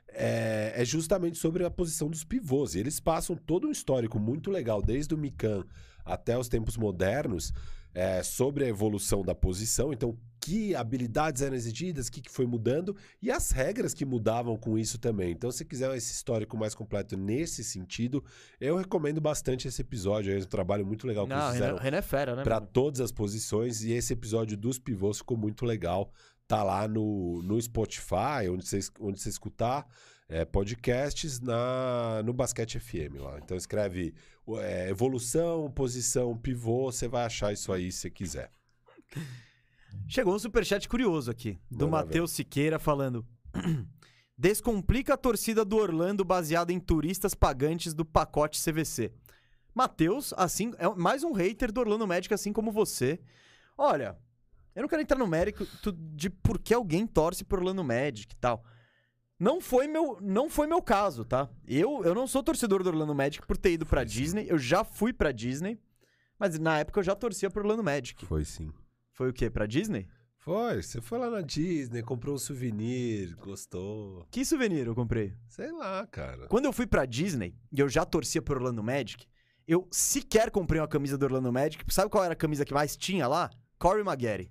é justamente sobre a posição dos pivôs. E eles passam todo um histórico muito legal, desde o Mikan até os tempos modernos, sobre a evolução da posição. Então, que habilidades eram exigidas, o que foi mudando e as regras que mudavam com isso também. Então, se quiser esse histórico mais completo nesse sentido, eu recomendo bastante esse episódio. É um trabalho muito legal que eles fizeram Renan é fera, né, para todas as posições. E esse episódio dos pivôs ficou muito legal. Tá lá no Spotify, onde você escutar podcasts no Basquete FM lá. Então escreve evolução, posição, pivô, você vai achar isso aí se você quiser. Chegou um superchat curioso aqui, do Matheus Siqueira falando: descomplica a torcida do Orlando baseada em turistas pagantes do pacote CVC. Matheus, assim, é mais um hater do Orlando Magic, assim como você. Olha, eu não quero entrar no mérito de por que alguém torce pro Orlando Magic e tal. Não foi meu caso, tá? Eu não sou torcedor do Orlando Magic por ter ido pra Disney. Eu já fui pra Disney, mas na época eu já torcia pro Orlando Magic. Foi sim. Foi o quê? Pra Disney? Você foi lá na Disney, comprou um souvenir, gostou. Que souvenir eu comprei? Sei lá, cara. Quando eu fui pra Disney e eu já torcia pro Orlando Magic, eu sequer comprei uma camisa do Orlando Magic. Sabe qual era a camisa que mais tinha lá? Corey Maggette.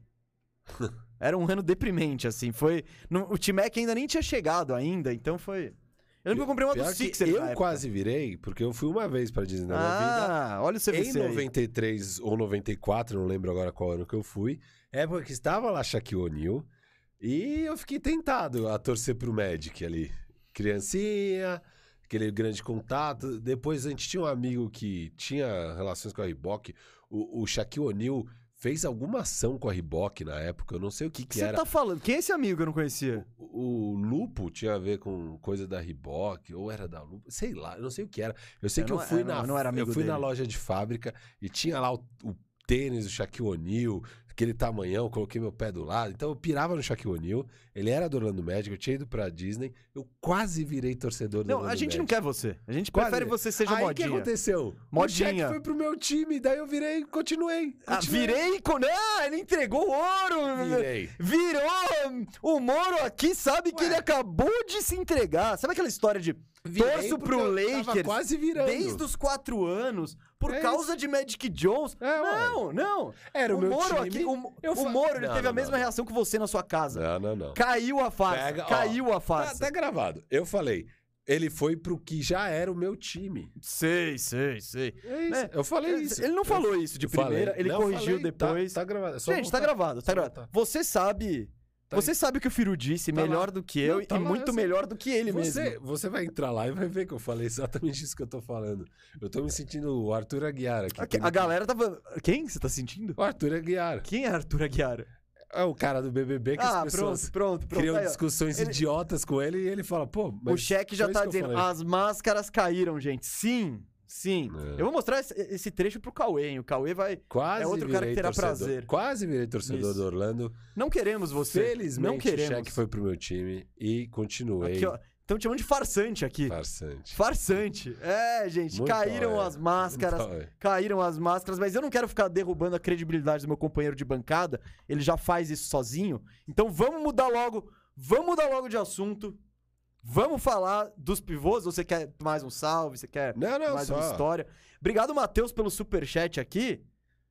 Era um ano deprimente, assim. O T-Mac ainda nem tinha chegado ainda, então foi... Eu lembro que eu comprei uma do Sixers Eu quase virei, porque eu fui uma vez pra Disney na minha vida. Olha o CVC em 93 ou 94, não lembro agora qual ano que eu fui. Época que estava lá Shaquille O'Neal. E eu fiquei tentado a torcer pro Magic ali. Criancinha, aquele grande contato. Depois a gente tinha um amigo que tinha relações com a Reebok. O Shaquille O'Neal fez alguma ação com a Reebok na época, eu não sei o que era. O que você tá falando? Quem é esse amigo que eu não conhecia? O Lupo tinha a ver com coisa da Reebok, ou era da Lupo, sei lá, eu não sei o que era. Eu sei que eu fui na loja de fábrica e tinha lá o tênis do Shaquille O'Neal, aquele tamanhão, coloquei meu pé do lado. Então eu pirava no Shaquille O'Neal, ele era do Orlando Magic, eu tinha ido pra Disney, eu quase virei torcedor do Orlando Magic. Não, a gente não quer você. A gente prefere você seja modinha. Aí o que aconteceu? Modinha. O Shaq foi pro meu time, daí eu virei, continuei. Ele entregou o ouro. Virei. Virou. O Moro aqui sabe que ele acabou de se entregar. Sabe aquela história de torço pro Lakers quase virando. Desde os 4 anos, por causa de Magic Jones? Não. Era o meu Moro time. Aqui, o Moro, ele teve a mesma reação que você na sua casa. Não. Caiu a farsa. Caiu a farsa. Tá gravado. Eu falei, ele foi pro que já era o meu time. Sei. É isso. Né? Eu falei isso. Ele não falou isso de primeira, ele corrigiu depois. Tá gravado. Gente, tá gravado. Você sabe... Você sabe o que o Firu disse melhor do que eu e muito melhor do que ele mesmo. Você vai entrar lá e vai ver que eu falei exatamente isso que eu tô falando. Eu tô me sentindo o Arthur Aguiar aqui. A galera tava... Quem você tá sentindo? O Arthur Aguiar. Quem é Arthur Aguiar? É o cara do BBB que as pessoas criam discussões idiotas com ele e ele fala, pô... Mas o Shaq já tá dizendo, as máscaras caíram, gente. Sim. Eu vou mostrar esse trecho pro Cauê, hein? O Cauê vai... Quase é outro cara que terá prazer. Quase virei torcedor do Orlando. Não queremos você. Felizmente não queremos. O Shaq foi pro meu time e continuei. Aqui, ó. Estão te chamando de farsante aqui. Farsante. Gente, muito caíram as máscaras. Caíram as máscaras, mas eu não quero ficar derrubando a credibilidade do meu companheiro de bancada. Ele já faz isso sozinho. Então vamos mudar logo de assunto. Vamos falar dos pivôs? Você quer mais um salve? Você quer mais uma história? Obrigado, Matheus, pelo superchat aqui.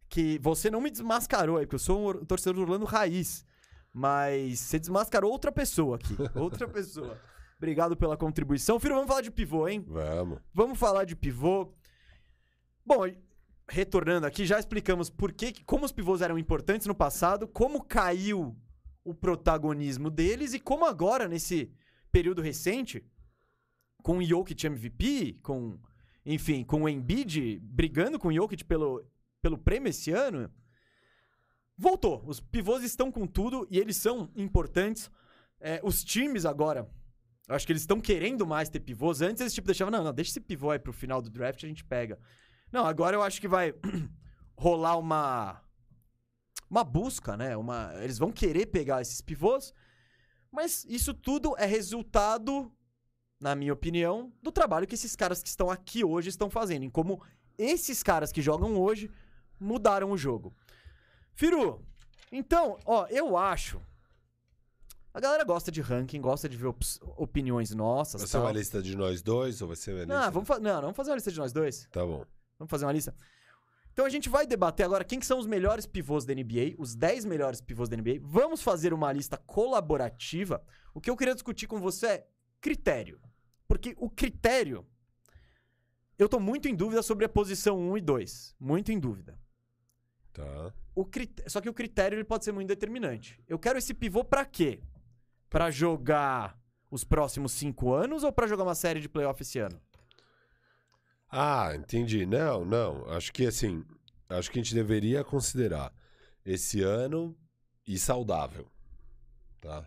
que você não me desmascarou aí, porque eu sou um torcedor do Orlando raiz. Mas você desmascarou outra pessoa aqui. Outra pessoa. Obrigado pela contribuição. Filho, vamos falar de pivô, hein? Vamos falar de pivô. Bom, retornando aqui, já explicamos como os pivôs eram importantes no passado, como caiu o protagonismo deles e como agora, nesse período recente, com o Jokic MVP, com o Embiid brigando com o Jokic pelo prêmio esse ano, voltou. Os pivôs estão com tudo e eles são importantes. Os times agora, eu acho que eles estão querendo mais ter pivôs. Antes eles deixavam, não, deixa esse pivô aí pro final do draft, a gente pega. Não, agora eu acho que vai rolar uma busca, né? Eles vão querer pegar esses pivôs, mas isso tudo é resultado, na minha opinião, do trabalho que esses caras que estão aqui hoje estão fazendo, em como esses caras que jogam hoje mudaram o jogo. Firu, então, eu acho... A galera gosta de ranking, gosta de ver opiniões nossas. Vai ser uma lista de nós dois ou vai ser uma lista? Vamos fazer uma lista de nós dois. Tá bom. Vamos fazer uma lista. Então a gente vai debater agora quem que são os melhores pivôs da NBA, os 10 melhores pivôs da NBA. Vamos fazer uma lista colaborativa. O que eu queria discutir com você é critério. Porque o critério... Eu tô muito em dúvida sobre a posição 1 e 2. Muito em dúvida. Tá. Só que o critério ele pode ser muito determinante. Eu quero esse pivô pra quê? Pra jogar os próximos 5 anos ou pra jogar uma série de playoff esse ano? Ah, entendi. Não. Acho que assim, a gente deveria considerar esse ano e saudável, tá?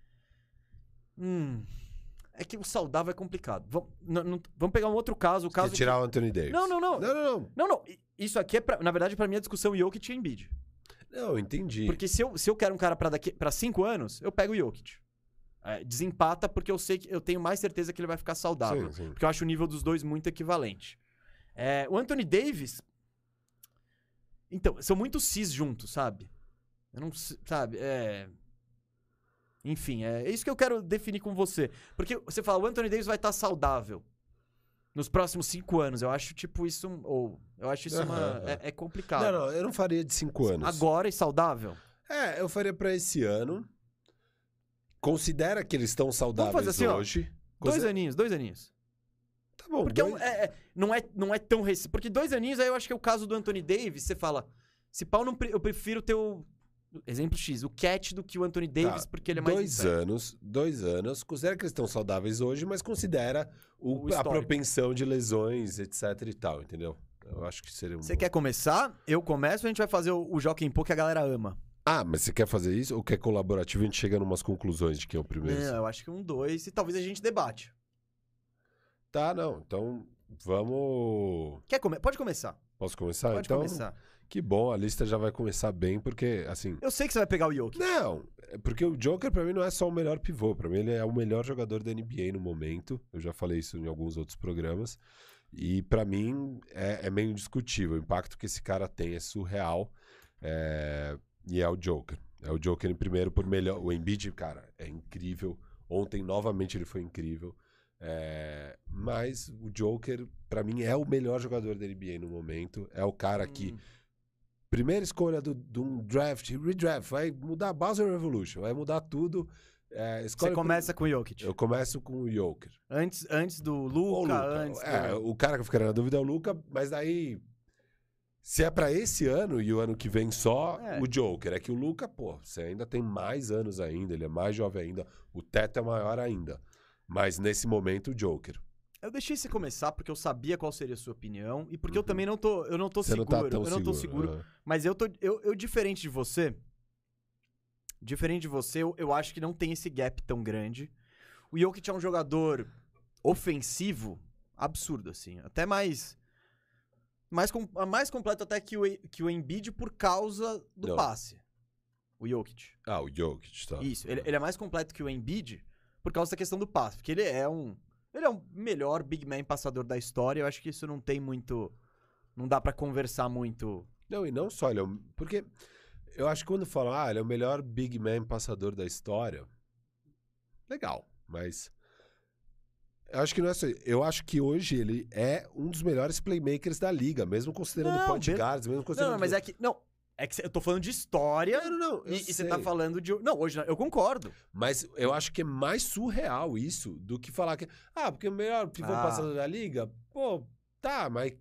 É que o saudável é complicado. Vamos pegar um outro caso. O caso tirar o Anthony Davis. Não. Não. Isso aqui na verdade, pra mim, a discussão Jokic e Embiid. Não, entendi. Porque se eu quero um cara pra 5 anos, eu pego o Jokic. Desempata porque eu sei que eu tenho mais certeza que ele vai ficar saudável. Sim. Porque eu acho o nível dos dois muito equivalente. O Anthony Davis... Então, são muito cis juntos, sabe? Eu não... Sabe? Enfim, é isso que eu quero definir com você. Porque você fala, o Anthony Davis vai estar saudável nos próximos 5 anos. Eu acho, tipo, isso... eu acho isso é complicado. Não, eu não faria de 5 anos. Agora e saudável? Eu faria pra esse ano. Considera que eles estão saudáveis assim, hoje. 2 aninhos. Tá bom. Porque não é tão recente. Porque 2 aninhos, aí eu acho que é o caso do Anthony Davis. Você fala, se pau, eu prefiro ter o... Exemplo X, o Cat do que o Anthony Davis, porque ele é mais... 2 anos. Considera que eles estão saudáveis hoje, mas considera a propensão de lesões, etc e tal, entendeu? Eu acho que seria Você quer começar? Eu começo ou a gente vai fazer o Joaquim Pô que a galera ama? Mas você quer fazer isso? Ou quer colaborativo e a gente chega em umas conclusões de quem é o primeiro? Eu acho que 1, 2 e talvez a gente debate. Tá, não. Então, vamos... Pode começar. Posso começar? Pode começar. Que bom, a lista já vai começar bem, porque, assim... Eu sei que você vai pegar o Jokic. Não, porque o Joker, pra mim, não é só o melhor pivô. Pra mim, ele é o melhor jogador da NBA no momento. Eu já falei isso em alguns outros programas. E, pra mim, é meio indiscutível. O impacto que esse cara tem é surreal. E é o Joker. É o Joker em primeiro por melhor. O Embiid, cara, é incrível. Ontem, novamente, ele foi incrível. Mas o Joker, pra mim, é o melhor jogador da NBA no momento. É o cara que... Primeira escolha de um draft, redraft, vai mudar a Bowser Revolution, vai mudar tudo. Você começa com o Jokic. Eu começo com o Joker. Antes do Luka, O cara que fica na dúvida é o Luka, mas daí... Se é pra esse ano e o ano que vem só, o Joker. É que o Luka, você ainda tem mais anos ainda, ele é mais jovem ainda, o teto é maior ainda. Mas nesse momento, o Joker. Eu deixei você começar porque eu sabia qual seria a sua opinião e porque eu também não tô Você seguro. Não tá eu não tô seguro. Mas eu diferente de você, eu acho que não tem esse gap tão grande. O Jokic é um jogador ofensivo absurdo, assim. Até mais completo até que o Embiid por causa do passe. O Jokic. O Jokic, tá. Isso, ele é mais completo que o Embiid por causa da questão do passe. Porque ele é o melhor big man passador da história. Eu acho que isso não tem muito... Não dá pra conversar muito. Não, e não só. Porque eu acho que quando falam, ele é o melhor big man passador da história, legal. Mas Eu acho que não é só isso. Eu acho que hoje ele é um dos melhores playmakers da liga, mesmo considerando point guards, mesmo considerando... Não, mas é que... Não, é que eu tô falando de história e você tá falando de... Não, hoje eu concordo. Mas eu acho que é mais surreal isso do que falar que... porque o melhor pivô passador da liga... Pô, tá, mas...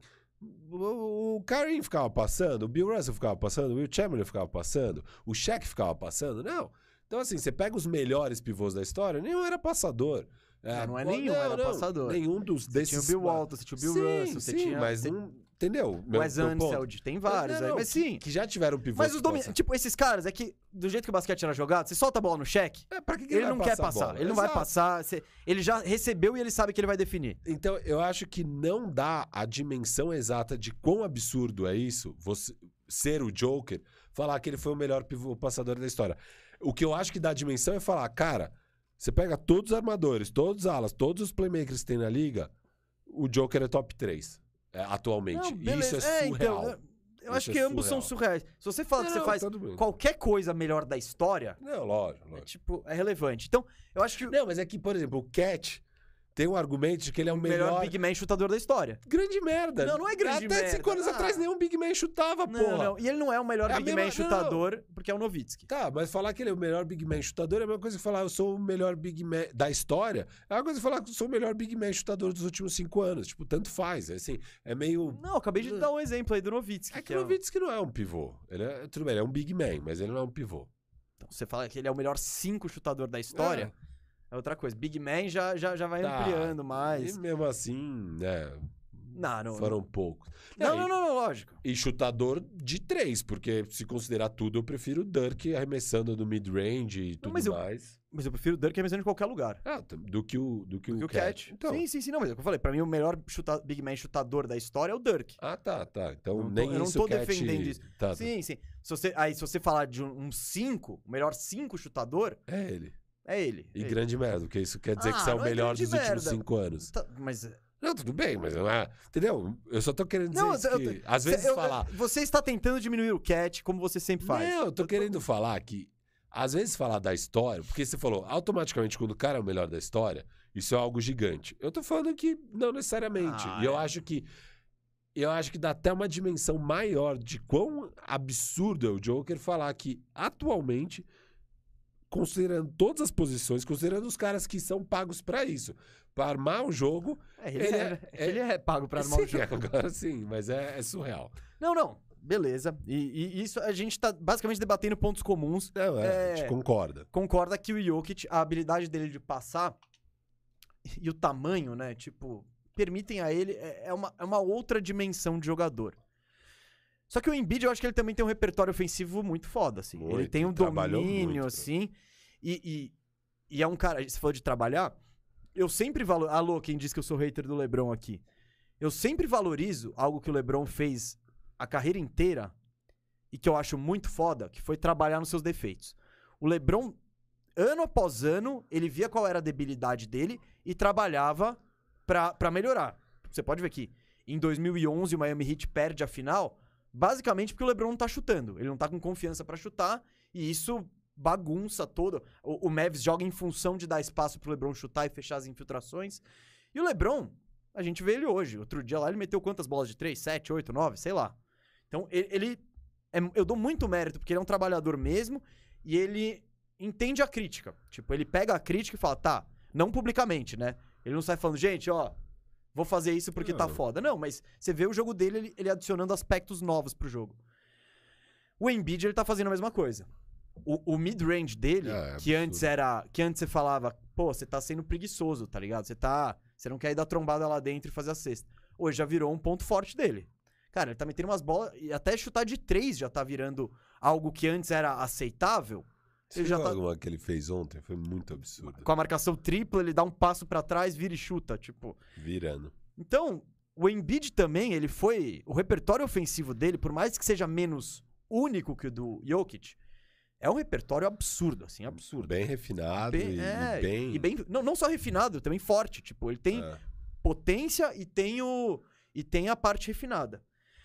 O Kareem ficava passando, o Bill Russell ficava passando, o Will Chamberlain ficava passando, o Shaq ficava passando. Não. Então, assim, você pega os melhores pivôs da história, nenhum era passador. Não é nenhum, era passador. Nenhum desses... Tinha o Bill Walton, você tinha o Bill Russell, você tinha... mas não... Entendeu? O Wes Unseld, tem vários aí, mas sim. Que já tiveram pivôs. Mas os tipo, esses caras, é que do jeito que o basquete era jogado, você solta a bola no cheque, pra que ele não quer passar. Ele não vai passar, ele já recebeu e ele sabe que ele vai definir. Então, eu acho que não dá a dimensão exata de quão absurdo é isso, você ser o Joker, falar que ele foi o melhor pivô passador da história. O que eu acho que dá a dimensão é falar, cara, você pega todos os armadores, todos os alas, todos os playmakers que tem na liga, o Joker é top 3. Atualmente. Não, isso é surreal. Então, eu acho que ambos são surreais. Se você fala que você faz qualquer coisa melhor da história... Não, lógico. É relevante. Então, eu acho que... Não, mas é que, por exemplo, o Cat tem um argumento de que ele é o melhor Big Man chutador da história. Grande merda. Não é grande merda. Até 5 anos atrás nenhum Big Man chutava, porra. Não. E ele não é o melhor Big Man chutador, porque é o Nowitzki. Tá, mas falar que ele é o melhor Big Man chutador é a mesma coisa que falar eu sou o melhor Big Man da história. É uma coisa que falar que eu sou o melhor Big Man chutador dos últimos 5 anos. Tipo, tanto faz. Assim, é meio... Não, acabei de dar um exemplo aí do Nowitzki. É que o Nowitzki não é um pivô. Tudo bem, ele é um Big Man, mas ele não é um pivô. Então, você fala que ele é o melhor 5 chutador da história... É outra coisa. Big Man já vai ampliando mais. E mesmo assim, né? Não, foram poucos. Não, lógico. E chutador de 3, porque se considerar tudo, eu prefiro o Dirk arremessando no mid-range e tudo mais. Mas eu prefiro o Dirk arremessando em qualquer lugar. Do que o Cat. Então. Sim. Não, mas é o que eu falei. Pra mim, o melhor Big Man chutador da história é o Dirk. Tá. Então, eu não tô defendendo isso. Tá. Sim. Se você falar de um 5, o melhor 5 chutador... É ele. E grande merda, porque isso quer dizer que você é o melhor dos últimos 5 anos. Mas... Não, tudo bem, mas não é... Entendeu? Eu só tô querendo dizer que... Às vezes falar... Você está tentando diminuir o Cat, como você sempre faz. Não, eu tô querendo falar que... Às vezes falar da história... Porque você falou, automaticamente, quando o cara é o melhor da história, isso é algo gigante. Eu tô falando que não necessariamente. E eu acho que... dá até uma dimensão maior de quão absurdo é o Joker falar que, atualmente... Considerando todas as posições, considerando os caras que são pagos pra isso, pra armar o jogo. Ele é pago pra armar o jogo. Agora sim, mas é surreal. Não, beleza. E isso a gente tá basicamente debatendo pontos comuns. A gente concorda. Concorda que o Jokic, a habilidade dele de passar e o tamanho, né, tipo, permitem a ele. É uma outra dimensão de jogador. Só que o Embiid, eu acho que ele também tem um repertório ofensivo muito foda, assim. Muito, ele tem um domínio, assim. E é um cara... Você falou de trabalhar. Eu sempre valorizo... Alô, quem disse que eu sou hater do LeBron aqui. Eu sempre valorizo algo que o LeBron fez a carreira inteira e que eu acho muito foda, que foi trabalhar nos seus defeitos. O LeBron, ano após ano, ele via qual era a debilidade dele e trabalhava pra melhorar. Você pode ver que em 2011 o Miami Heat perde a final... Basicamente porque o LeBron não tá chutando. Ele não tá com confiança pra chutar. E isso bagunça todo. O Mavs joga em função de dar espaço pro LeBron chutar e fechar as infiltrações. E o LeBron, a gente vê ele hoje. Outro dia lá ele meteu quantas bolas de 3? 7, 8, 9? Sei lá. Então eu dou muito mérito porque ele é um trabalhador mesmo. E ele entende a crítica. Tipo, ele pega a crítica e fala, tá, não publicamente, né? Ele não sai falando, gente, ó... Vou fazer isso porque tá foda. Não, mas você vê o jogo dele, ele adicionando aspectos novos pro jogo. O Embiid, ele tá fazendo a mesma coisa. O mid-range dele, que antes você falava, pô, você tá sendo preguiçoso, tá ligado? Você não quer ir dar trombada lá dentro e fazer a cesta. Hoje já virou um ponto forte dele. Cara, ele tá metendo umas bolas, e até chutar de 3 já tá virando algo que antes era aceitável. Você viu alguma que ele fez ontem? Foi muito absurdo. Com a marcação tripla, ele dá um passo pra trás, vira e chuta, tipo... Virando. Então, o Embiid também, ele foi... O repertório ofensivo dele, por mais que seja menos único que o do Jokic, é um repertório absurdo, assim, absurdo. Bem refinado e bem... Não só refinado, também forte, tipo, ele tem potência e tem a parte refinada.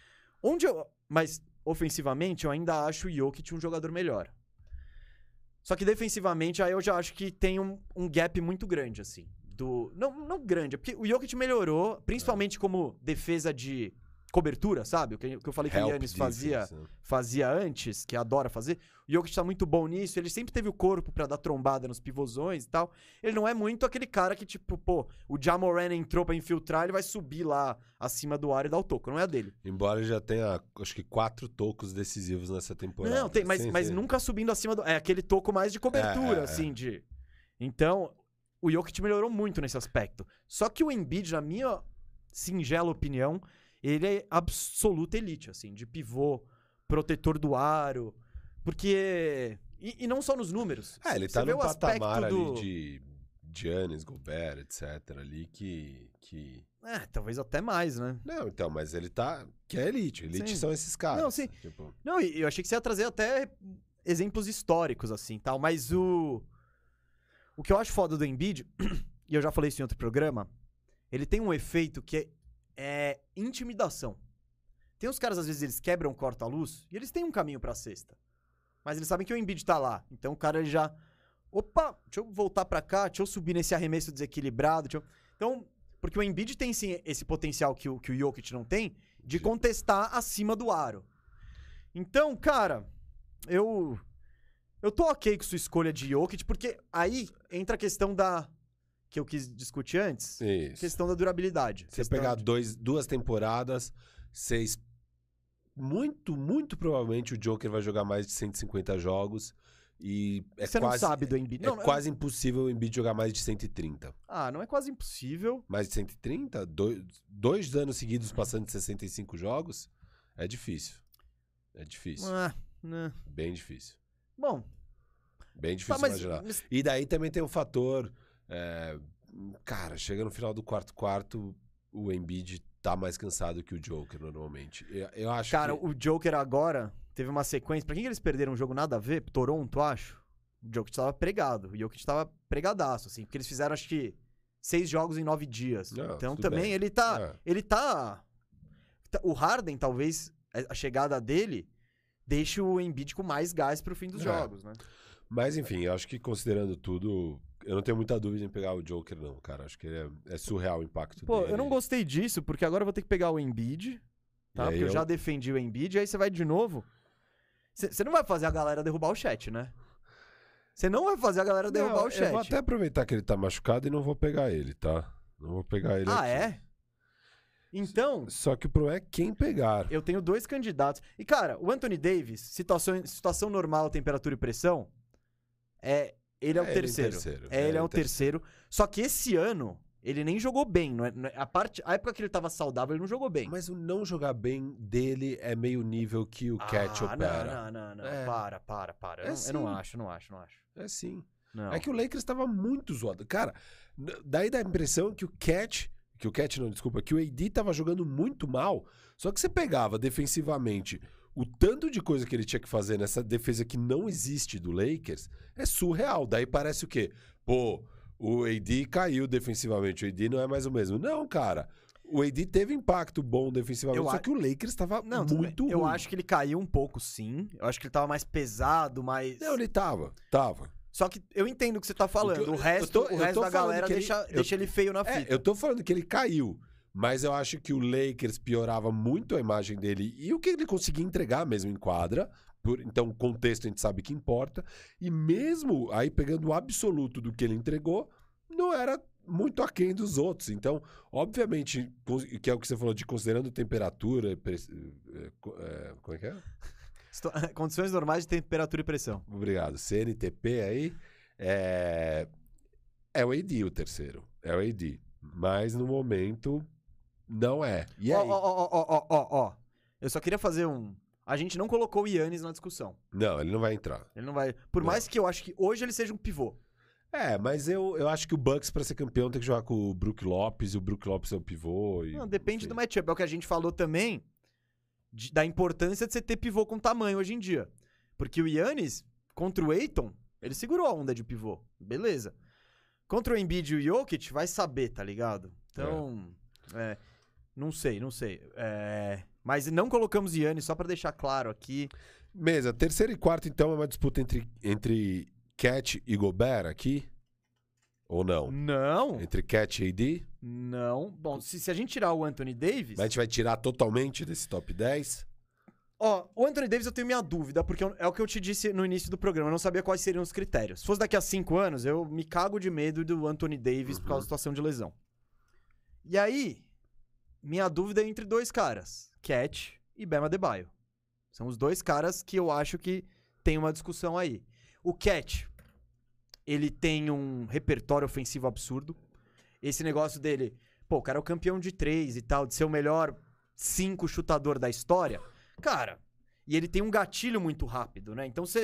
Mas, ofensivamente, eu ainda acho o Jokic um jogador melhor. Só que defensivamente, aí eu já acho que tem um gap muito grande, assim. Não grande, porque o Jokic melhorou, principalmente como defesa de cobertura, sabe? O que eu falei que o Giannis fazia antes, que adora fazer. O Jokic tá muito bom nisso, ele sempre teve o corpo pra dar trombada nos pivôzões e tal. Ele não é muito aquele cara que, tipo, pô, o Ja Morant entrou pra infiltrar, ele vai subir lá acima do aro e dar o toco, não é a dele. Embora ele já tenha, acho que 4 tocos decisivos nessa temporada. Não, tem, mas nunca subindo acima do... É aquele toco mais de cobertura, assim, de... Então, o Jokic melhorou muito nesse aspecto. Só que o Embiid, na minha singela opinião, ele é absoluta elite, assim, de pivô, protetor do aro, porque... E não só nos números. Ele tá no patamar ali de Giannis, Gobert, etc, ali que... talvez até mais, né? Não, então, mas ele tá... Que é elite. Elite Sim. são esses caras. Não, sim. Tipo... Não, e eu achei que você ia trazer até exemplos históricos, assim, tal, mas o que eu acho foda do Embiid, e eu já falei isso em outro programa, ele tem um efeito que é intimidação. Tem uns caras, às vezes, eles quebram o corta-luz e eles têm um caminho pra cesta. Mas eles sabem que o Embiid tá lá. Então o cara ele já... Opa, deixa eu voltar pra cá, deixa eu subir nesse arremesso desequilibrado. Então, porque o Embiid tem sim esse potencial que o Jokic não tem, de contestar acima do aro. Então, cara, eu tô ok com sua escolha de Jokic, porque aí entra a questão que eu quis discutir antes. Isso. Questão da durabilidade. Você pegar duas temporadas, muito, muito provavelmente o Joker vai jogar mais de 150 jogos. E você não sabe do Embiid. Quase impossível o Embiid jogar mais de 130. Não é quase impossível. Mais de 130? Dois anos seguidos passando de 65 jogos? É difícil. É difícil. Né. Bem difícil. Bom. Bem difícil imaginar. E daí também tem o fator... cara, chega no final do quarto, o Embiid tá mais cansado que o Joker normalmente. Eu acho Cara, o Joker agora teve uma sequência... Pra quem eles perderam um jogo nada a ver? Toronto, acho. O Jokic tava pregado. O Jokic tava pregadaço, assim. Porque eles fizeram, acho que, 6 jogos em 9 dias. Não, então também bem. ele tá... O Harden, talvez, a chegada dele deixe o Embiid com mais gás pro fim dos jogos, né? Mas, enfim, eu acho que considerando tudo... Eu não tenho muita dúvida em pegar o Joker, não, cara. Acho que é surreal o impacto dele. Eu não gostei disso, porque agora eu vou ter que pegar o Embiid, tá? Porque eu já defendi o Embiid, aí você vai de novo... Você não vai fazer a galera derrubar o chat, né? Você não vai fazer a galera derrubar o chat. Eu vou até aproveitar que ele tá machucado e não vou pegar ele, tá? Não vou pegar ele aqui. É? Então... Só que o problema é quem pegar. Eu tenho 2 candidatos. E, cara, o Anthony Davis, situação normal, temperatura e pressão, ele é o terceiro. Ele é o terceiro. Só que esse ano, ele nem jogou bem. A época que ele tava saudável, ele não jogou bem. Mas o não jogar bem dele é meio nível que o Cat opera. Não. Para. Eu não acho. É sim. Não. É que o Lakers tava muito zoado. Cara, daí dá a impressão que que o AD tava jogando muito mal. Só que você pegava defensivamente o tanto de coisa que ele tinha que fazer nessa defesa que não existe do Lakers é surreal. Daí parece o quê? Pô, o AD caiu defensivamente, o AD não é mais o mesmo. Não, cara. O AD teve impacto bom defensivamente, só que o Lakers estava muito ruim. Eu acho que ele caiu um pouco, sim. Eu acho que ele tava mais pesado, mais... Não, ele tava. Só que eu entendo o que você tá falando. O resto da galera deixa ele feio na fita. Eu tô falando que ele caiu. Mas eu acho que o Lakers piorava muito a imagem dele e o que ele conseguia entregar mesmo em quadra. Então, o contexto a gente sabe que importa. E mesmo aí, pegando o absoluto do que ele entregou, não era muito aquém dos outros. Então, obviamente, que é o que você falou de considerando temperatura... como é que é? Condições normais de temperatura e pressão. Obrigado. CNTP aí. É o AD o terceiro. É o AD. Mas, no momento... Não é. E aí? Eu só queria fazer A gente não colocou o Giannis na discussão. Não, ele não vai entrar. Ele não vai... Por mais que eu acho que hoje ele seja um pivô. Mas eu acho que o Bucks, pra ser campeão, tem que jogar com o Brook Lopes, e o Brook Lopes é o pivô. Não, depende do matchup. É o que a gente falou também da importância de você ter pivô com tamanho hoje em dia. Porque o Giannis, contra o Ayton, ele segurou a onda de pivô. Beleza. Contra o Embiid e o Jokic, vai saber, tá ligado? Então... Não sei. Mas não colocamos Giannis, só pra deixar claro aqui. Mesa, terceiro e quarto, então, é uma disputa entre Cat e Gobert aqui? Ou não? Não. Entre Cat e AD? Não. Bom, se a gente tirar o Anthony Davis... Mas a gente vai tirar totalmente desse top 10? Ó, o Anthony Davis eu tenho minha dúvida, porque é o que eu te disse no início do programa, eu não sabia quais seriam os critérios. Se fosse daqui a 5 anos, eu me cago de medo do Anthony Davis por causa da situação de lesão. E aí, minha dúvida é entre 2 caras, Cat e Bam Adebayo. São os 2 caras que eu acho que tem uma discussão aí. O Cat, ele tem um repertório ofensivo absurdo. Esse negócio dele, pô, o cara é o campeão de 3 e tal, de ser o melhor 5 chutador da história. Cara, e ele tem um gatilho muito rápido, né? Então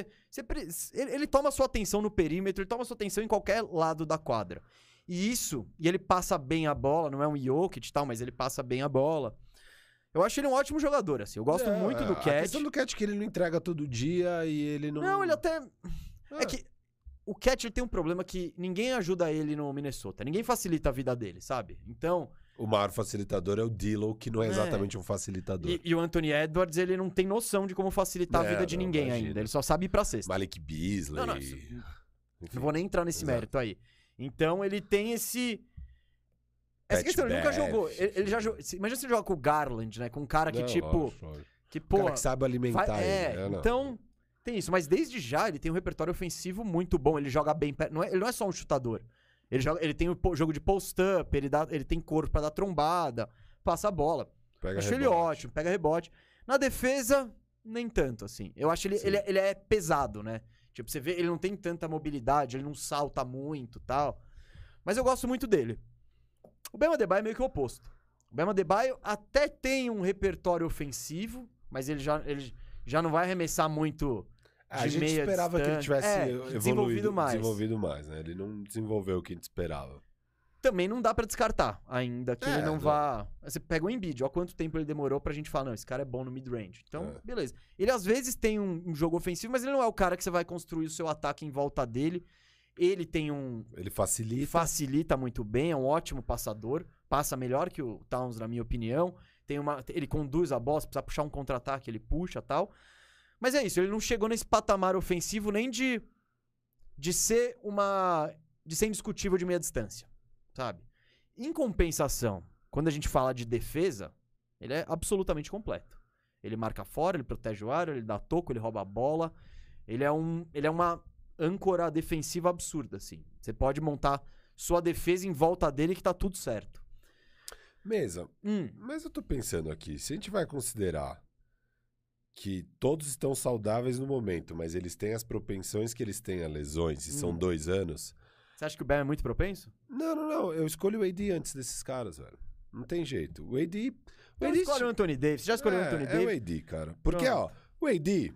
ele toma sua atenção no perímetro, ele toma sua atenção em qualquer lado da quadra. E ele passa bem a bola, não é um Jokic e tal, mas ele passa bem a bola. Eu acho ele um ótimo jogador, assim. Eu gosto muito do Cat. A questão do Cat é que ele não entrega todo dia e ele não... Não, ele até... É que o Cat ele tem um problema que ninguém ajuda ele no Minnesota. Ninguém facilita a vida dele, sabe? Então... O maior facilitador é o D'Lo, que não é exatamente um facilitador. E o Anthony Edwards, ele não tem noção de como facilitar a vida de ninguém imagina. ainda. Ele só sabe ir pra cesta. Malik Beasley... Não vou nem entrar nesse mérito aí. Então ele tem esse... Essa questão, ele nunca jogou. Ele já jogou... Imagina você jogar com o Garland, né? Com um cara que, lógico. Que, pô... Um cara que sabe alimentar ele. Então... Tem isso, mas desde já ele tem um repertório ofensivo muito bom. Ele joga bem... Ele não é só um chutador. Ele tem o jogo de post-up, ele tem corpo pra dar trombada, passa a bola. Acho ele ótimo, pega rebote. Na defesa, nem tanto, assim. Eu acho ele é pesado, né? Tipo, você vê, ele não tem tanta mobilidade, ele não salta muito e tal. Mas eu gosto muito dele. O Bam Adebayo é meio que o oposto. O Bam Adebayo até tem um repertório ofensivo, mas ele já não vai arremessar muito... A gente esperava distante. que ele tivesse desenvolvido mais, né? Ele não desenvolveu o que a gente esperava. Também não dá pra descartar ainda que ele não vá... Você pega o Embiid, ó quanto tempo ele demorou pra gente falar, não, esse cara é bom no mid-range. Então, beleza. Ele às vezes tem um jogo ofensivo, mas ele não é o cara que você vai construir o seu ataque em volta dele. Ele tem um... Ele facilita. Facilita muito bem, é um ótimo passador. Passa melhor que o Towns, na minha opinião. Ele conduz a bola, se precisar puxar um contra-ataque, ele puxa e tal. Mas é isso, ele não chegou nesse patamar ofensivo nem de ser indiscutível de meia distância, sabe? Em compensação, quando a gente fala de defesa, ele é absolutamente completo. Ele marca fora, ele protege o aro, ele dá toco, ele rouba a bola. Ele é uma âncora defensiva absurda, assim. Você pode montar sua defesa em volta dele que tá tudo certo. Mesa, mas eu tô pensando aqui, se a gente vai considerar que todos estão saudáveis no momento, mas eles têm as propensões que eles têm a lesões, e são 2 anos... Você acha que o Bam é muito propenso? Não. Eu escolho o AD antes desses caras, velho. Não tem jeito. O AD... Eu escolho o Anthony Davis. Você já escolheu o Anthony Davis? É o AD, cara. Porque, o AD...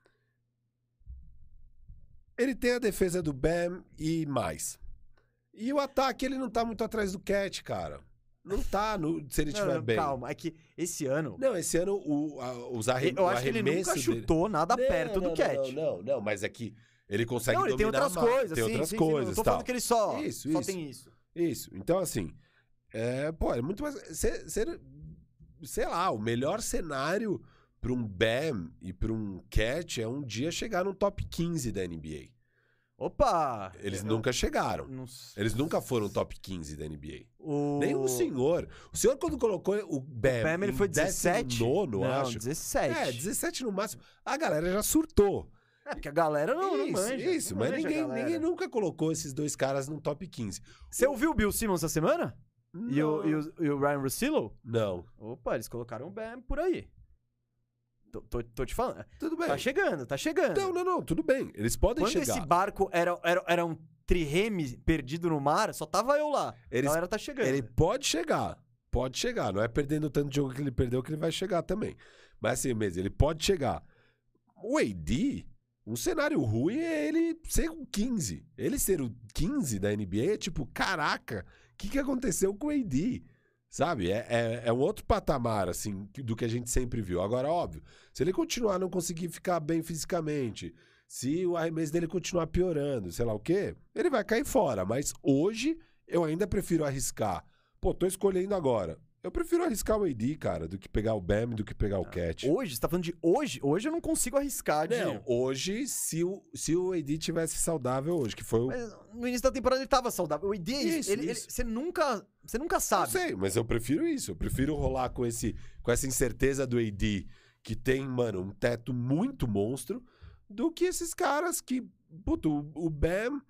Ele tem a defesa do Bam e mais. E o ataque, ele não tá muito atrás do Cat, cara. Não tá, se ele estiver bem. Calma, é que esse ano... Não, esse ano os arremessos eu acho que ele nunca chutou nada perto do Cat. Não, mas é que ele consegue dominar. Não, ele tem outras coisas. Tem outras coisas, não tô falando que ele só tem isso. Isso. Então, assim, é muito mais... Sei lá, o melhor cenário para um Bam e para um Cat é um dia chegar no top 15 da NBA. Opa! Eles nunca chegaram. Eles nunca foram top 15 da NBA. Nem o senhor. O senhor, quando colocou o Bam ele foi 17? Não, acho. 17. 17 no máximo. A galera já surtou. Porque a galera não manja. Isso, mas ninguém nunca colocou esses 2 caras no top 15. Você ouviu o Bill Simmons essa semana? Não. E o Ryan Russillo? Não. Opa, eles colocaram o Bam por aí. Tô te falando. Tudo bem. Tá chegando. Não, tudo bem. Eles podem chegar. Quando esse barco era um trireme perdido no mar, só tava eu lá. A galera tá chegando. Ele pode chegar. Não é perdendo tanto jogo que ele perdeu que ele vai chegar também. Mas assim mesmo, ele pode chegar. O AD, um cenário ruim é ele ser o 15. Ele ser o 15 da NBA é tipo, caraca, o que aconteceu com o AD? Sabe? É um outro patamar, assim, do que a gente sempre viu. Agora, óbvio, se ele continuar a não conseguir ficar bem fisicamente, se o arremesso dele continuar piorando, sei lá o quê, ele vai cair fora. Mas hoje, eu ainda prefiro arriscar. Pô, tô escolhendo agora. Eu prefiro arriscar o AD, cara, do que pegar o Bam, do que pegar o Cat. Hoje? Você tá falando de hoje? Hoje eu não consigo arriscar de... Não, hoje, se o AD tivesse saudável hoje, que foi o... Mas no início da temporada ele tava saudável. O AD é isso. Você nunca sabe. Eu sei, mas eu prefiro isso. Eu prefiro rolar com essa incerteza do AD, que tem, mano, um teto muito monstro, do que esses caras que... Puto, o Bam...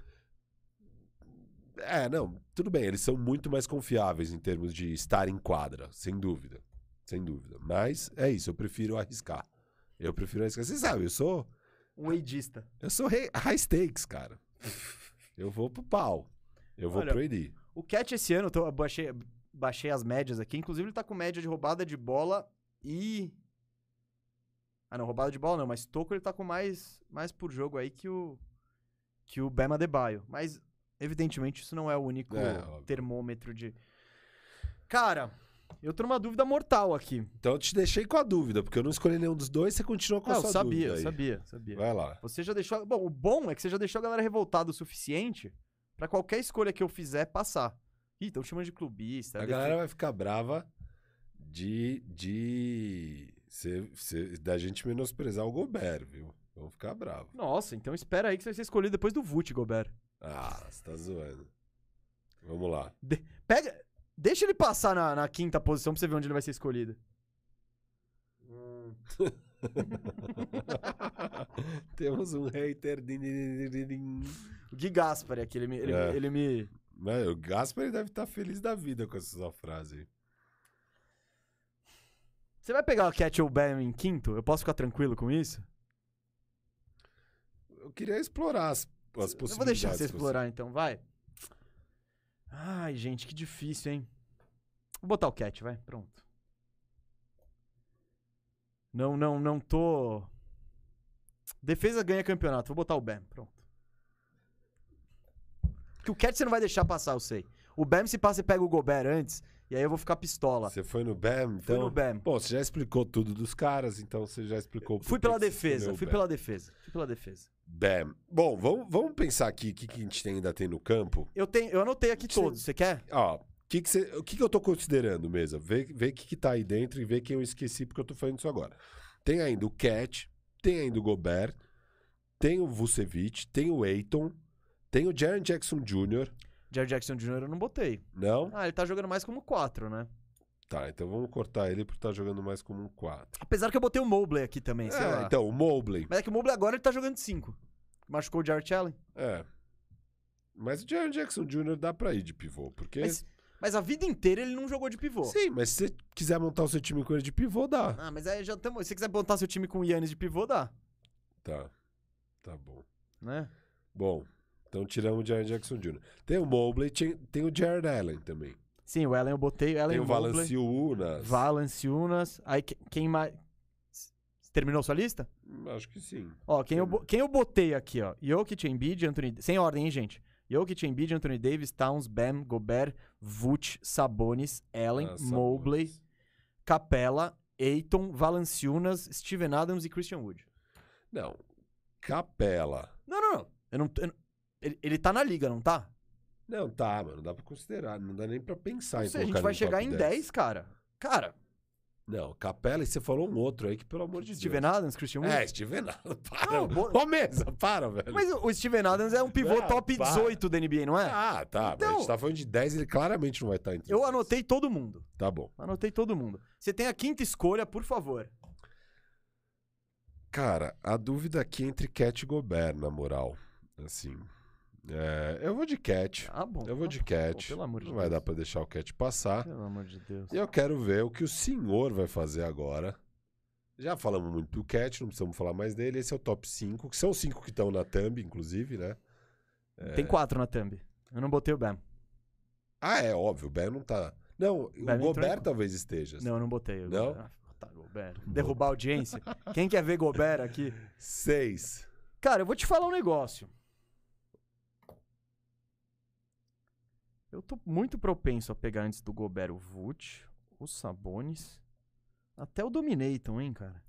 não, tudo bem, eles são muito mais confiáveis em termos de estar em quadra, sem dúvida. Sem dúvida. Mas é isso, eu prefiro arriscar. Você sabe, eu sou Um ADista. high stakes, cara. Eu vou pro pau. Eu vou pro AD. O Cat esse ano, eu baixei as médias aqui, inclusive ele tá com média de roubada de bola e... Ah, não, roubada de bola não, mas toco ele tá com mais por jogo aí que o Bam Adebayo. Mas... Evidentemente, isso não é o único termômetro de... Cara, eu tô numa dúvida mortal aqui. Então eu te deixei com a dúvida, porque eu não escolhi nenhum dos dois, você continua com a sua dúvida aí. Sabia. Vai lá. Você já deixou... Bom, o bom é que você já deixou a galera revoltada o suficiente pra qualquer escolha que eu fizer passar. Ih, tão chamando de clubista. A galera vai ficar brava da gente menosprezar o Gobert, viu? Vão ficar bravos. Nossa, então espera aí que você vai ser escolhido depois do Vult, Gobert. Ah, você tá zoando. Vamos lá. Deixa ele passar na quinta posição pra você ver onde ele vai ser escolhido. Temos um hater. O Gui Gaspari aqui, ele me... O Gaspari deve estar feliz da vida com essa sua frase aí. Você vai pegar o Cat ou o Bam em quinto? Eu posso ficar tranquilo com isso? Eu queria explorar as possibilidades. Eu vou deixar você explorar então, vai. Ai, gente, que difícil, hein? Vou botar o Cat, vai, pronto. Não tô... Defesa ganha campeonato, vou botar o Bam, pronto. Porque o Cat você não vai deixar passar, eu sei. O Bam se passa e pega o Gobert antes, e aí eu vou ficar pistola. Você foi no Bam, então? Fui no Bam. Bom, você já explicou tudo dos caras, então você já explicou... Fui pela defesa. Bam. Bom, vamos pensar aqui o que a gente ainda tem no campo. Eu anotei aqui todos, você quer? Ó, o que eu tô considerando mesmo? Vê o que tá aí dentro e vê quem eu esqueci porque eu tô fazendo isso agora. Tem ainda o Cat, tem ainda o Gobert, tem o Vucevic, tem o Ayton, tem o Jaren Jackson Jr. Jaren Jackson Jr. eu não botei. Não? Ah, ele tá jogando mais como 4, né? Tá, então vamos cortar ele por estar jogando mais como um 4. Apesar que eu botei o Mobley aqui também, sei lá. Então, o Mobley. Mas é que o Mobley agora ele tá jogando de 5. Machucou o Jarrett Allen. Mas o Jaren Jackson Jr. dá pra ir de pivô, porque... Mas a vida inteira ele não jogou de pivô. Sim, mas se você quiser montar o seu time com ele de pivô, dá. Ah, mas aí já estamos... Se você quiser montar seu time com o Giannis de pivô, dá. Tá bom. Né? Bom, então tiramos o Jaren Jackson Jr. Tem o Mobley, tem o Jared Allen também. Sim, o Allen eu botei. Tem o Valanciunas. Valanciunas. Aí quem mais... Terminou sua lista? Acho que sim. Ó, quem eu botei aqui, ó. Jokic, Embiid, Anthony... Sem ordem, hein, gente? Jokic, Embiid, Anthony Davis, Towns, Bam, Gobert, Vult, Sabonis, Allen, Mobley, Capela, Ayton, Valanciunas, Steven Adams e Christian Wood. Não. Capela. Não. Ele tá na liga, não tá? Não, tá, mano. Dá pra considerar. Não dá nem pra pensar em colocar. A gente vai chegar em 10, cara. Cara... Não, Capela, e você falou um outro aí que, pelo amor de Deus. Steven Adams, Christian Wood? Steven Adams, para. Ô, mesa, para, velho. Mas o Steven Adams é um pivô top 18 da NBA, não é? Ah, tá. Então, mas a gente tá falando de 10, ele claramente não vai estar entre Eu anotei todo mundo. Tá bom. Anotei todo mundo. Você tem a quinta escolha, por favor. Cara, a dúvida aqui é entre Cat e Gobert, na moral. Assim... eu vou de Cat. Ah, bom. Eu vou de Cat. Pelo amor de Deus. Não vai dar pra deixar o Cat passar. Pelo amor de Deus. E eu quero ver o que o senhor vai fazer agora. Já falamos muito do Cat, não precisamos falar mais dele. Esse é o top 5, que são os 5 que estão na thumb, inclusive, né? Tem 4 na thumb. Eu não botei o Bam. Ah, é óbvio, o Bam não tá... Não, o Gobert talvez esteja. Não, eu não botei. Não? Tá, Gobert. Derrubar a audiência. Quem quer ver Gobert aqui? 6. Cara, eu vou te falar um negócio. Eu tô muito propenso a pegar antes do Gobert o Vult, o Sabonis, até o Dominaton, hein, cara?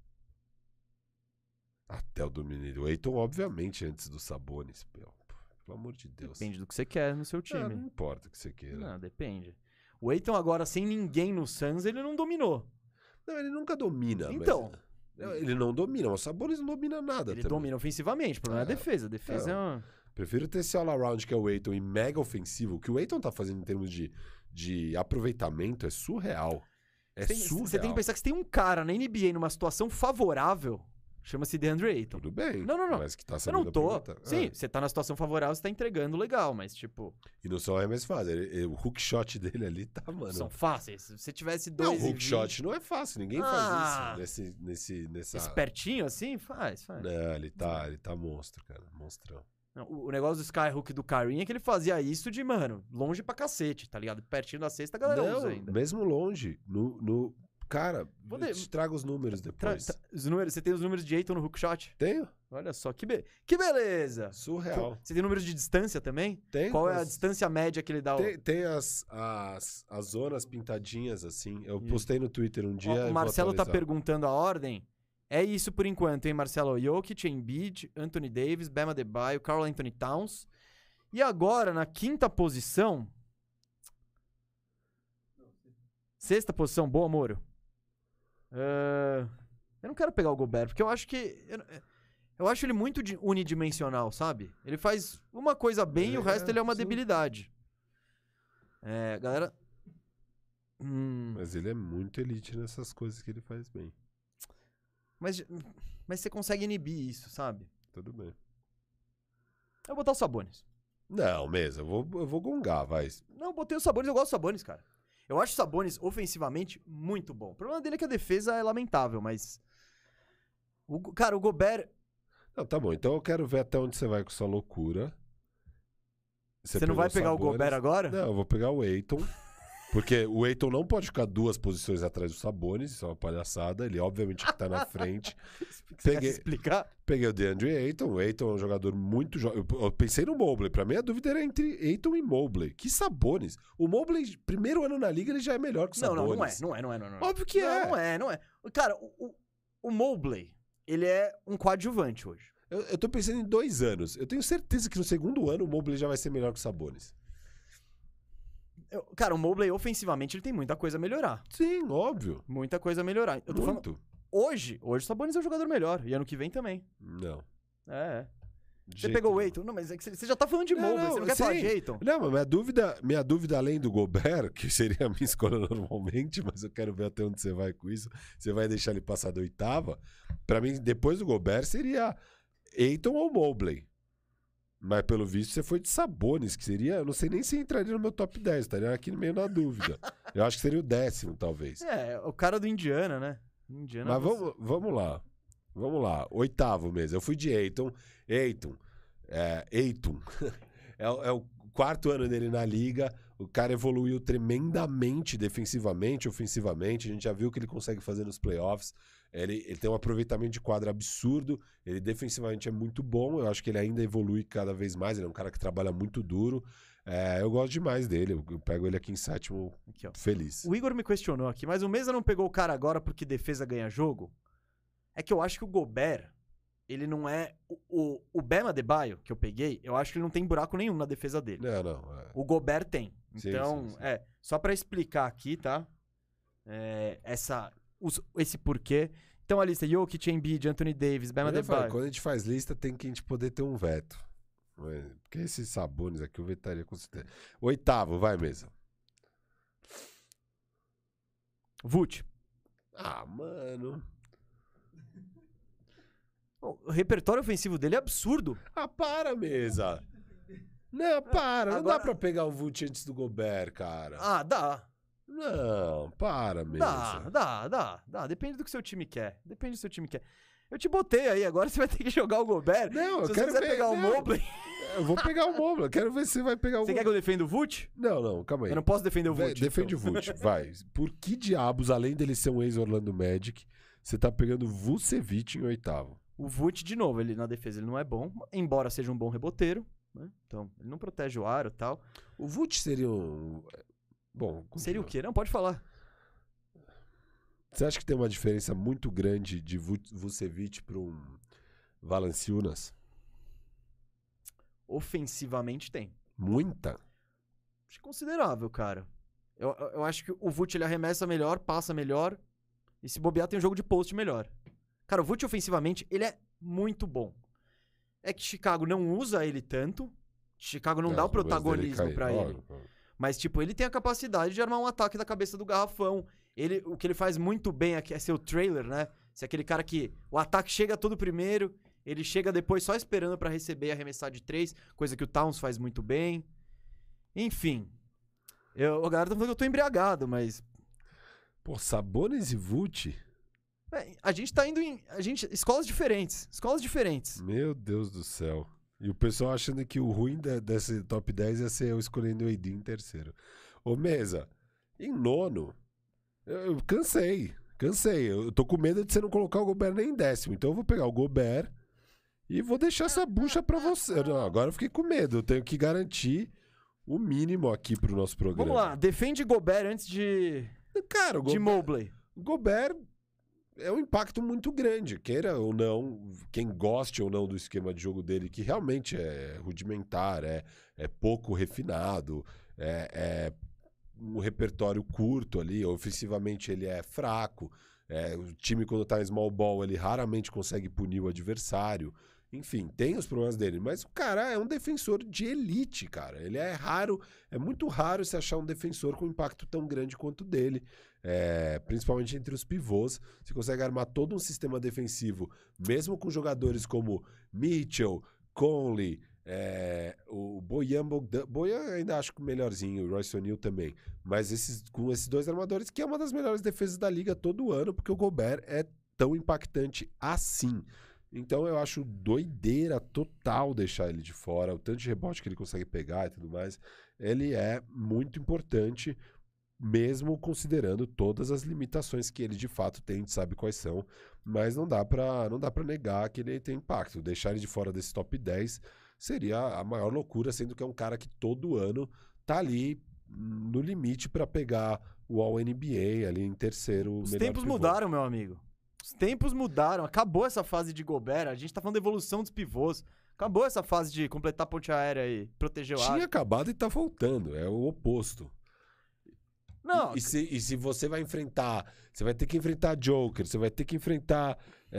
Até o Dominaton. O Ayton, obviamente, antes do Sabonis. Pelo amor de Deus. Depende do que você quer no seu time. Não importa o que você queira. Não, depende. O Ayton agora, sem ninguém no Suns, ele não dominou. Não, ele nunca domina. Então. Ele não domina. O Sabonis não domina nada. Ele também. domina ofensivamente, o problema é a defesa. A defesa é uma... Prefiro ter esse all-around que é o Ayton e mega ofensivo. O que o Ayton tá fazendo em termos de aproveitamento é surreal. Surreal. Você tem que pensar que você tem um cara na NBA numa situação favorável, chama-se DeAndre Ayton. Tudo bem. Não. Mas que tá Eu sabendo não tô. aproveitar. Sim, você tá na situação favorável, você tá entregando legal, mas tipo... E não só é mais fácil. O hook shot dele ali tá, mano... São fáceis. Se você tivesse Não, dois o hook shot não é fácil. Ninguém faz isso nessa... Espertinho assim? Faz. Não, ele tá monstro, cara. Monstrão. Não, o negócio do Skyhook do Kareem é que ele fazia isso de, mano, longe pra cacete, tá ligado? Pertinho da cesta a galera usa ainda. Mesmo longe. Cara, eu te trago os números depois. Os números, você tem os números de Ayton no hookshot? Tenho. Olha só, que beleza. Surreal. Você tem números de distância também? Tem. Qual é a distância média que ele dá? Tem as zonas pintadinhas, assim. Eu postei no Twitter um dia. O Marcelo tá perguntando a ordem. É isso por enquanto, hein, Marcelo? Jokic, Embiid, Anthony Davis, Bam Adebayo, Karl Anthony Towns. E agora, na quinta posição... Sexta posição, boa, Moro. Eu não quero pegar o Gobert, porque eu acho que... Eu acho ele muito unidimensional, sabe? Ele faz uma coisa bem e o resto ele é uma debilidade. Galera... Mas ele é muito elite nessas coisas que ele faz bem. Mas você consegue inibir isso, sabe? Tudo bem. Eu vou botar o Sabonis. Não, mesmo. Eu vou gongar, vai. Não, eu botei o Sabonis, eu gosto do Sabonis, cara. Eu acho o Sabonis ofensivamente muito bom. O problema dele é que a defesa é lamentável, mas... Cara, o Gobert... Não, tá bom. Então eu quero ver até onde você vai com sua loucura. Você não vai pegar o Gobert agora? Não, eu vou pegar o Ayton. Porque o Ayton não pode ficar 2 posições atrás do Sabonis, isso é uma palhaçada. Ele obviamente que tá na frente. Quer explicar? Peguei o DeAndre Ayton. O Ayton é um jogador muito jovem. Eu pensei no Mobley. Pra mim a dúvida era entre Ayton e Mobley. Que Sabonis? O Mobley, primeiro ano na liga, ele já é melhor que o Sabonis. Não é. Óbvio que Não é. Cara, o Mobley, ele é um coadjuvante hoje. Eu tô pensando em 2 anos. Eu tenho certeza que no segundo ano o Mobley já vai ser melhor que o Sabonis. Cara, o Mobley, ofensivamente, ele tem muita coisa a melhorar. Sim, óbvio. Muita coisa a melhorar. Eu tô falando, hoje o Sabonis é um jogador melhor. E ano que vem também. Não. Você pegou o Ayton? Não, mas é que você já tá falando de Mobley, você não quer falar de Ayton. Não, mas minha dúvida além do Gobert, que seria a minha escolha normalmente, mas eu quero ver até onde você vai com isso. Você vai deixar ele passar da 8ª? Pra mim, depois do Gobert, seria Ayton ou Mobley. Mas pelo visto você foi de Sabonis, que seria... Eu não sei nem se entraria no meu top 10, estaria aqui no meio na dúvida. Eu acho que seria o 10º, talvez. O cara do Indiana, né? Mas vamos lá. Vamos lá. 8º mesmo. Eu fui de Ayton. Ayton. É o 4º ano dele na liga. O cara evoluiu tremendamente defensivamente, ofensivamente. A gente já viu o que ele consegue fazer nos playoffs. Ele tem um aproveitamento de quadra absurdo. Ele defensivamente é muito bom. Eu acho que ele ainda evolui cada vez mais. Ele é um cara que trabalha muito duro. Eu gosto demais dele. Eu pego ele aqui em 7º, aqui, feliz. O Igor me questionou aqui, mas o Mesa não pegou o cara agora porque defesa ganha jogo? É que eu acho que o Gobert, ele não é... O Bam Adebayo, que eu peguei, eu acho que ele não tem buraco nenhum na defesa dele. Não. O Gobert tem. Então, sim. Só pra explicar aqui, tá? Esse porquê. Então a lista: Jokic, Embiid, Anthony Davis, Bam Adebayo. Quando a gente faz lista, tem que a gente poder ter um veto. Porque esses Sabonis aqui eu vetaria com certeza. 8º, vai mesmo. Vult. Mano. O repertório ofensivo dele é absurdo. Para, Mesa. Não, para. Não dá pra pegar o Vult antes do Gobert, cara. Dá. Não, para, Mesa. Dá. Depende do que seu time quer. Eu te botei aí, agora você vai ter que jogar o Gobert. Não, eu se quero você quiser pegar o Mobley... Eu vou pegar o Mobley. Eu quero ver se você vai pegar o... Você quer que eu defenda o Vult? Não, calma aí. Eu não posso defender o Vult. Defende então. o Vult, vai. Por que diabos, além dele ser um ex-Orlando Magic, você tá pegando o Vucevic em 8º? O Vult, de novo, ele na defesa ele não é bom, embora seja um bom reboteiro, né? Então, ele não protege o aro e tal. O Vult seria um... Bom, continua. Seria o quê? Não, pode falar. Você acha que tem uma diferença muito grande de Vucevic para um Valanciunas? Ofensivamente tem. Muita? Acho considerável, cara. Eu acho que o Vult ele arremessa melhor, passa melhor. E se bobear, tem um jogo de post melhor. Cara, o Vult ofensivamente, ele é muito bom. É que Chicago não usa ele tanto. Chicago não dá o protagonismo pra ele. Mas, tipo, ele tem a capacidade de armar um ataque da cabeça do garrafão. O que ele faz muito bem aqui é ser o trailer, né? Ser aquele cara que o ataque chega todo primeiro, ele chega depois só esperando pra receber e arremessar de 3, coisa que o Towns faz muito bem. Enfim. A galera tá falando que eu tô embriagado, mas... Pô, Sabonis e Vult? A gente tá indo em... escolas diferentes. Escolas diferentes. Meu Deus do céu. E o pessoal achando que o ruim desse top 10 ia ser eu escolhendo o AD em terceiro. Ô, Mesa, em nono, eu cansei. Eu tô com medo de você não colocar o Gobert nem em décimo. Então eu vou pegar o Gobert e vou deixar essa bucha pra você. Não, agora eu fiquei com medo. Eu tenho que garantir o mínimo aqui pro nosso programa. Vamos lá, defende Gobert antes de... Cara, de Mobley. Gobert é um impacto muito grande, queira ou não, quem goste ou não do esquema de jogo dele, que realmente é rudimentar, é pouco refinado, é um repertório curto ali, ofensivamente ele é fraco, o time quando tá em small ball ele raramente consegue punir o adversário, enfim, tem os problemas dele, mas o cara é um defensor de elite, cara, ele é raro, é muito raro se achar um defensor com impacto tão grande quanto o dele, principalmente entre os pivôs, você consegue armar todo um sistema defensivo, mesmo com jogadores como Mitchell, Conley, o Bojan ainda acho que melhorzinho, o Royce O'Neal também, mas com esses dois armadores, que é uma das melhores defesas da liga todo ano, porque o Gobert é tão impactante assim. Então eu acho doideira total deixar ele de fora, o tanto de rebote que ele consegue pegar e tudo mais, ele é muito importante, mesmo considerando todas as limitações que ele de fato tem, a gente sabe quais são, mas não dá pra negar que ele tem impacto. Deixar ele de fora desse top 10 seria a maior loucura, sendo que é um cara que todo ano tá ali no limite pra pegar o All-NBA ali em terceiro. Os tempos mudaram, meu amigo. Os tempos mudaram. Acabou essa fase de Gobert. A gente tá falando da evolução dos pivôs. Acabou essa fase de completar a ponte aérea e proteger o ar. Tinha acabado e tá voltando. É o oposto. Não. E se você vai enfrentar... Você vai ter que enfrentar Joker. Você vai ter que enfrentar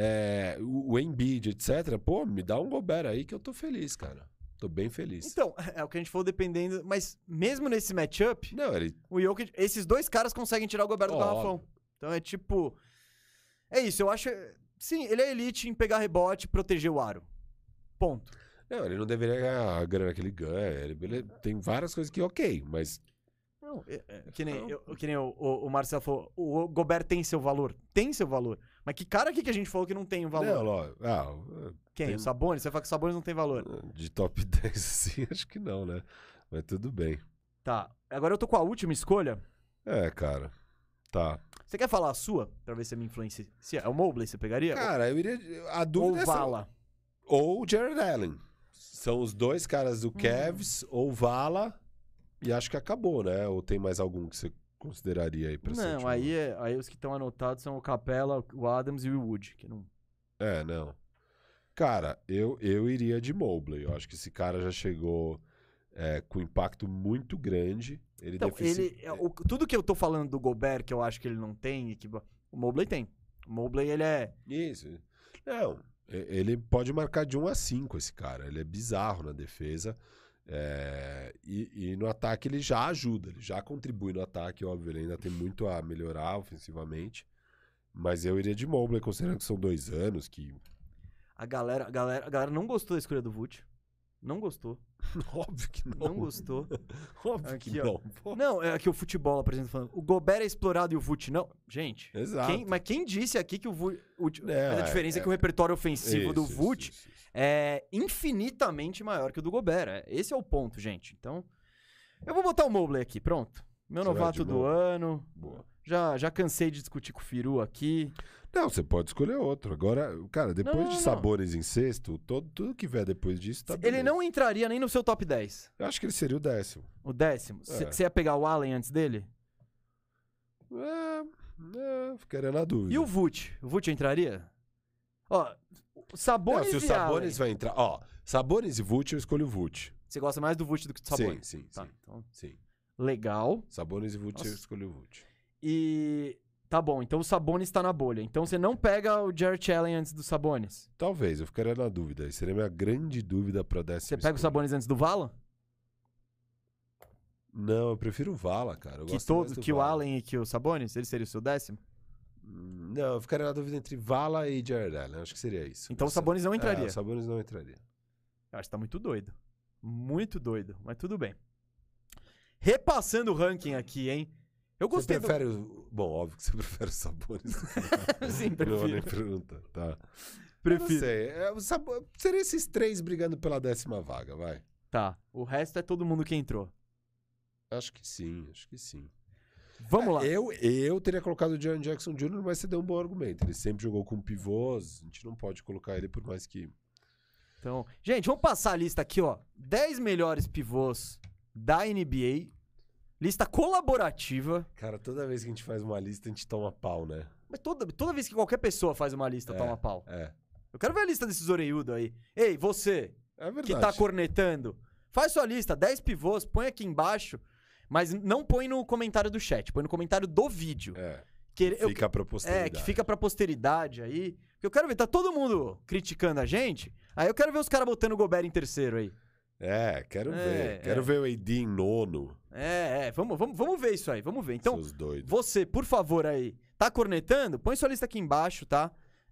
o Embiid, etc. Pô, me dá um Gobert aí que eu tô feliz, cara. Tô bem feliz. Então, é o que a gente falou dependendo... Mas mesmo nesse matchup... Não, o Jokic... Esses dois caras conseguem tirar o Gobert do garrafão. Então é tipo... É isso, eu acho... Sim, ele é elite em pegar rebote e proteger o aro. Ponto. Não, ele não deveria ganhar a grana que ele ganha. Ele tem várias coisas que ok, mas... Não, que nem o Marcelo falou, o Gobert tem seu valor. Tem seu valor. Mas que cara aqui que a gente falou que não tem o valor? Quem? O Sabonis? Você fala que o Sabonis não tem valor. De top 10, assim, acho que não, né? Mas tudo bem. Tá. Agora eu tô com a última escolha. Cara. Tá. Você quer falar a sua? Pra ver se você me influencia. É o Mobley, você pegaria? Cara, eu iria... A dúvida ou Vala. Ou o Jared Allen. São os dois caras do Cavs, ou Vala, e acho que acabou, né? Ou tem mais algum que você consideraria aí pra ser? Não, aí os que estão anotados são o Capela, o Adams e o Wood. Que não... não. Cara, eu iria de Mobley. Eu acho que esse cara já chegou com impacto muito grande. Tudo que eu tô falando do Gobert, que eu acho que ele não tem, e que o Mobley tem. O Mobley, ele é... Isso. Não, ele pode marcar de 1 a 5, esse cara. Ele é bizarro na defesa. E no ataque ele já ajuda. Ele já contribui no ataque, óbvio. Ele ainda tem muito a melhorar ofensivamente. Mas eu iria de Mobley, considerando que são 2 anos, que... A galera não gostou da escolha do Vult. Não gostou. Óbvio que não. Não gostou. Óbvio aqui, que não. Não, é aqui o futebol apresenta falando. O Gobert é explorado e o Vult não. Gente. Exato. Mas quem disse aqui que o Vult... Mas a diferença é que o repertório ofensivo do Vult é infinitamente maior que o do Gobert. Esse é o ponto, gente. Então, eu vou botar o Mobley aqui. Pronto. Meu novato do ano. Boa. Já cansei de discutir com o Firu aqui. Não, você pode escolher outro. Agora, cara, depois de Sabonis em sexto, tudo que vier depois disso tá beleza. Ele não entraria nem no seu top 10. Eu acho que ele seria o 10º. O 10º? Você ia pegar o Allen antes dele? Ficaria na dúvida. E o Vult? O Vult entraria? Ó, Sabonis se o Sabonis vai entrar... Ó, Sabonis e Vult, eu escolho o Vult. Você gosta mais do Vult do que do Sabonis? Sim. Tá, então... Sim. Legal. Sabonis e Vult, eu Nossa. escolhi o Vult. E... Tá bom, então o Sabonis tá na bolha. Então você não pega o Jarrett Allen antes do Sabonis. Talvez, eu ficaria na dúvida. Seria minha grande dúvida pra décima Você pega o escolha. Sabonis antes do Vala? Não, eu prefiro o Vala, cara. Eu Que, gosto mais do que o Vala. Allen e que o Sabonis? Ele seria o seu 10º? Não, eu ficaria na dúvida entre Vala e Jarrett Allen. Acho que seria isso. Então o Sabonis não entraria. O Sabonis não entraria. Eu acho que tá muito doido. Muito doido, mas tudo bem. Repassando o ranking aqui, hein? Eu Você gostei prefere o... Bom, óbvio que você prefere o Sabonis. Sim, Não prefiro. vou nem perguntar, tá? Eu Prefiro. não sei. Seria esses 3 brigando pela 10ª vaga, vai. Tá, o resto é todo mundo que entrou. Acho que sim, acho que sim. Vamos lá. Eu teria colocado o Jaren Jackson Jr., mas você deu um bom argumento. Ele sempre jogou com pivôs, a gente não pode colocar ele por mais que... Então, gente, vamos passar a lista aqui, ó. 10 melhores pivôs da NBA. Lista colaborativa. Cara, toda vez que a gente faz uma lista, a gente toma pau, né? Mas toda vez que qualquer pessoa faz uma lista, toma pau. É. Eu quero ver a lista desses orelhudos aí. Ei, você É verdade. que tá cornetando, faz sua lista, 10 pivôs, põe aqui embaixo, mas não põe no comentário do chat, põe no comentário do vídeo. É. Que Fica pra posteridade. que fica pra posteridade aí. Porque eu quero ver, tá todo mundo criticando a gente, aí eu quero ver os caras botando o Gobert em terceiro aí. Quero ver. Quero ver o AD em nono. Vamos ver isso aí, vamos ver. Então, Seus doidos. você, por favor aí, tá cornetando? Põe sua lista aqui embaixo, tá?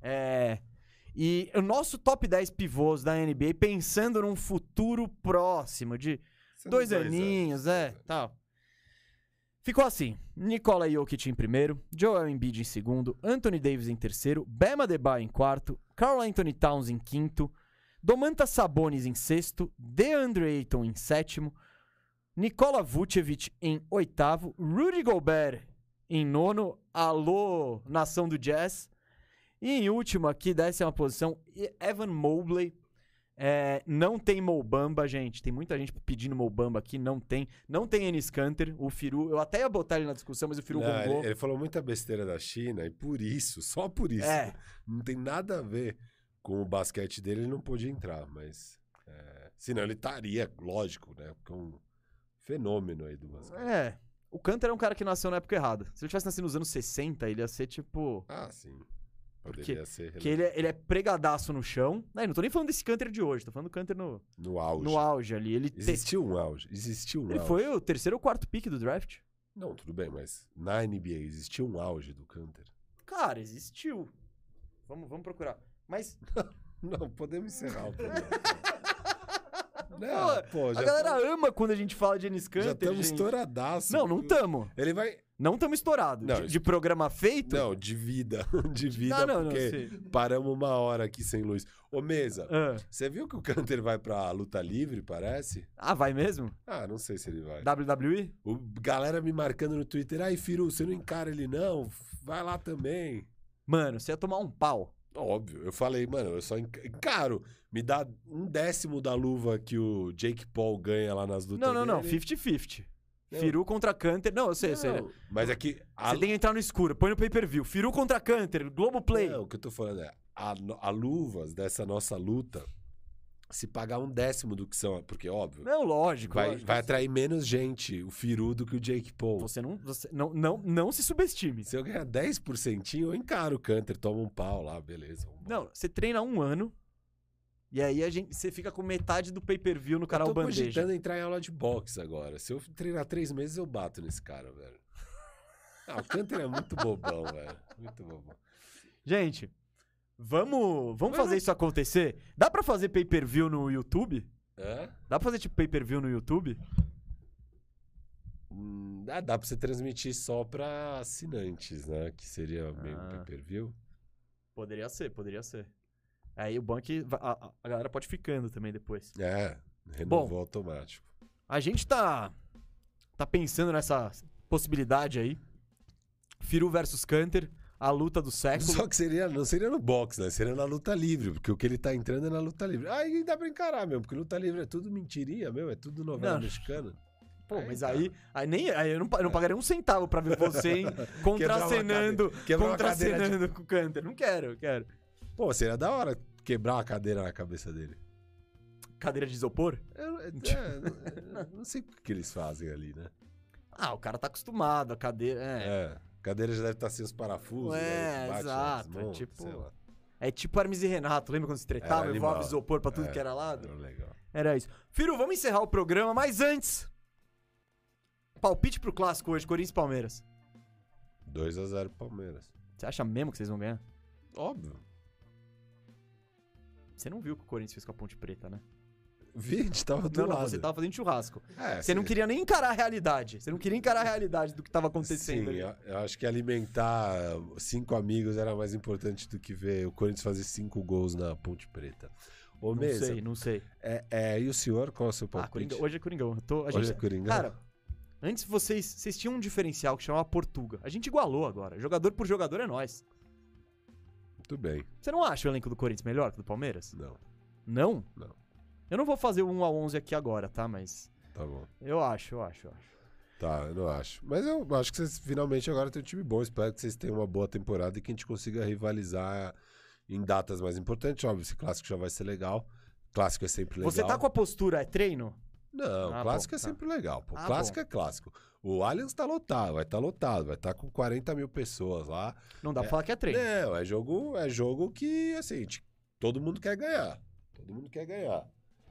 E o nosso top 10 pivôs da NBA, pensando num futuro próximo, de São 2 aninhos, tal. Ficou assim, Nikola Jokic em primeiro, Joel Embiid em segundo, Anthony Davis em terceiro, Bam Adebayo em quarto, Karl Anthony Towns em quinto, Domantas Sabonis em sexto, DeAndre Ayton em sétimo, Nikola Vucevic em oitavo, Rudy Gobert em nono, alô, nação do Jazz. E em último aqui, 10ª posição, Evan Mobley. Não tem Mo Bamba, gente. Tem muita gente pedindo Mo Bamba aqui, não tem. Não tem Enes Kanter, o Firu. Eu até ia botar ele na discussão, mas o Firu bombou. Ele falou muita besteira da China e por isso, só por isso, não tem nada a ver com o basquete dele, ele não podia entrar, mas... senão ele estaria, lógico, né? Porque é um fenômeno aí do basquete. O Kanter é um cara que nasceu na época errada. Se ele tivesse nascido nos anos 60, ele ia ser tipo... Ah, sim. Poderia ser. Porque ele é pregadaço no chão. Não tô nem falando desse Kanter de hoje, tô falando do Kanter no auge. No auge ali. Existiu um auge. Ele foi o 3º ou 4º pick do draft. Não, tudo bem, mas na NBA existiu um auge do Kanter? Cara, existiu. Vamos procurar. Mas... Não, podemos encerrar o programa. A galera ama quando a gente fala de Enes Kanter, já estamos estouradaço. Não tamo. Ele vai... Não estamos estourados. De programa feito? Não, de vida. De vida, porque paramos 1 hora aqui sem luz. Ô, Mesa, você viu que o Kanter vai pra luta livre, parece? Ah, vai mesmo? Ah, não sei se ele vai. WWE? Galera me marcando no Twitter. Ai, Firu, você não encara ele não? Vai lá também. Mano, você ia tomar um pau. Óbvio. Eu falei, mano, eu só encaro. Me dá 1/10 da luva que o Jake Paul ganha lá nas lutas Não. dele. 50-50. Firu contra Kanter. Não, eu sei. Mas é que... Você tem que entrar no escuro. Põe no pay-per-view. Firu contra Kanter. Globoplay. Não, o que eu tô falando é... A luvas dessa nossa luta, se pagar 1/10 do que são... Porque, óbvio... Não, lógico. Vai atrair menos gente, o Firu, do que o Jake Paul. Você não se subestime. Se eu ganhar 10%, eu encaro o Kanter, toma um pau lá, beleza. Não, você treina 1 ano... E aí você fica com metade do pay-per-view no canal Bandeja. Eu tô cogitando entrar em aula de boxe agora. Se eu treinar 3 meses, eu bato nesse cara, velho. O Kanter é muito bobão, velho. Muito bobão. Gente, vamos fazer isso acontecer? Dá pra fazer pay-per-view no YouTube? Dá pra fazer tipo pay-per-view no YouTube? Dá pra você transmitir só pra assinantes, né? Que seria meio pay-per-view. Poderia ser. Aí o bom é que a galera pode ficando também depois. Renovou automático. A gente tá pensando nessa possibilidade aí. Firu versus Kanter, a luta do século. Só que não seria no boxe, né? Seria na luta livre, porque o que ele tá entrando é na luta livre. Aí dá pra encarar mesmo, porque luta livre é tudo mentirinha mesmo, é tudo novela mexicana. Pô, mas aí eu não pagaria 1 centavo pra ver você contracenando com o Kanter. Não quero. Pô, seria da hora quebrar uma cadeira na cabeça dele. Cadeira de isopor? Não sei o que eles fazem ali, né? Ah, o cara tá acostumado, a cadeira... A cadeira já deve estar sem os parafusos. Exato. Montes, tipo... É tipo Hermes e Renato, lembra quando se tretavam e voava isopor pra tudo que era lado? Era legal. Era isso. Firu, vamos encerrar o programa, mas antes... Palpite pro clássico hoje, Corinthians e Palmeiras. 2-0 Palmeiras. Você acha mesmo que vocês vão ganhar? Óbvio. Você não viu o que o Corinthians fez com a Ponte Preta, né? Vi, a gente tava do lado. Não, você tava fazendo churrasco. Você sim. não queria nem encarar a realidade. Você não queria encarar a realidade do que tava acontecendo. Sim, ali. eu acho que alimentar 5 amigos era mais importante do que ver o Corinthians fazer 5 gols na Ponte Preta. Ô, Mesa, Não sei. E o senhor, qual é o seu palpite? Coringão. Hoje é Coringão. Hoje é Coringão? Cara, antes vocês tinham um diferencial que chamava Portuga. A gente igualou agora. Jogador por jogador é nós. Muito bem. Você não acha o elenco do Corinthians melhor que o do Palmeiras? Não. Não? Não. Eu não vou fazer o 1-11 aqui agora, tá? Mas... Tá bom. Eu acho. Tá, eu não acho. Mas eu acho que vocês finalmente agora têm um time bom. Espero que vocês tenham uma boa temporada e que a gente consiga rivalizar em datas mais importantes. Óbvio, esse clássico já vai ser legal. Clássico é sempre legal. Você tá com a postura, é treino? Não, clássico bom, é sempre legal. Pô. Ah, Clássico bom. é clássico. O Allianz tá lotado, vai estar com 40 mil pessoas lá. Não dá pra falar que é treino. Não, é jogo que, assim, todo mundo quer ganhar. Todo mundo quer ganhar.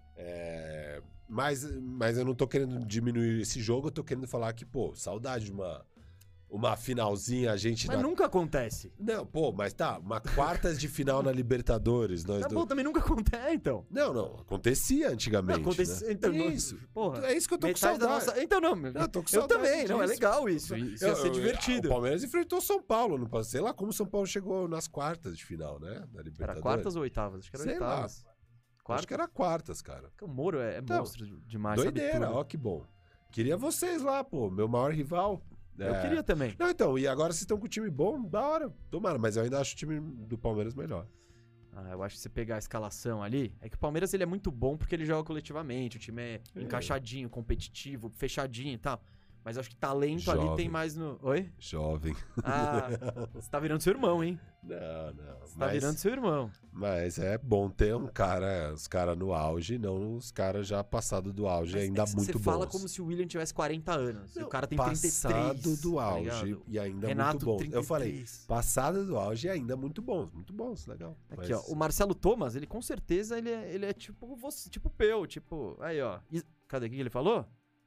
Mas eu não tô querendo diminuir esse jogo, eu tô querendo falar que, pô, saudade de uma finalzinha, a gente... Mas nunca acontece. Não, pô, mas tá, uma quartas de final na Libertadores. Tá bom, também nunca acontece, então. Não, acontecia antigamente, Não, acontecia, né? então, Isso, porra. é isso que eu tô com Metade saudade. da nossa... Então não, Eu tô com eu saudade também, não, é disso. legal isso. Isso ia ser divertido. O Palmeiras enfrentou o São Paulo, não posso, sei lá como o São Paulo chegou nas quartas de final, né? Da Libertadores. Era quartas ou oitavas? Acho que era Sei oitavas. Acho que era quartas, cara. O Moro é Então, monstro demais, sabe doideira, tudo. ó que bom. Queria vocês lá, pô, meu maior rival. Eu queria também. Não, então, e agora vocês estão com o time bom, da hora, tomara, mas eu ainda acho o time do Palmeiras melhor. Eu acho que você pegar a escalação ali, é que o Palmeiras ele é muito bom porque ele joga coletivamente, o time é encaixadinho, competitivo, fechadinho e tal. Mas eu acho que talento ali tem mais no... Oi? Jovem. Ah, você tá virando seu irmão, hein? Não. Você tá virando seu irmão. Mas é bom ter os caras no auge, não os caras já passados do auge, Mas ainda muito bons. Você fala como se o William tivesse 40 anos. Não, o cara tem passado 33. do tá auge ligado? e ainda Renato, muito bons. 33. Eu falei, passado do auge e ainda muito bons, legal. Aqui, ó, o Marcelo Thomas, ele com certeza ele é tipo você, tipo Peu, tipo... Aí, ó. Cadê? O que ele falou?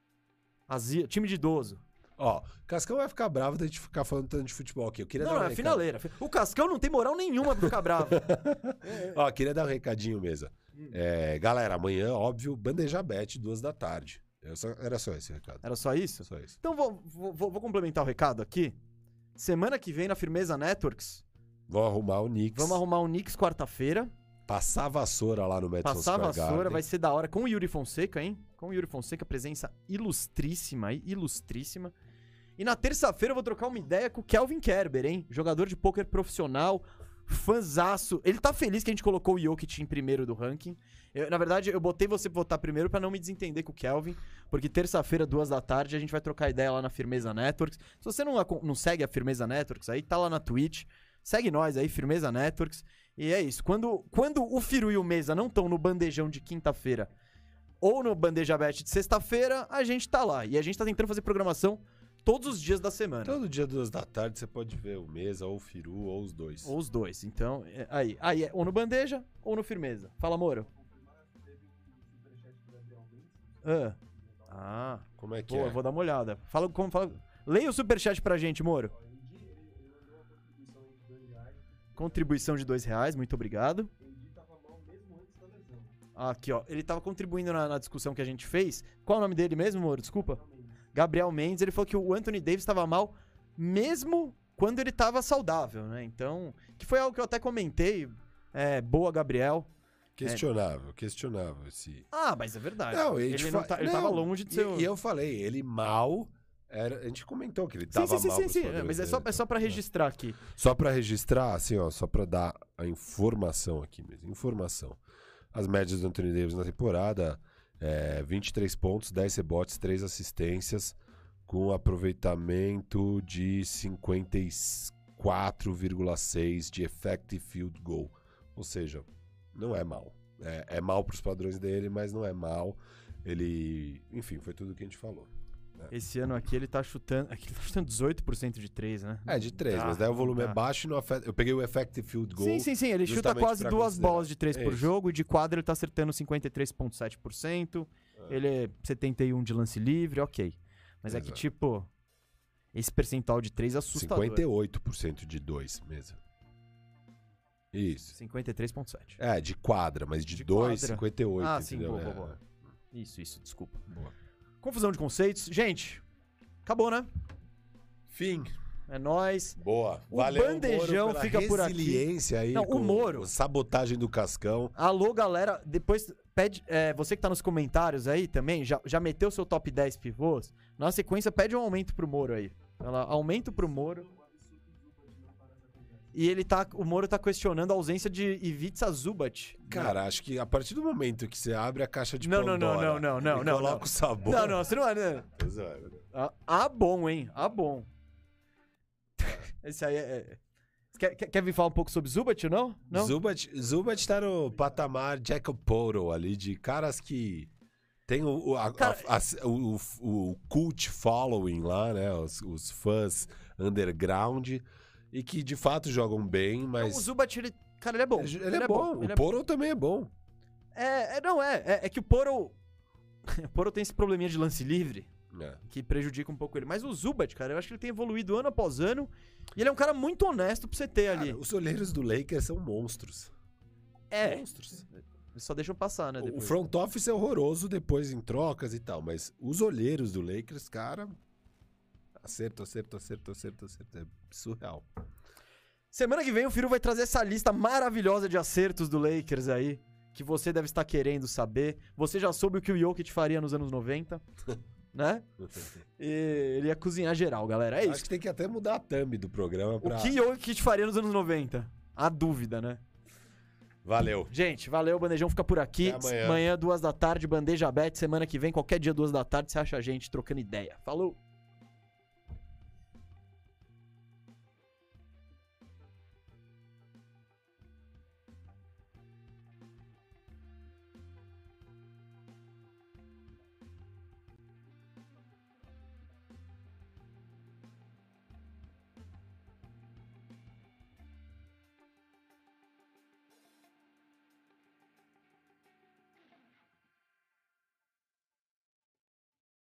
Time de idoso. Ó, Cascão vai ficar bravo da gente ficar falando tanto de futebol aqui. Eu queria dar um é recado. finaleira. O Cascão não tem moral nenhuma pra ficar bravo. Ó, queria dar um recadinho mesmo. Galera, amanhã, óbvio, Bandeja Bet, 14h. Era só esse recado. Era só isso? Só isso. Então vou complementar o recado aqui. Semana que vem na Firmeza Networks. Vamos arrumar o Knicks. Vamos arrumar o Knicks quarta-feira. Passar a vassoura lá no Madison Passar a Square vassoura, Garden. vai ser da hora. Com o Yuri Fonseca, hein? Com o Yuri Fonseca, presença ilustríssima aí, ilustríssima. E na terça-feira eu vou trocar uma ideia com o Kelvin Kerber, hein? Jogador de pôquer profissional, fãzaço. Ele tá feliz que a gente colocou o Jokic em primeiro do ranking. Na verdade, eu botei você pra votar primeiro pra não me desentender com o Kelvin, porque terça-feira, 14h, a gente vai trocar ideia lá na Firmeza Networks. Se você não segue a Firmeza Networks, aí tá lá na Twitch. Segue nós aí, Firmeza Networks. E é isso. Quando o Firu e o Mesa não estão no bandejão de quinta-feira ou no Bandeja Bet de sexta-feira, a gente tá lá. E a gente tá tentando fazer programação todos os dias da semana. Todo dia, 14h, você pode ver o Mesa, ou o Firu, ou os dois. Ou os dois. Então, aí é ou no Bandeja ou no Firmeza. Fala, Moro. Como é que Boa, é? vou dar uma olhada. Fala. Leia o superchat pra gente, Moro. Contribuição de R$2, muito obrigado. Aqui, ó. Ele tava contribuindo na discussão que a gente fez. Qual é o nome dele mesmo, Moro? Desculpa. Gabriel Mendes. Ele falou que o Anthony Davis estava mal mesmo quando ele tava saudável, né? Então, que foi algo que eu até comentei. Boa, Gabriel. Questionável esse... Mas é verdade. Não, ele tava longe de ser... E eu falei, ele mal... a gente comentou que ele tava mal. Sim. Mas é só pra registrar aqui. Só pra registrar, assim, ó, só pra dar a informação aqui mesmo. Informação. As médias do Anthony Davis na temporada, 23 pontos, 10 rebotes, 3 assistências, com aproveitamento de 54,6 de effective field goal. Ou seja, não é mal. É mal pros padrões dele, mas não é mal. Ele... Enfim, foi tudo que a gente falou. Esse ano aqui ele tá chutando... Aqui ele tá chutando 18% de 3, né? De 3, mas daí o volume é baixo e não afeta... Eu peguei o effective field goal. Sim. Ele chuta quase 2 bolas de 3 por jogo. E de quadra ele tá acertando 53,7%. Ele é 71 de lance livre, ok. Mas é que, tipo... Esse percentual de 3 é assustador. 58% de 2 mesmo. Isso. 53,7. De quadra, mas de 2, 58. Ah, sim, boa. Isso, desculpa. Boa. Confusão de conceitos. Gente, acabou, né? Fim. É nóis. Boa. O Bandejão Moro, fica por aqui. Resiliência aí. Não, o Moro. Sabotagem do Cascão. Alô, galera. Depois, pede. Você que tá nos comentários aí também, já meteu seu top 10 pivôs. Na sequência, pede um aumento pro Moro aí. Aumento pro Moro. E o Moro tá questionando a ausência de Ivica Zubac. Cara, acho que a partir do momento que você abre a caixa de Pandora... Não. Coloca o sabor... Não, você não é... Bom, hein? Bom. Esse aí é... Quer vir falar um pouco sobre Zubac, não? Zubac tá no patamar Jacob Poeltl ali, de caras que tem o cult following lá, né? Os fãs underground... E que, de fato, jogam bem, mas... Não, o Zubac, ele é bom. Ele é bom. O Poeltl também é bom. É que o Poeltl... O Poeltl tem esse probleminha de lance livre, que prejudica um pouco ele. Mas o Zubac, cara, eu acho que ele tem evoluído ano após ano. E ele é um cara muito honesto pra você ter ali. Os olheiros do Lakers são monstros. Monstros. Eles só deixam passar, né? Depois. O front office é horroroso depois em trocas e tal, mas os olheiros do Lakers, cara... Acerto. É surreal. Semana que vem o Firu vai trazer essa lista maravilhosa de acertos do Lakers aí, que você deve estar querendo saber. Você já soube o que o Jokic faria nos anos 90, né? E ele ia cozinhar geral, galera. É isso. Acho que tem que até mudar a thumb do programa pra... O que Jokic faria nos anos 90? A dúvida, né? Valeu. Gente, valeu. O Bandejão fica por aqui. Até amanhã. Amanhã, 2 da tarde, Bandeja Bet. Semana que vem, qualquer dia, 2 da tarde, você acha a gente trocando ideia. Falou!